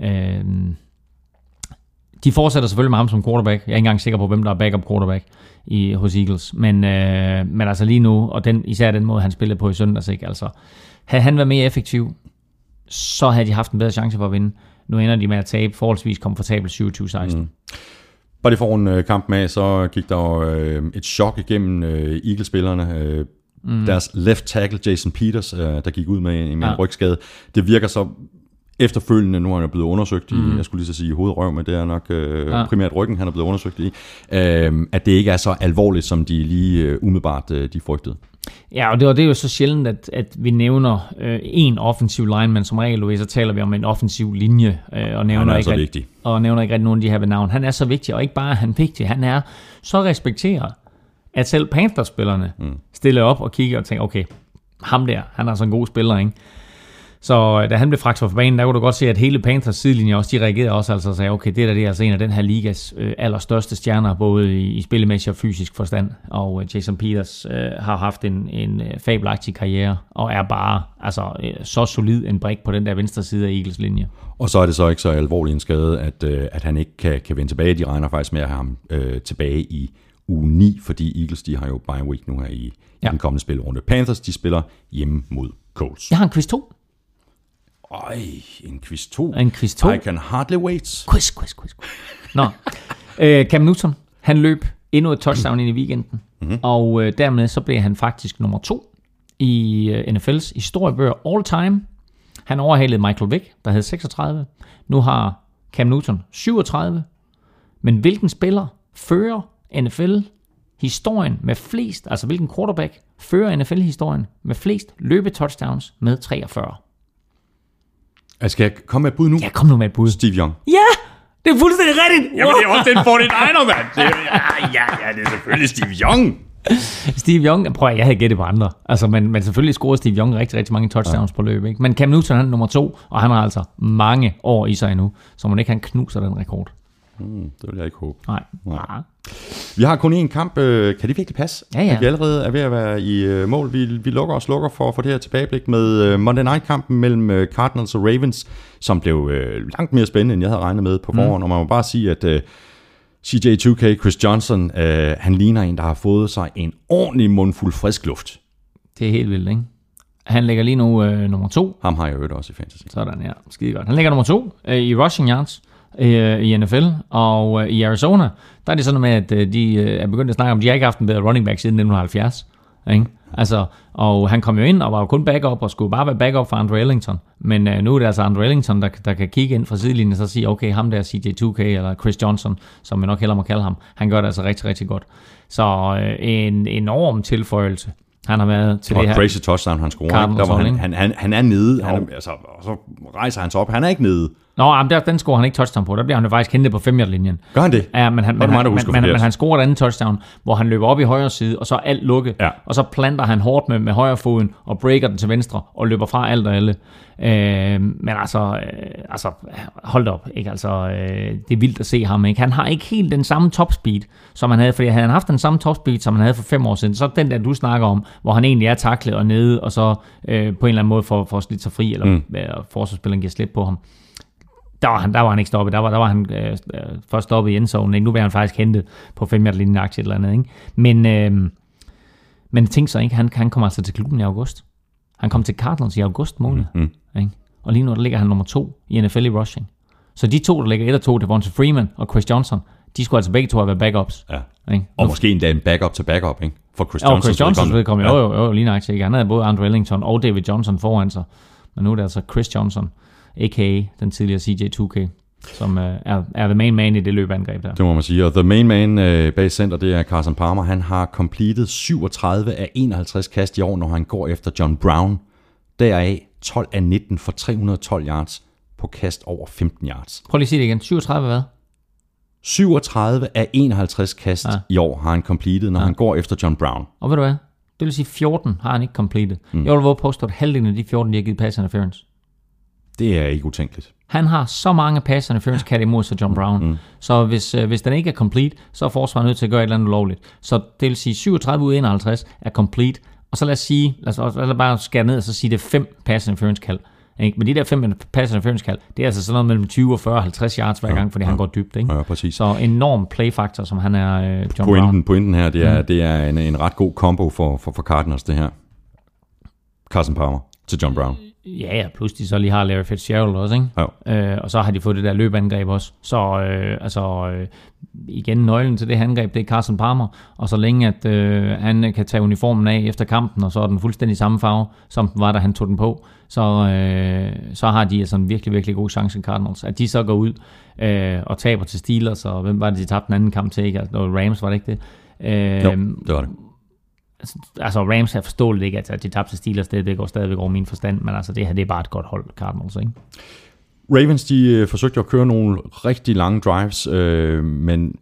De fortsætter selvfølgelig med ham som quarterback. Jeg er ikke engang sikker på, hvem der er backup quarterback hos Eagles. Men altså lige nu, og især den måde, han spillede på i søndags, ikke? Altså, havde han været mere effektiv, så havde de haft en bedre chance for at vinde. Nu ender de med at tabe forholdsvis komfortabelt 27-16. Bare lige for en kamp med, så gik der et chok igennem Eagles-spillerne. Deres left tackle, Jason Peters, der gik ud med en rygskade. Det virker så efterfølgende, nu er han blevet undersøgt i, jeg skulle lige så sige hovedrøv, men det er nok primært ryggen, han er blevet undersøgt i, at det ikke er så alvorligt, som de lige umiddelbart de frygtede. Ja, og det er jo så sjældent, at vi nævner en offensiv lineman. Som regel, så taler vi om en offensiv linje, og nævner ikke rigtig nogen af de her ved navn. Han er så vigtig, og ikke bare han vigtig, han er så respekteret, at selv Panthers-spillerne stiller op og kigger og tænker, okay, ham der, han er så en god spiller, ikke? Så da han blev fragtet fra banen, der kunne du godt se, at hele Panthers sidelinje også, de reagerede også altså og sagde, okay, det er altså en af den her ligas allerstørste stjerner, både i spillemæssig og fysisk forstand. Og Jason Peters har haft en fabelagtig karriere, og er bare så solid en brik på den der venstre side af Eagles linje. Og så er det så ikke så alvorlig en skade, at han ikke kan vende tilbage. De regner faktisk med at have ham tilbage i uge 9, fordi Eagles, de har jo bye week nu her i den kommende spilrunde. Panthers, de spiller hjemme mod Colts. Jeg har en quiz 2. En quiz 2. En quiz 2. I can hardly wait. Quiz. Nå. Cam Newton, han løb endnu et touchdown ind i weekenden, og dermed så blev han faktisk nummer 2 i NFL's historiebøger all time. Han overhalede Michael Vick, der havde 36. Nu har Cam Newton 37. Men hvilken spiller fører NFL-historien med flest, altså hvilken quarterback fører NFL-historien med flest løbetouchdowns med 43? Skal jeg komme med et bud nu? Ja, kom nu med et bud. Steve Young. Ja, det er fuldstændig rigtigt. Jamen, det er også den 49er, mand. Ja, det er selvfølgelig Steve Young. Steve Young, prøv at jeg havde gættet på andre. Altså, men selvfølgelig scorede Steve Young rigtig, rigtig mange touchdowns på løb, ikke? Men Cam Newton, han er nummer 2, og han har altså mange år i sig endnu, så man ikke han knuser den rekord. Det vil jeg ikke håbe. Nej. Vi har kun én kamp. Kan det virkelig passe? Ja. At vi allerede er ved at være i mål. Vi lukker og slukker for det her tilbageblik med Monday Night-kampen mellem Cardinals og Ravens, som blev langt mere spændende, end jeg havde regnet med på forhånd. Og man må bare sige, at CJ2K, Chris Johnson, han ligner en, der har fået sig en ordentlig mundfuld frisk luft. Det er helt vildt, ikke? Han ligger lige nu nummer 2. Ham har jeg hørt også i fantasy. Sådan, ja. Skide godt. Han ligger nummer 2 i rushing yards i NFL, og i Arizona, der er det sådan med, at de er begyndt at snakke om, de har ikke haft en bedre running back siden 1970. Ikke? Altså, og han kom jo ind og var jo kun backup og skulle bare være backup for Andre Ellington. Men nu er det altså Andre Ellington, der kan kigge ind fra sidelinjen og så sige, okay, ham der CJ2K eller Chris Johnson, som jeg nok hellere må kalde ham, han gør det altså rigtig, rigtig godt. Så en enorm tilføjelse. Han har været til det her. Crazy touchdown, han scorer. Han er nede, og så rejser han sig op. Han er ikke nede. Nå, men den scorer han ikke touchdown på. Der bliver han jo faktisk hentet på 5-yard-linjen. Gør han det? Ja, men han scorer et andet touchdown, hvor han løber op i højre side, og så er alt lukket. Ja. Og så planter han hårdt med højre foden, og breaker den til venstre, og løber fra alt og alle. Men altså, hold op. Ikke? Altså, det er vildt at se ham. Ikke? Han har ikke helt den samme topspeed, som han havde. Fordi havde han haft den samme topspeed, som han havde for 5 år siden, så den der, du snakker om, hvor han egentlig er taklet og nede, og så på en eller anden måde får slidt sig fri, eller forsvarsspilleren giver slip på ham. Der var han ikke stoppet. Der var han først stoppet i endzone. Nu bliver han faktisk hentet på 5-yard-linjen aktie eller andet. Ikke? Men tænk så ikke, han kommer altså til klubben i august. Han kom til Cardinals i august måned. Ikke? Og lige nu der ligger han nummer 2 i NFL i rushing. Så de to, der ligger 1 og 2, Devonta Freeman og Chris Johnson, de skulle altså begge to have været backups. Ja. Ikke? Og måske endda en backup til backup, ikke? For Chris Johnson. Og Chris Johnsons vedkommende. Jo, lige nøjagtigt. Ikke? Han havde både Andre Ellington og David Johnson foran sig. Men nu er det altså Chris Johnson, a.k.a. den tidligere CJ2K, som er the main man i det løbeangreb der. Det må man sige. Og the main man bag center, det er Carson Palmer. Han har completed 37 af 51 kast i år, når han går efter John Brown. Deraf 12 af 19 for 312 yards på kast over 15 yards. Prøv lige at sige det igen. 37 hvad? 37 af 51 kast i år har han completed, når han går efter John Brown. Og ved du hvad? Det vil sige 14 har han ikke completed. Jeg vil våge påstå, at halvdelen af de 14, de har givet pass interference. Det er ikke utænkeligt. Han har så mange pass interference kast imod sig John Brown. Så hvis den ikke er complete, så er forsvaret nødt til at gøre et eller andet ulovligt. Så det vil sige 37 ud af 51 er complete. Og så lad os bare skære ned og så sige det er 5 pass interference kald. Men de der 5 pass interference kald, det er altså sådan noget mellem 20 og 40 50 yards hver gang, fordi han går dybt. Ikke? Ja, præcis. Så enorm playfaktor, som han er John Brown. Pointen her, det er en ret god combo for Cardinals, det her. Carson Palmer til John Brown. Ja, plus de så lige har Larry Fitzgerald også, ikke? Og så har de fået det der løbeangreb også. Så igen, nøglen til det angreb, det er Carson Palmer. Og så længe at han kan tage uniformen af efter kampen, og så er den fuldstændig samme farve, som den var, da han tog den på, så har de altså en virkelig, virkelig god chance i Cardinals. At de så går ud og taber til Steelers, og hvem var det, de tabte den anden kamp til? Ikke? Altså, Rams, var det ikke det? Jo, det var det. Altså Rams er forståeligt ikke, at de tabte til Steelers, det går stadigvæk over min forstand, men altså det her, det er bare et godt hold, Cardinals, ikke? Ravens, de forsøgte at køre nogle rigtig lange drives, men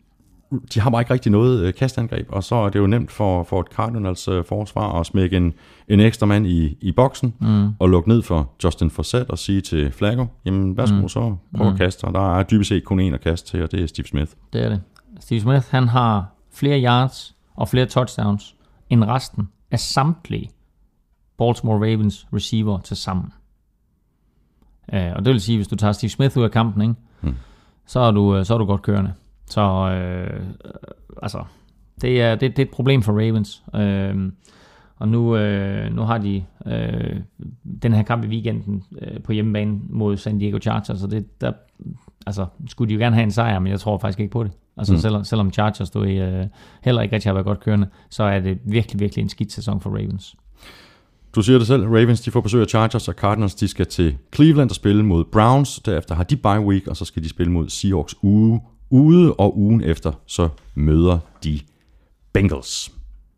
de har bare ikke rigtig noget kastangreb, og så er det jo nemt for et Cardinals forsvar at smække en ekstra mand i boksen, og lukke ned for Justin Forsett og sige til Flacco, jamen værsgo, så prøv at kaste, og der er dybest set kun en at kaste til, og det er Steve Smith. Det er det. Steve Smith, han har flere yards og flere touchdowns end resten af samtlige Baltimore Ravens receiver til sammen. Og det vil sige, hvis du tager Steve Smith ud af kampen, ikke? Så er du godt kørende. Så altså, det er et problem for Ravens. Og nu har de den her kamp i weekenden på hjemmebane mod San Diego Chargers, så altså, skulle de jo gerne have en sejr, men jeg tror faktisk ikke på det. Altså selvom Chargers heller ikke rigtig har været godt kørende, så er det virkelig, virkelig en skidt sæson for Ravens. Du siger det selv, Ravens de får besøg af Chargers, og Cardinals de skal til Cleveland og spille mod Browns. Derefter har de bye week, og så skal de spille mod Seahawks ude, og ugen efter så møder de Bengals.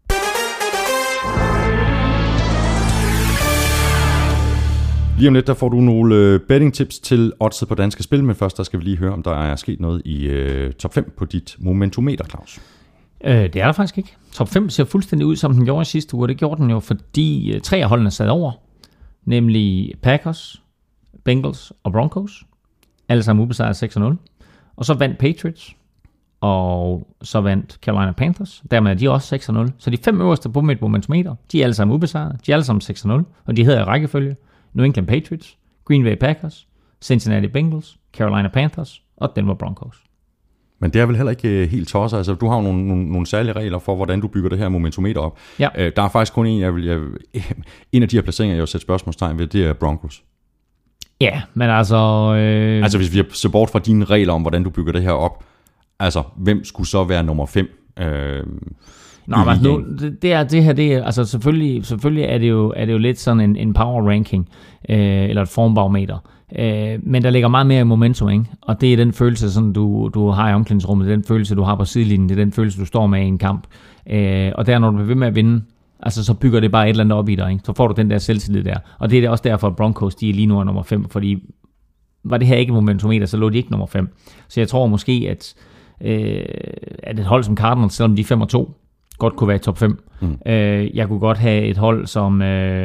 Lige om lidt, der får du nogle betting tips til oddset på danske spil, men først der skal vi lige høre, om der er sket noget i top 5 på dit momentometer, Claus. Det er der faktisk ikke. Top 5 ser fuldstændig ud, som den gjorde i sidste uge. Det gjorde den jo, fordi 3 af holdene sad over. Nemlig Packers, Bengals og Broncos. Alle sammen ubesejret 6-0. Og så vandt Patriots. Og så vandt Carolina Panthers. Dermed er de også 6-0. Så de 5 øverste på mit momentometer, de er alle sammen ubesejret. De er alle sammen 6-0. Og de hedder i rækkefølge New England Patriots, Green Bay Packers, Cincinnati Bengals, Carolina Panthers og Denver Broncos. Men det er vel heller ikke helt tosset. Altså, du har jo nogle særlige regler for, hvordan du bygger det her momentometer op. Ja. Der er faktisk kun en af de her placeringer, jeg vil sætte spørgsmålstegn ved, det er Broncos. Ja, men altså... Altså, hvis vi ser bort fra dine regler om, hvordan du bygger det her op, altså, hvem skulle så være nummer 5? Nå, men nu, det er altså selvfølgelig er det jo lidt sådan en power ranking, eller et formbarometer. Men der ligger meget mere i momentum, ikke? Og det er den følelse, sådan du har i omklædningsrummet, det er den følelse, du har på sidelinjen, det er den følelse, du står med i en kamp. Og der, når du bliver ved med at vinde, altså så bygger det bare et eller andet op i dig, ikke? Så får du den der selvtillid der. Og det er også derfor, at Broncos, de er lige nu nummer 5, fordi var det her ikke momentometer, så lå de ikke nummer 5. Så jeg tror måske, at et hold som Cardinals, selvom de er 5-2, godt kunne være i top 5. Jeg kunne godt have et hold som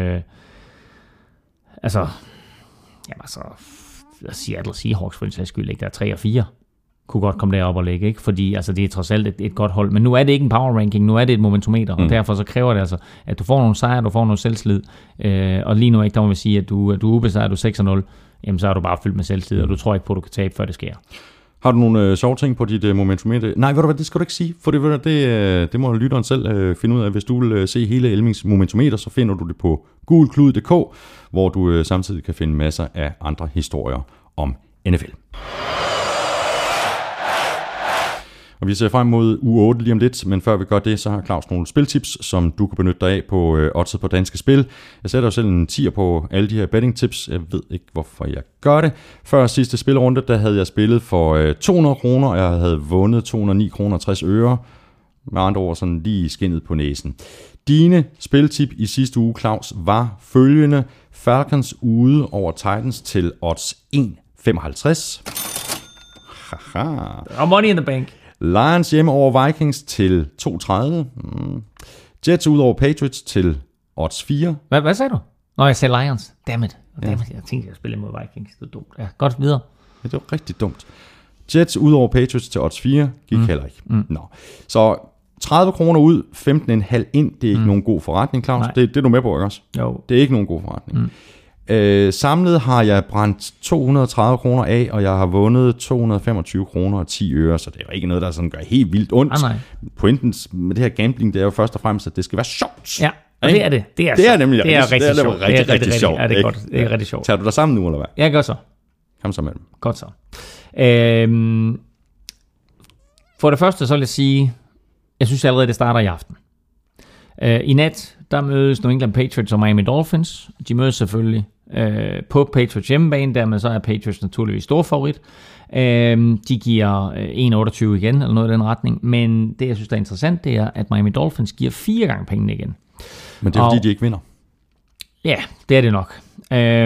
Seattle Seahawks for den sags skyld, ikke? Der er 3-4, kunne godt komme derop og ligge, ikke? Fordi altså, det er trods alt et godt hold. Men nu er det ikke en power ranking, nu er det et momentometer, og derfor så kræver det altså, at du får nogle sejre, du får noget selvtillid. Og lige nu ikke, der må vi sige, at du er ubesejret, du er 6-0, jamen så er du bare fyldt med selvtillid, og du tror ikke på, at du kan tabe, før det sker. Har du nogle sjove ting på dit momentometer? Nej, ved du hvad, det skal du ikke sige, for det må lytteren selv finde ud af. Hvis du vil se hele Elmings momentometer, så finder du det på gulklud.dk, hvor du samtidig kan finde masser af andre historier om NFL. Og vi ser frem mod uge 8 lige om lidt, men før vi gør det, så har Claus nogle spiltips, som du kan benytte dig af på oddset på danske spil. Jeg sætter jo selv en 10'er på alle de her betting tips. Jeg ved ikke, hvorfor jeg gør det. Før sidste spilrunde, der havde jeg spillet for 200 kroner, og jeg havde vundet 209 kroner 60 øre. Med andre ord sådan lige skindet på næsen. Dine spiltip i sidste uge, Claus, var følgende: Falcons ude over Titans til odds 1,55. Haha. Og money in the bank. Lions hjemme over Vikings til 2,30. Jets ud over Patriots til odds 4. Hvad sagde du? Nå, jeg sagde Lions. Dammit. Jeg tænkte, jeg spille mod Vikings. Det er dumt. Ja, godt videre. Ja, det var rigtig dumt. Jets ud over Patriots til odds 4 gik heller ikke. Nå. Så 30 kroner ud, 15,5 ind. Det er ikke nogen god forretning, Claus. Det er du med på, ikke også? Jo. Det er ikke nogen god forretning. Samlet har jeg brændt 230 kroner af, og jeg har vundet 225 kroner og 10 øre, så det er jo ikke noget, der sådan gør helt vildt ondt. Nej. Pointen med det her gambling, det er jo først og fremmest, at det skal være sjovt. Ja, og det er det. Det er nemlig det er rigtig sjovt. Det er rigtig sjovt. Ja, det er godt. Det er rigtig sjovt. Tager du dig sammen nu, eller hvad? Jeg gør så. Kom så med dem. Godt så. For det første, så vil jeg sige, jeg synes allerede, det starter i aften. I nat, der mødes New England Patriots og Miami Dolphins. De mødes selvfølgelig på Patriots hjemmebane, dermed så er Patriots naturligvis stor favorit. De giver 1,28 igen, eller noget i den retning. Men det, jeg synes, der er interessant, det er, at Miami Dolphins giver 4 gange pengene igen. Men det er, fordi de ikke vinder. Ja, det er det nok.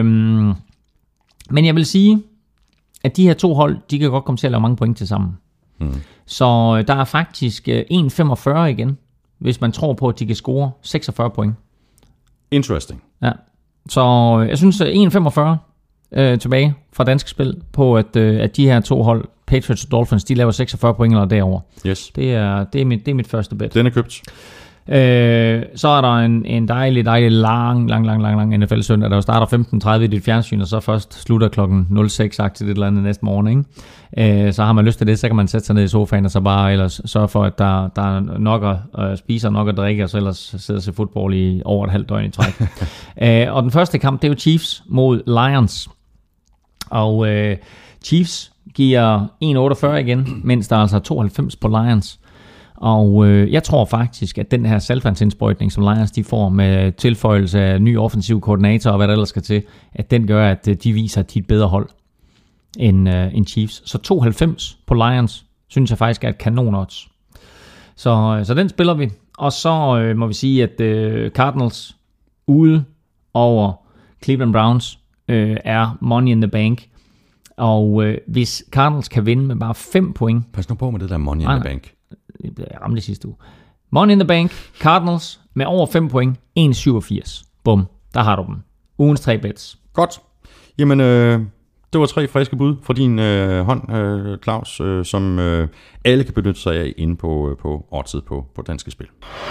Men jeg vil sige, at de her to hold, de kan godt komme til at lave mange point til sammen. Så der er faktisk 1,45 igen, hvis man tror på, at de kan score 46 point. Interesting. Ja. Så jeg synes 1,45 tilbage fra dansk spil på, at de her to hold, Patriots og Dolphins, de laver 46 point eller derover. Yes. Det er mit første bet. Den er købt. Så er der en dejlig lang NFL søndag, der jo starter 15:30 i dit fjernsyn, og så først slutter klokken 06-agtigt et eller andet næste morgen, ikke? Så har man lyst til det, så kan man sætte sig ned i sofaen og så bare ellers sørge for, at der er nok at spise og nok at drikke, og så ellers sidde og se fodbold i over et halvt døgn i træk. Og den første kamp, det er jo Chiefs mod Lions. Og Chiefs giver 1,48 igen, mens der er altså 92 på Lions. Og jeg tror faktisk, at den her saltvandsindsprøjtning, som Lions de får med tilføjelse af ny offensiv koordinator og hvad der ellers skal til, at den gør, at de viser, at de er et bedre hold end Chiefs. Så 92 på Lions, synes jeg faktisk er et kanon odds. Så den spiller vi. Og så må vi sige, at Cardinals ude over Cleveland Browns er money in the bank. Og hvis Cardinals kan vinde med bare 5 point... Pas nu på med det der money in the bank. Jeg ramte det sidste uge. Money in the bank, Cardinals med over 5 point, 1,87. Bum, der har du dem. Ugens 3 bets. Godt. Jamen, det var 3 friske bud fra din hånd, Claus, som alle kan benytte sig af inde på oddset på Danske Spil.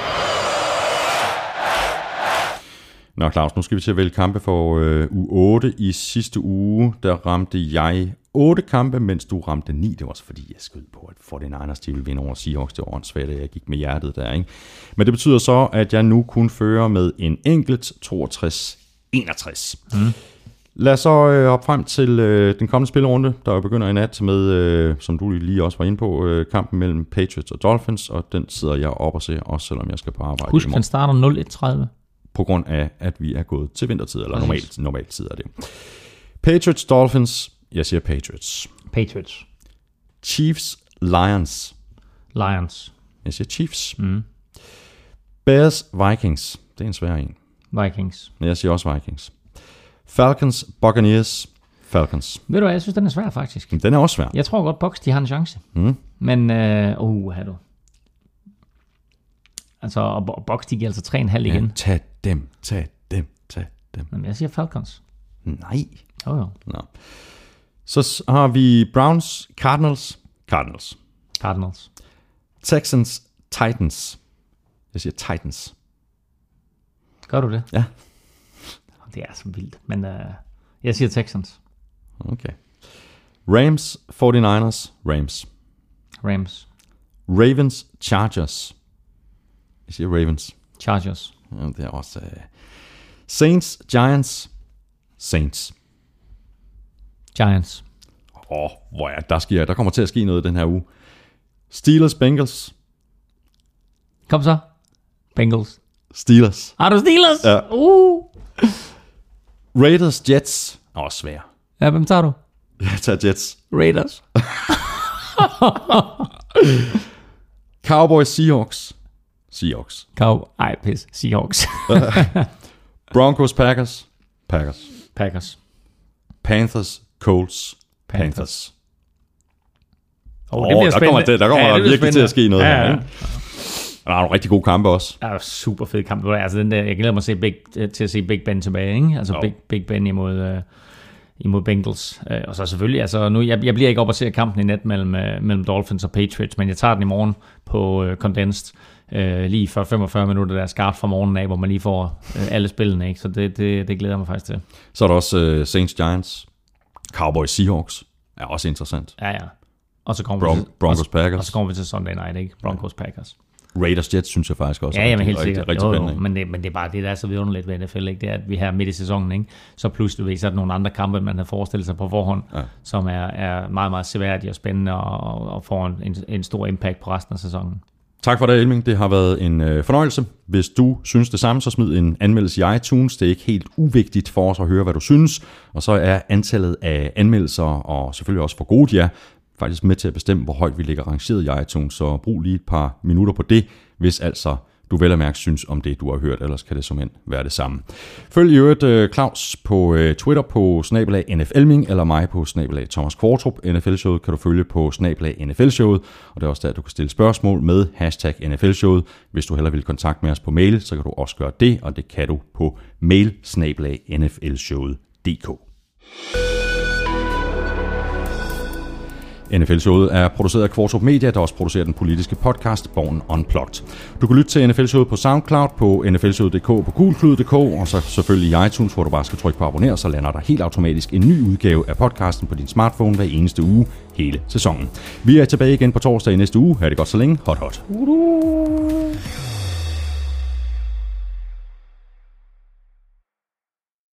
Nå, Claus, nu skal vi til at vælge kampe for uge 8. I sidste uge, der ramte jeg 8 kampe, mens du ramte 9. Det var også fordi, jeg skød på, at 49ers de ville vinde over Seahawks. Det var åndssvagt, at jeg gik med hjertet der, ikke? Men det betyder så, at jeg nu kun fører med en enkelt 62-61. Lad os så hoppe frem til den kommende spillerunde, der jo begynder i nat med, som du lige også var inde på, kampen mellem Patriots og Dolphins, og den sidder jeg op og ser, også selvom jeg skal på arbejde. Husk, den starter 0-1-30. På grund af, at vi er gået til vintertid, eller normalt tid er det. Patriots, Dolphins. Jeg siger Patriots. Patriots. Chiefs, Lions. Lions. Jeg siger Chiefs. Bears, Vikings. Det er en svær en. Vikings. Jeg siger også Vikings. Falcons, Buccaneers. Falcons. Ved du hvad, jeg synes, den er svær faktisk. Den er også svær. Jeg tror godt, Bucs, de har en chance. Men, har du. Altså, og Bucs, de giver altså 3,5 igen. Ja, tag dem. Men jeg siger Falcons. Nej. Jo. Nå. Så har vi Browns, Cardinals. Texans, Titans. Jeg siger Titans. Gør du det? Ja. Det er så vildt. Men jeg siger Texans. Okay. Rams, 49ers, Rams. Ravens, Chargers. Jeg siger Ravens. Chargers. Ja, det er også... Saints, Giants, Saints. Giants. Hvor er der kommer til at ske noget den her uge. Steelers, Bengals. Kom så. Bengals. Steelers. Har du Steelers? Ja. Raiders, Jets. Svær. Ja, hvem tager du? Jeg tager Jets. Raiders. Cowboys, Seahawks. Seahawks. Broncos, Packers. Panthers. Colts. Panthers. Det bliver spændende. Der kommer virkelig til at ske noget her. Ikke? Der er nogle rigtig gode kampe også. Det er super fed kamp. Altså, den der, jeg glæder mig til at se Big Ben tilbage. Ikke? Altså Big Ben imod Bengals. Og så selvfølgelig, altså nu, jeg bliver ikke op og ser kampen i nat mellem Dolphins og Patriots, men jeg tager den i morgen på Condensed. Lige for 45 minutter, der er skarpt fra morgenen af, hvor man lige får alle spillene. Ikke? Så det glæder jeg mig faktisk til. Så er der også Saints, Giants. Cowboys, Seahawks er også interessant. Ja. Og så kommer Broncos, Packers. Og så kommer vi til Sunday Night, ikke? Broncos, Packers. Raiders, Jets synes jeg faktisk også er helt sikkert. rigtig spændende. Men det er bare det, der er så vidunderligt ved NFL, ikke? Det er, at vi her midt i sæsonen, ikke? Så pludselig så er der nogle andre kampe, man havde forestillet sig på forhånd, som er meget, meget seværdige og spændende og får en stor impact på resten af sæsonen. Tak for det, Elming. Det har været en fornøjelse. Hvis du synes det samme, så smid en anmeldelse i iTunes. Det er ikke helt uvigtigt for os at høre, hvad du synes. Og så er antallet af anmeldelser, og selvfølgelig også for gode, faktisk med til at bestemme, hvor højt vi ligger rangeret i iTunes. Så brug lige et par minutter på det, hvis altså du vel at mærke synes om det, du har hørt, ellers kan det som end være det samme. Følg i øvrigt Claus på Twitter på @NFLming eller mig på @Thomas Kvartrup. NFL-showet kan du følge på @NFL-showet, og det er også der, du kan stille spørgsmål med #NFL-showet. Hvis du hellere vil kontakte med os på mail, så kan du også gøre det, og det kan du på mail @nflshowet.dk. NFL-showet er produceret af Kvartrup Media, der også producerer den politiske podcast Born Unplugged. Du kan lytte til NFL-showet på SoundCloud, på nflshowet.dk, på gulklud.dk, og så selvfølgelig i iTunes, hvor du bare skal trykke på abonner, så lander der helt automatisk en ny udgave af podcasten på din smartphone hver eneste uge, hele sæsonen. Vi er tilbage igen på torsdag i næste uge. Ha' det godt så længe. Hot hot.